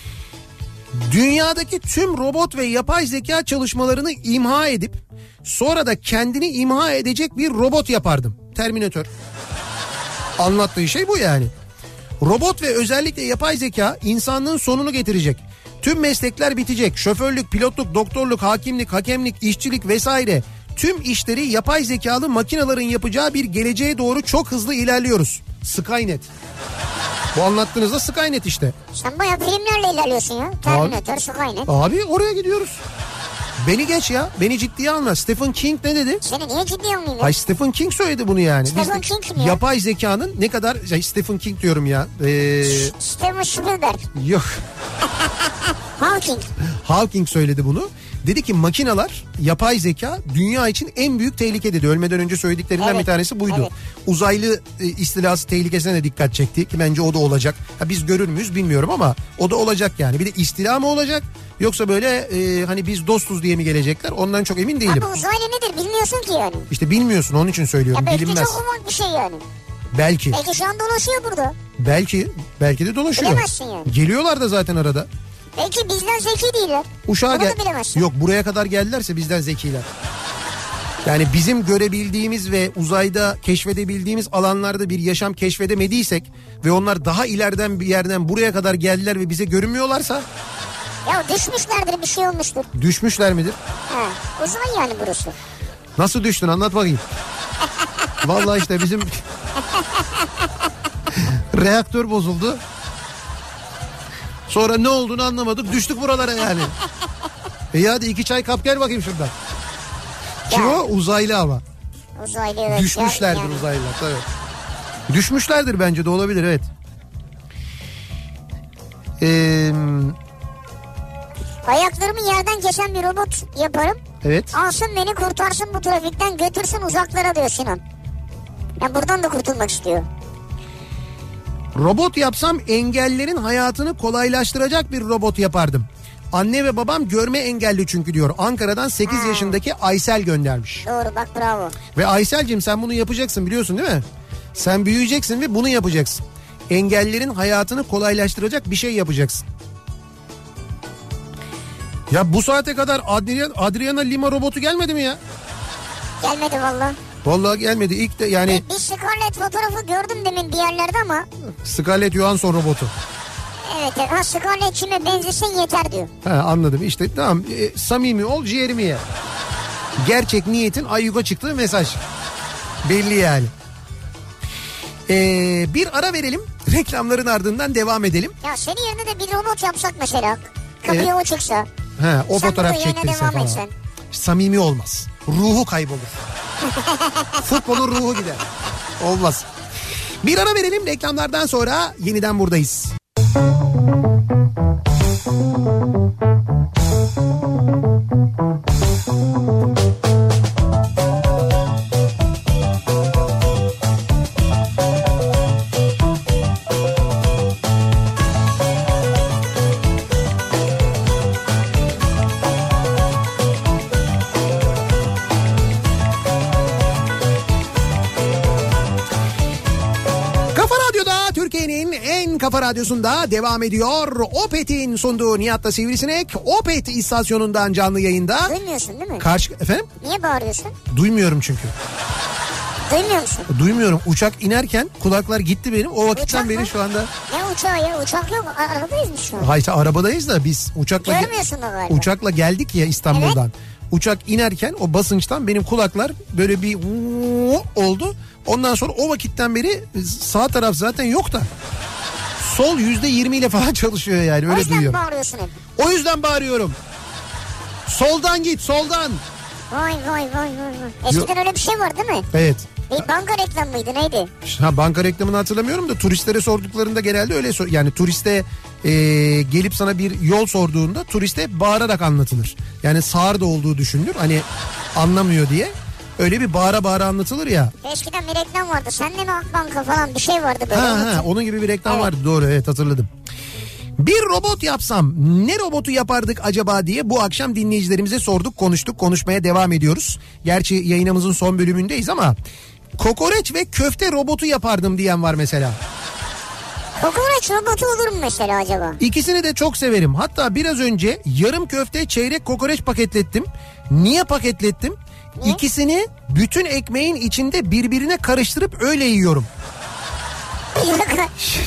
Dünyadaki tüm robot ve yapay zeka çalışmalarını imha edip sonra da kendini imha edecek bir robot yapardım. Terminator. Anlattığı şey bu yani. Robot ve özellikle yapay zeka insanlığın sonunu getirecek. Tüm meslekler bitecek. Şoförlük, pilotluk, doktorluk, hakimlik, hakemlik, işçilik vesaire. Tüm işleri yapay zekalı makinelerin yapacağı bir geleceğe doğru çok hızlı ilerliyoruz. Skynet. Bu anlattığınızda Skynet işte. Sen bayağı filmlerle ilerliyorsun ya. Terminator, Skynet. Abi oraya gidiyoruz. Beni geç ya. Beni ciddiye alma. Stephen King ne dedi? Seni niye ciddiye almayayım ya? Ay Stephen King söyledi bunu yani. Stephen Biz- King kim ya? Yapay zekanın ne kadar... Ay, Stephen King diyorum ya. Ee, Steven Spielberg. yok. Hawking. Hawking söyledi bunu. Dedi ki makineler, yapay zeka dünya için en büyük tehlike dedi. Ölmeden önce söylediklerinden Evet, bir tanesi buydu. evet. Uzaylı e, istilası tehlikesine de dikkat çekti ki bence o da olacak. Ha, biz görür müyüz bilmiyorum ama o da olacak yani. Bir de istila mı olacak yoksa böyle e, hani biz dostuz diye mi gelecekler, ondan çok emin değilim. Ama uzaylı nedir bilmiyorsun ki yani. İşte bilmiyorsun, onun için söylüyorum, Ya belki bilinmez. çok ufak bir şey yani. Belki. Belki şu an dolaşıyor burada. Belki. Belki de dolaşıyor. Bilemezsin yani. Geliyorlar da zaten arada. Belki bizden zeki değiller. Uşağa Bunu gel. da bilemezsin. Yok, buraya kadar geldilerse bizden zekiler. Yani bizim görebildiğimiz ve uzayda keşfedebildiğimiz alanlarda bir yaşam keşfedemediysek ve onlar daha ileriden bir yerden buraya kadar geldiler ve bize görünmüyorlarsa Ya düşmüşlerdir, bir şey olmuştur. düşmüşler midir? Ha, uzay yani burası. Nasıl düştün, anlat bakayım. Vallahi işte bizim reaktör bozuldu. Sonra ne olduğunu anlamadık, düştük buralara yani. E hadi iki çay kap gel bakayım şuradan. Kim Ya. o? Uzaylı ama. Uzaylı evet. Düşmüşlerdir yani. uzaylılar tabii. Düşmüşlerdir bence de, olabilir evet. Ee, Ayaklarımı yerden kesen bir robot yaparım. evet. Alsın beni, kurtarsın bu trafikten, götürsün uzaklara diyor Sinan. Ya buradan da kurtulmak istiyor. Robot yapsam engellerin hayatını kolaylaştıracak bir robot yapardım. Anne ve babam görme engelli çünkü diyor. Ankara'dan sekiz Ha. yaşındaki Aysel göndermiş. Doğru bak, bravo. Ve Aysel'cim sen bunu yapacaksın, biliyorsun değil mi? Sen büyüyeceksin ve bunu yapacaksın. Engellerin hayatını kolaylaştıracak bir şey yapacaksın. Ya bu saate kadar Adrian, Adriana Lima robotu gelmedi mi ya? Gelmedi valla. Vallahi gelmedi. İlk de yani Bir Scarlett fotoğrafı gördüm demin bir yerlerde ama. Scarlett Johansson robotu. Evet, evet. Ha, Scarlett kime benzesin yeter diyor. Ha, anladım işte, tamam. E, samimi ol, ciğerimi ye. Gerçek niyetin ayyuka çıktığı mesaj. Belli yani. Ee, bir ara verelim. Reklamların ardından devam edelim. Ya senin yerine de bir robot yapsak mesela. Kapıya Evet. o çıksa. Ha, o Sen fotoğraf burada yayına çektirse devam falan. etsen. Samimi olmaz. Ruhu kaybolur. Futbolun ruhu gider. Olmaz. Bir ara verelim, reklamlardan sonra yeniden buradayız. Türkiye'nin en kafa radyosunda devam ediyor. Opet'in sunduğu Nihat'la Sivrisinek. Opet istasyonundan canlı yayında. Duymuyorsun değil mi? Karşı, efendim? Niye bağırıyorsun? Duymuyorum çünkü. Duymuyor musun? Duymuyorum. Uçak inerken kulaklar gitti benim. O vakitten Uçak beri mı? şu anda. Ne uçağı ya? Uçak yok. Arabadayız mı şu an? Hayır, arabadayız da biz uçakla Görmüyorsun da galiba. uçakla geldik ya İstanbul'dan. Uçak inerken o basınçtan benim kulaklar böyle bir oldu. Ondan sonra o vakitten beri sağ taraf zaten yok da. Sol yüzde yirmi ile falan çalışıyor yani, O öyle yüzden duyuyorum. bağırıyorsun hep. O yüzden bağırıyorum. Soldan git, soldan. Vay vay vay vay. vay. Eskiden öyle bir şey var değil mi? Evet. Bir banka reklamı mıydı neydi? Ha, banka reklamını hatırlamıyorum da turistlere sorduklarında genelde öyle sor- yani turiste e, gelip sana bir yol sorduğunda turiste bağırarak anlatılır. Yani sağır da olduğu düşünülür. Hani anlamıyor diye. Öyle bir bağıra bağıra anlatılır ya. Eskiden bir reklam vardı. Sende mi Akbanka falan bir şey vardı böyle. Ha, unuttum. ha, onun gibi bir reklam Evet. vardı, doğru, evet hatırladım. Bir robot yapsam ne robotu yapardık acaba diye bu akşam dinleyicilerimize sorduk, konuştuk, konuşmaya devam ediyoruz. Gerçi yayınımızın son bölümündeyiz ama kokoreç ve köfte robotu yapardım diyen var mesela. Kokoreç robotu olur mu mesela acaba? İkisini de çok severim. Hatta biraz önce yarım köfte, çeyrek kokoreç paketlettim. Niye paketlettim? Niye? İkisini bütün ekmeğin içinde birbirine karıştırıp öyle yiyorum. Bir dakika.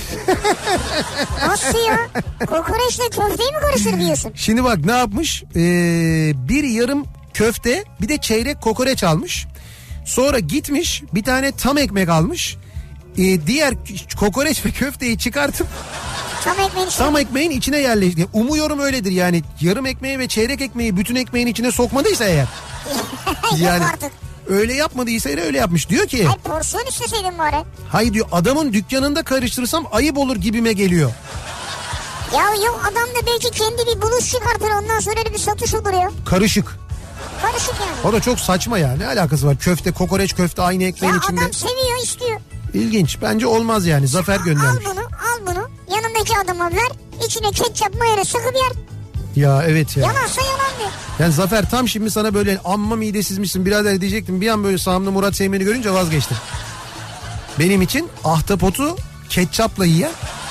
Nasıl ya? Kokoreçle köfteyi mi karıştır diyorsun? Şimdi bak ne yapmış? Ee, bir yarım köfte, bir de çeyrek kokoreç almış. Sonra gitmiş bir tane tam ekmek almış. Ee, diğer kokoreç ve köfteyi çıkartıp Tam ekmeğin içine. tam ekmeğin içine yerleştirdi. Umuyorum öyledir yani. Yarım ekmeği ve çeyrek ekmeği bütün ekmeğin içine sokmadıysa eğer. Yani Yok artık. öyle yapmadıysa öyle yapmış. Diyor ki Ay porsiyon isteseydin bari. hayır diyor, adamın dükkanında karıştırırsam ayıp olur gibime geliyor. Ya yok, adam da belki kendi bir buluş çıkartır, ondan sonra öyle bir satış olur ya. Karışık. Karışık yani. O da çok saçma ya. Ne alakası var? Köfte, kokoreç köfte aynı ekmeğin Ya içinde. adam seviyor, istiyor. İlginç. Bence olmaz yani. Zafer Al göndermiş. bunu, al bunu. Yanındaki adama ver. İçine ketçap, mayonez sıkıp yer. Ya evet ya. Yalansa yalan diyor. Yani Zafer tam şimdi sana böyle amma midesizmişsin birader diyecektim. Bir an böyle sağımda Murat Seymen'i görünce vazgeçtim. Benim için ahtapotu ketçapla yiyen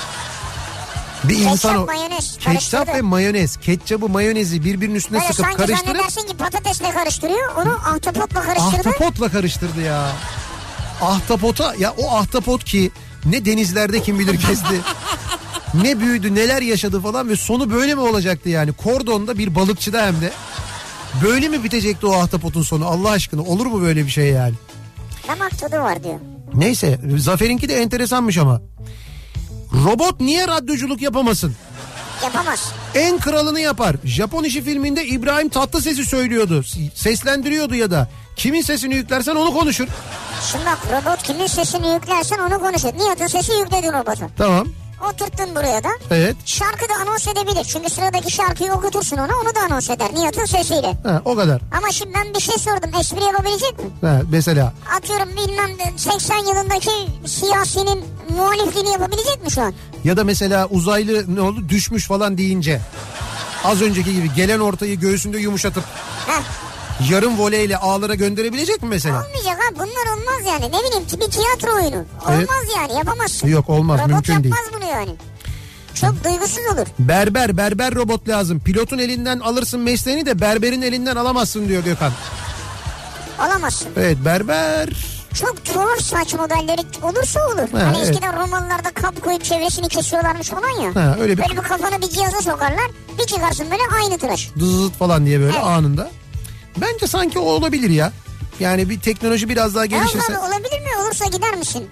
bir Ketçap, insan o. mayonez Ketçap karıştırdı. ve mayonez. Ketçabı mayonezi birbirinin üstüne Böyle sıkıp sanki karıştırıp zannedersin ki patatesle karıştırıyor. Onu ahtapotla karıştırdı. ahtapotla karıştırdı ya. Ahtapota ya, o ahtapot ki ne denizlerde kim bilir kesti. Ne büyüdü, neler yaşadı falan ve sonu böyle mi olacaktı yani? Kordon'da bir balıkçıda hem de. Böyle mi bitecekti o ahtapotun sonu Allah aşkına? Olur mu böyle bir şey yani? Damak tadı var diyor. Neyse, Zafer'inki de enteresanmış ama. Robot niye radyoculuk yapamasın? Yapamaz. En kralını yapar. Japon İşi filminde İbrahim Tatlıses'i söylüyordu. Seslendiriyordu ya da. Kimin sesini yüklersen onu konuşur. Şimdi bak, robot kimin sesini yüklersen onu konuşur. Nihat'ın sesi yükledin robota. Tamam. Oturttun buraya da. Evet. Şarkı da anons edebilir. Çünkü sıradaki şarkıyı okutursun ona, onu da anons eder Nihat'ın sesiyle. Ha, o kadar. Ama şimdi ben bir şey sordum. Espri yapabilecek mi? Ha, mesela. Atıyorum bilmem seksen yılındaki siyasinin muhalifliğini yapabilecek mi şu an? Ya da mesela uzaylı ne oldu düşmüş falan deyince. Az önceki gibi gelen ortayı göğsünde yumuşatıp Heh. yarım voleyle ağlara gönderebilecek mi mesela? Olmayacak abi, bunlar olmaz yani. Ne bileyim, bir tiyatro oyunu. Olmaz Evet. yani, yapamazsın. Yok, olmaz, Robot mümkün değil. yapmaz bunu yani. Çok duygusuz olur. Berber, berber robot lazım. Pilotun elinden alırsın mesleğini de berberin elinden alamazsın diyor Gökhan. Alamazsın. Evet, berber. Çok tuhaf saç modelleri olursa olur. Ha, hani evet. eskiden romanlarda kap koyup çevresini kesiyorlarmış falan ya. Ha, öyle bir- Böyle bir kafanı bir cihaza sokarlar. Bir çıkarsın böyle aynı tıraş. Dızıt falan diye böyle Evet. anında. Bence sanki o olabilir ya. Yani bir teknoloji biraz daha Ya gelişirse. abi, olabilir mi? Olursa gider misin?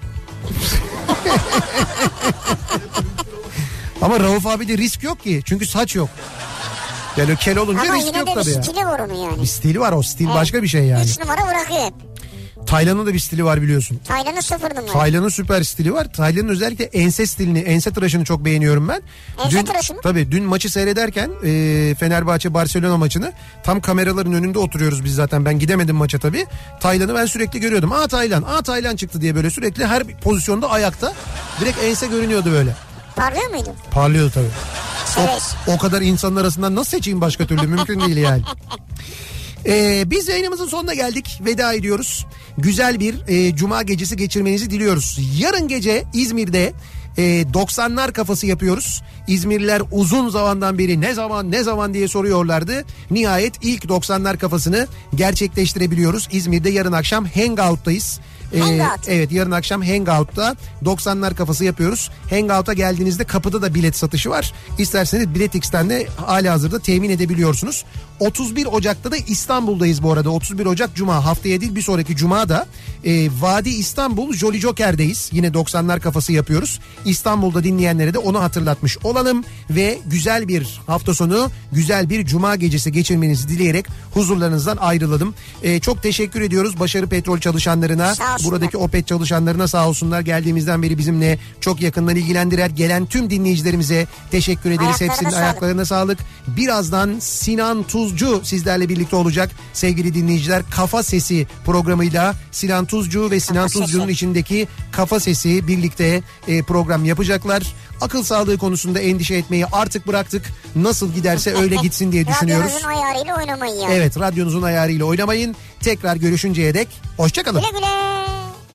Ama Rauf abi de risk yok ki. Çünkü saç yok. Yani kel olunca Ama risk yine yok de bir tabii ya. stili var onun yani. Bir stili var, o stil Evet. başka bir şey yani. Üç numara bırakıyor hep. Taylan'ın da bir stili var biliyorsun. Taylan'ın sıfır numara. Taylan'ın süper stili var. Taylan'ın özellikle ense stilini, ense tıraşını çok beğeniyorum ben. Ense Dün, tıraşı mı? tabii dün maçı seyrederken e, Fenerbahçe Barcelona maçını tam kameraların önünde oturuyoruz biz zaten. Ben gidemedim maça tabii. Taylan'ı ben sürekli görüyordum. Aa Taylan, aa Taylan çıktı diye böyle sürekli her pozisyonda ayakta. Direkt ense görünüyordu böyle. Parlıyor muydu? Parlıyordu tabii. Severiz. O, o kadar insanın arasından nasıl seçeyim başka türlü, mümkün değil yani. Ee, biz yayınımızın sonuna geldik. Veda ediyoruz. Güzel bir e, cuma gecesi geçirmenizi diliyoruz. Yarın gece İzmir'de e, doksanlar kafası yapıyoruz. İzmirliler uzun zamandan beri ne zaman ne zaman diye soruyorlardı. Nihayet ilk doksanlar kafasını gerçekleştirebiliyoruz. İzmir'de yarın akşam Hangout'tayız. Ee, Hangout. evet, yarın akşam Hangout'ta doksanlar kafası yapıyoruz. Hangout'a geldiğinizde kapıda da bilet satışı var. İsterseniz Biletix'ten de halihazırda temin edebiliyorsunuz. otuz bir Ocak'ta da İstanbul'dayız bu arada. otuz bir Ocak Cuma, haftaya değil bir sonraki Cuma da e, Vadi İstanbul Jolly Joker'deyiz. Yine doksanlar kafası yapıyoruz. İstanbul'da dinleyenlere de onu hatırlatmış olalım ve güzel bir hafta sonu, güzel bir Cuma gecesi geçirmenizi dileyerek huzurlarınızdan ayrılalım. E, çok teşekkür ediyoruz Başarı Petrol çalışanlarına. Sağ olsunlar. Buradaki Opet çalışanlarına sağ olsunlar. Geldiğimizden beri bizimle çok yakından ilgilendiler. Gelen tüm dinleyicilerimize teşekkür ederiz. Ayaklarına Hepsinin sağlık. ayaklarına sağlık. Birazdan Sinan Tuzcu sizlerle birlikte olacak. Sevgili dinleyiciler, Kafa Sesi programıyla Sinan Tuzcu ve Sinan Kafa Tuzcu'nun Sesi. içindeki Kafa Sesi birlikte e, program yapacaklar. Akıl sağlığı konusunda endişe etmeyi artık bıraktık. Nasıl giderse öyle gitsin diye düşünüyoruz. Radyonuzun ayarıyla oynamayın yani. Evet, radyonuzun ayarıyla oynamayın. Tekrar görüşünceye dek hoşça kalın. Güle güle.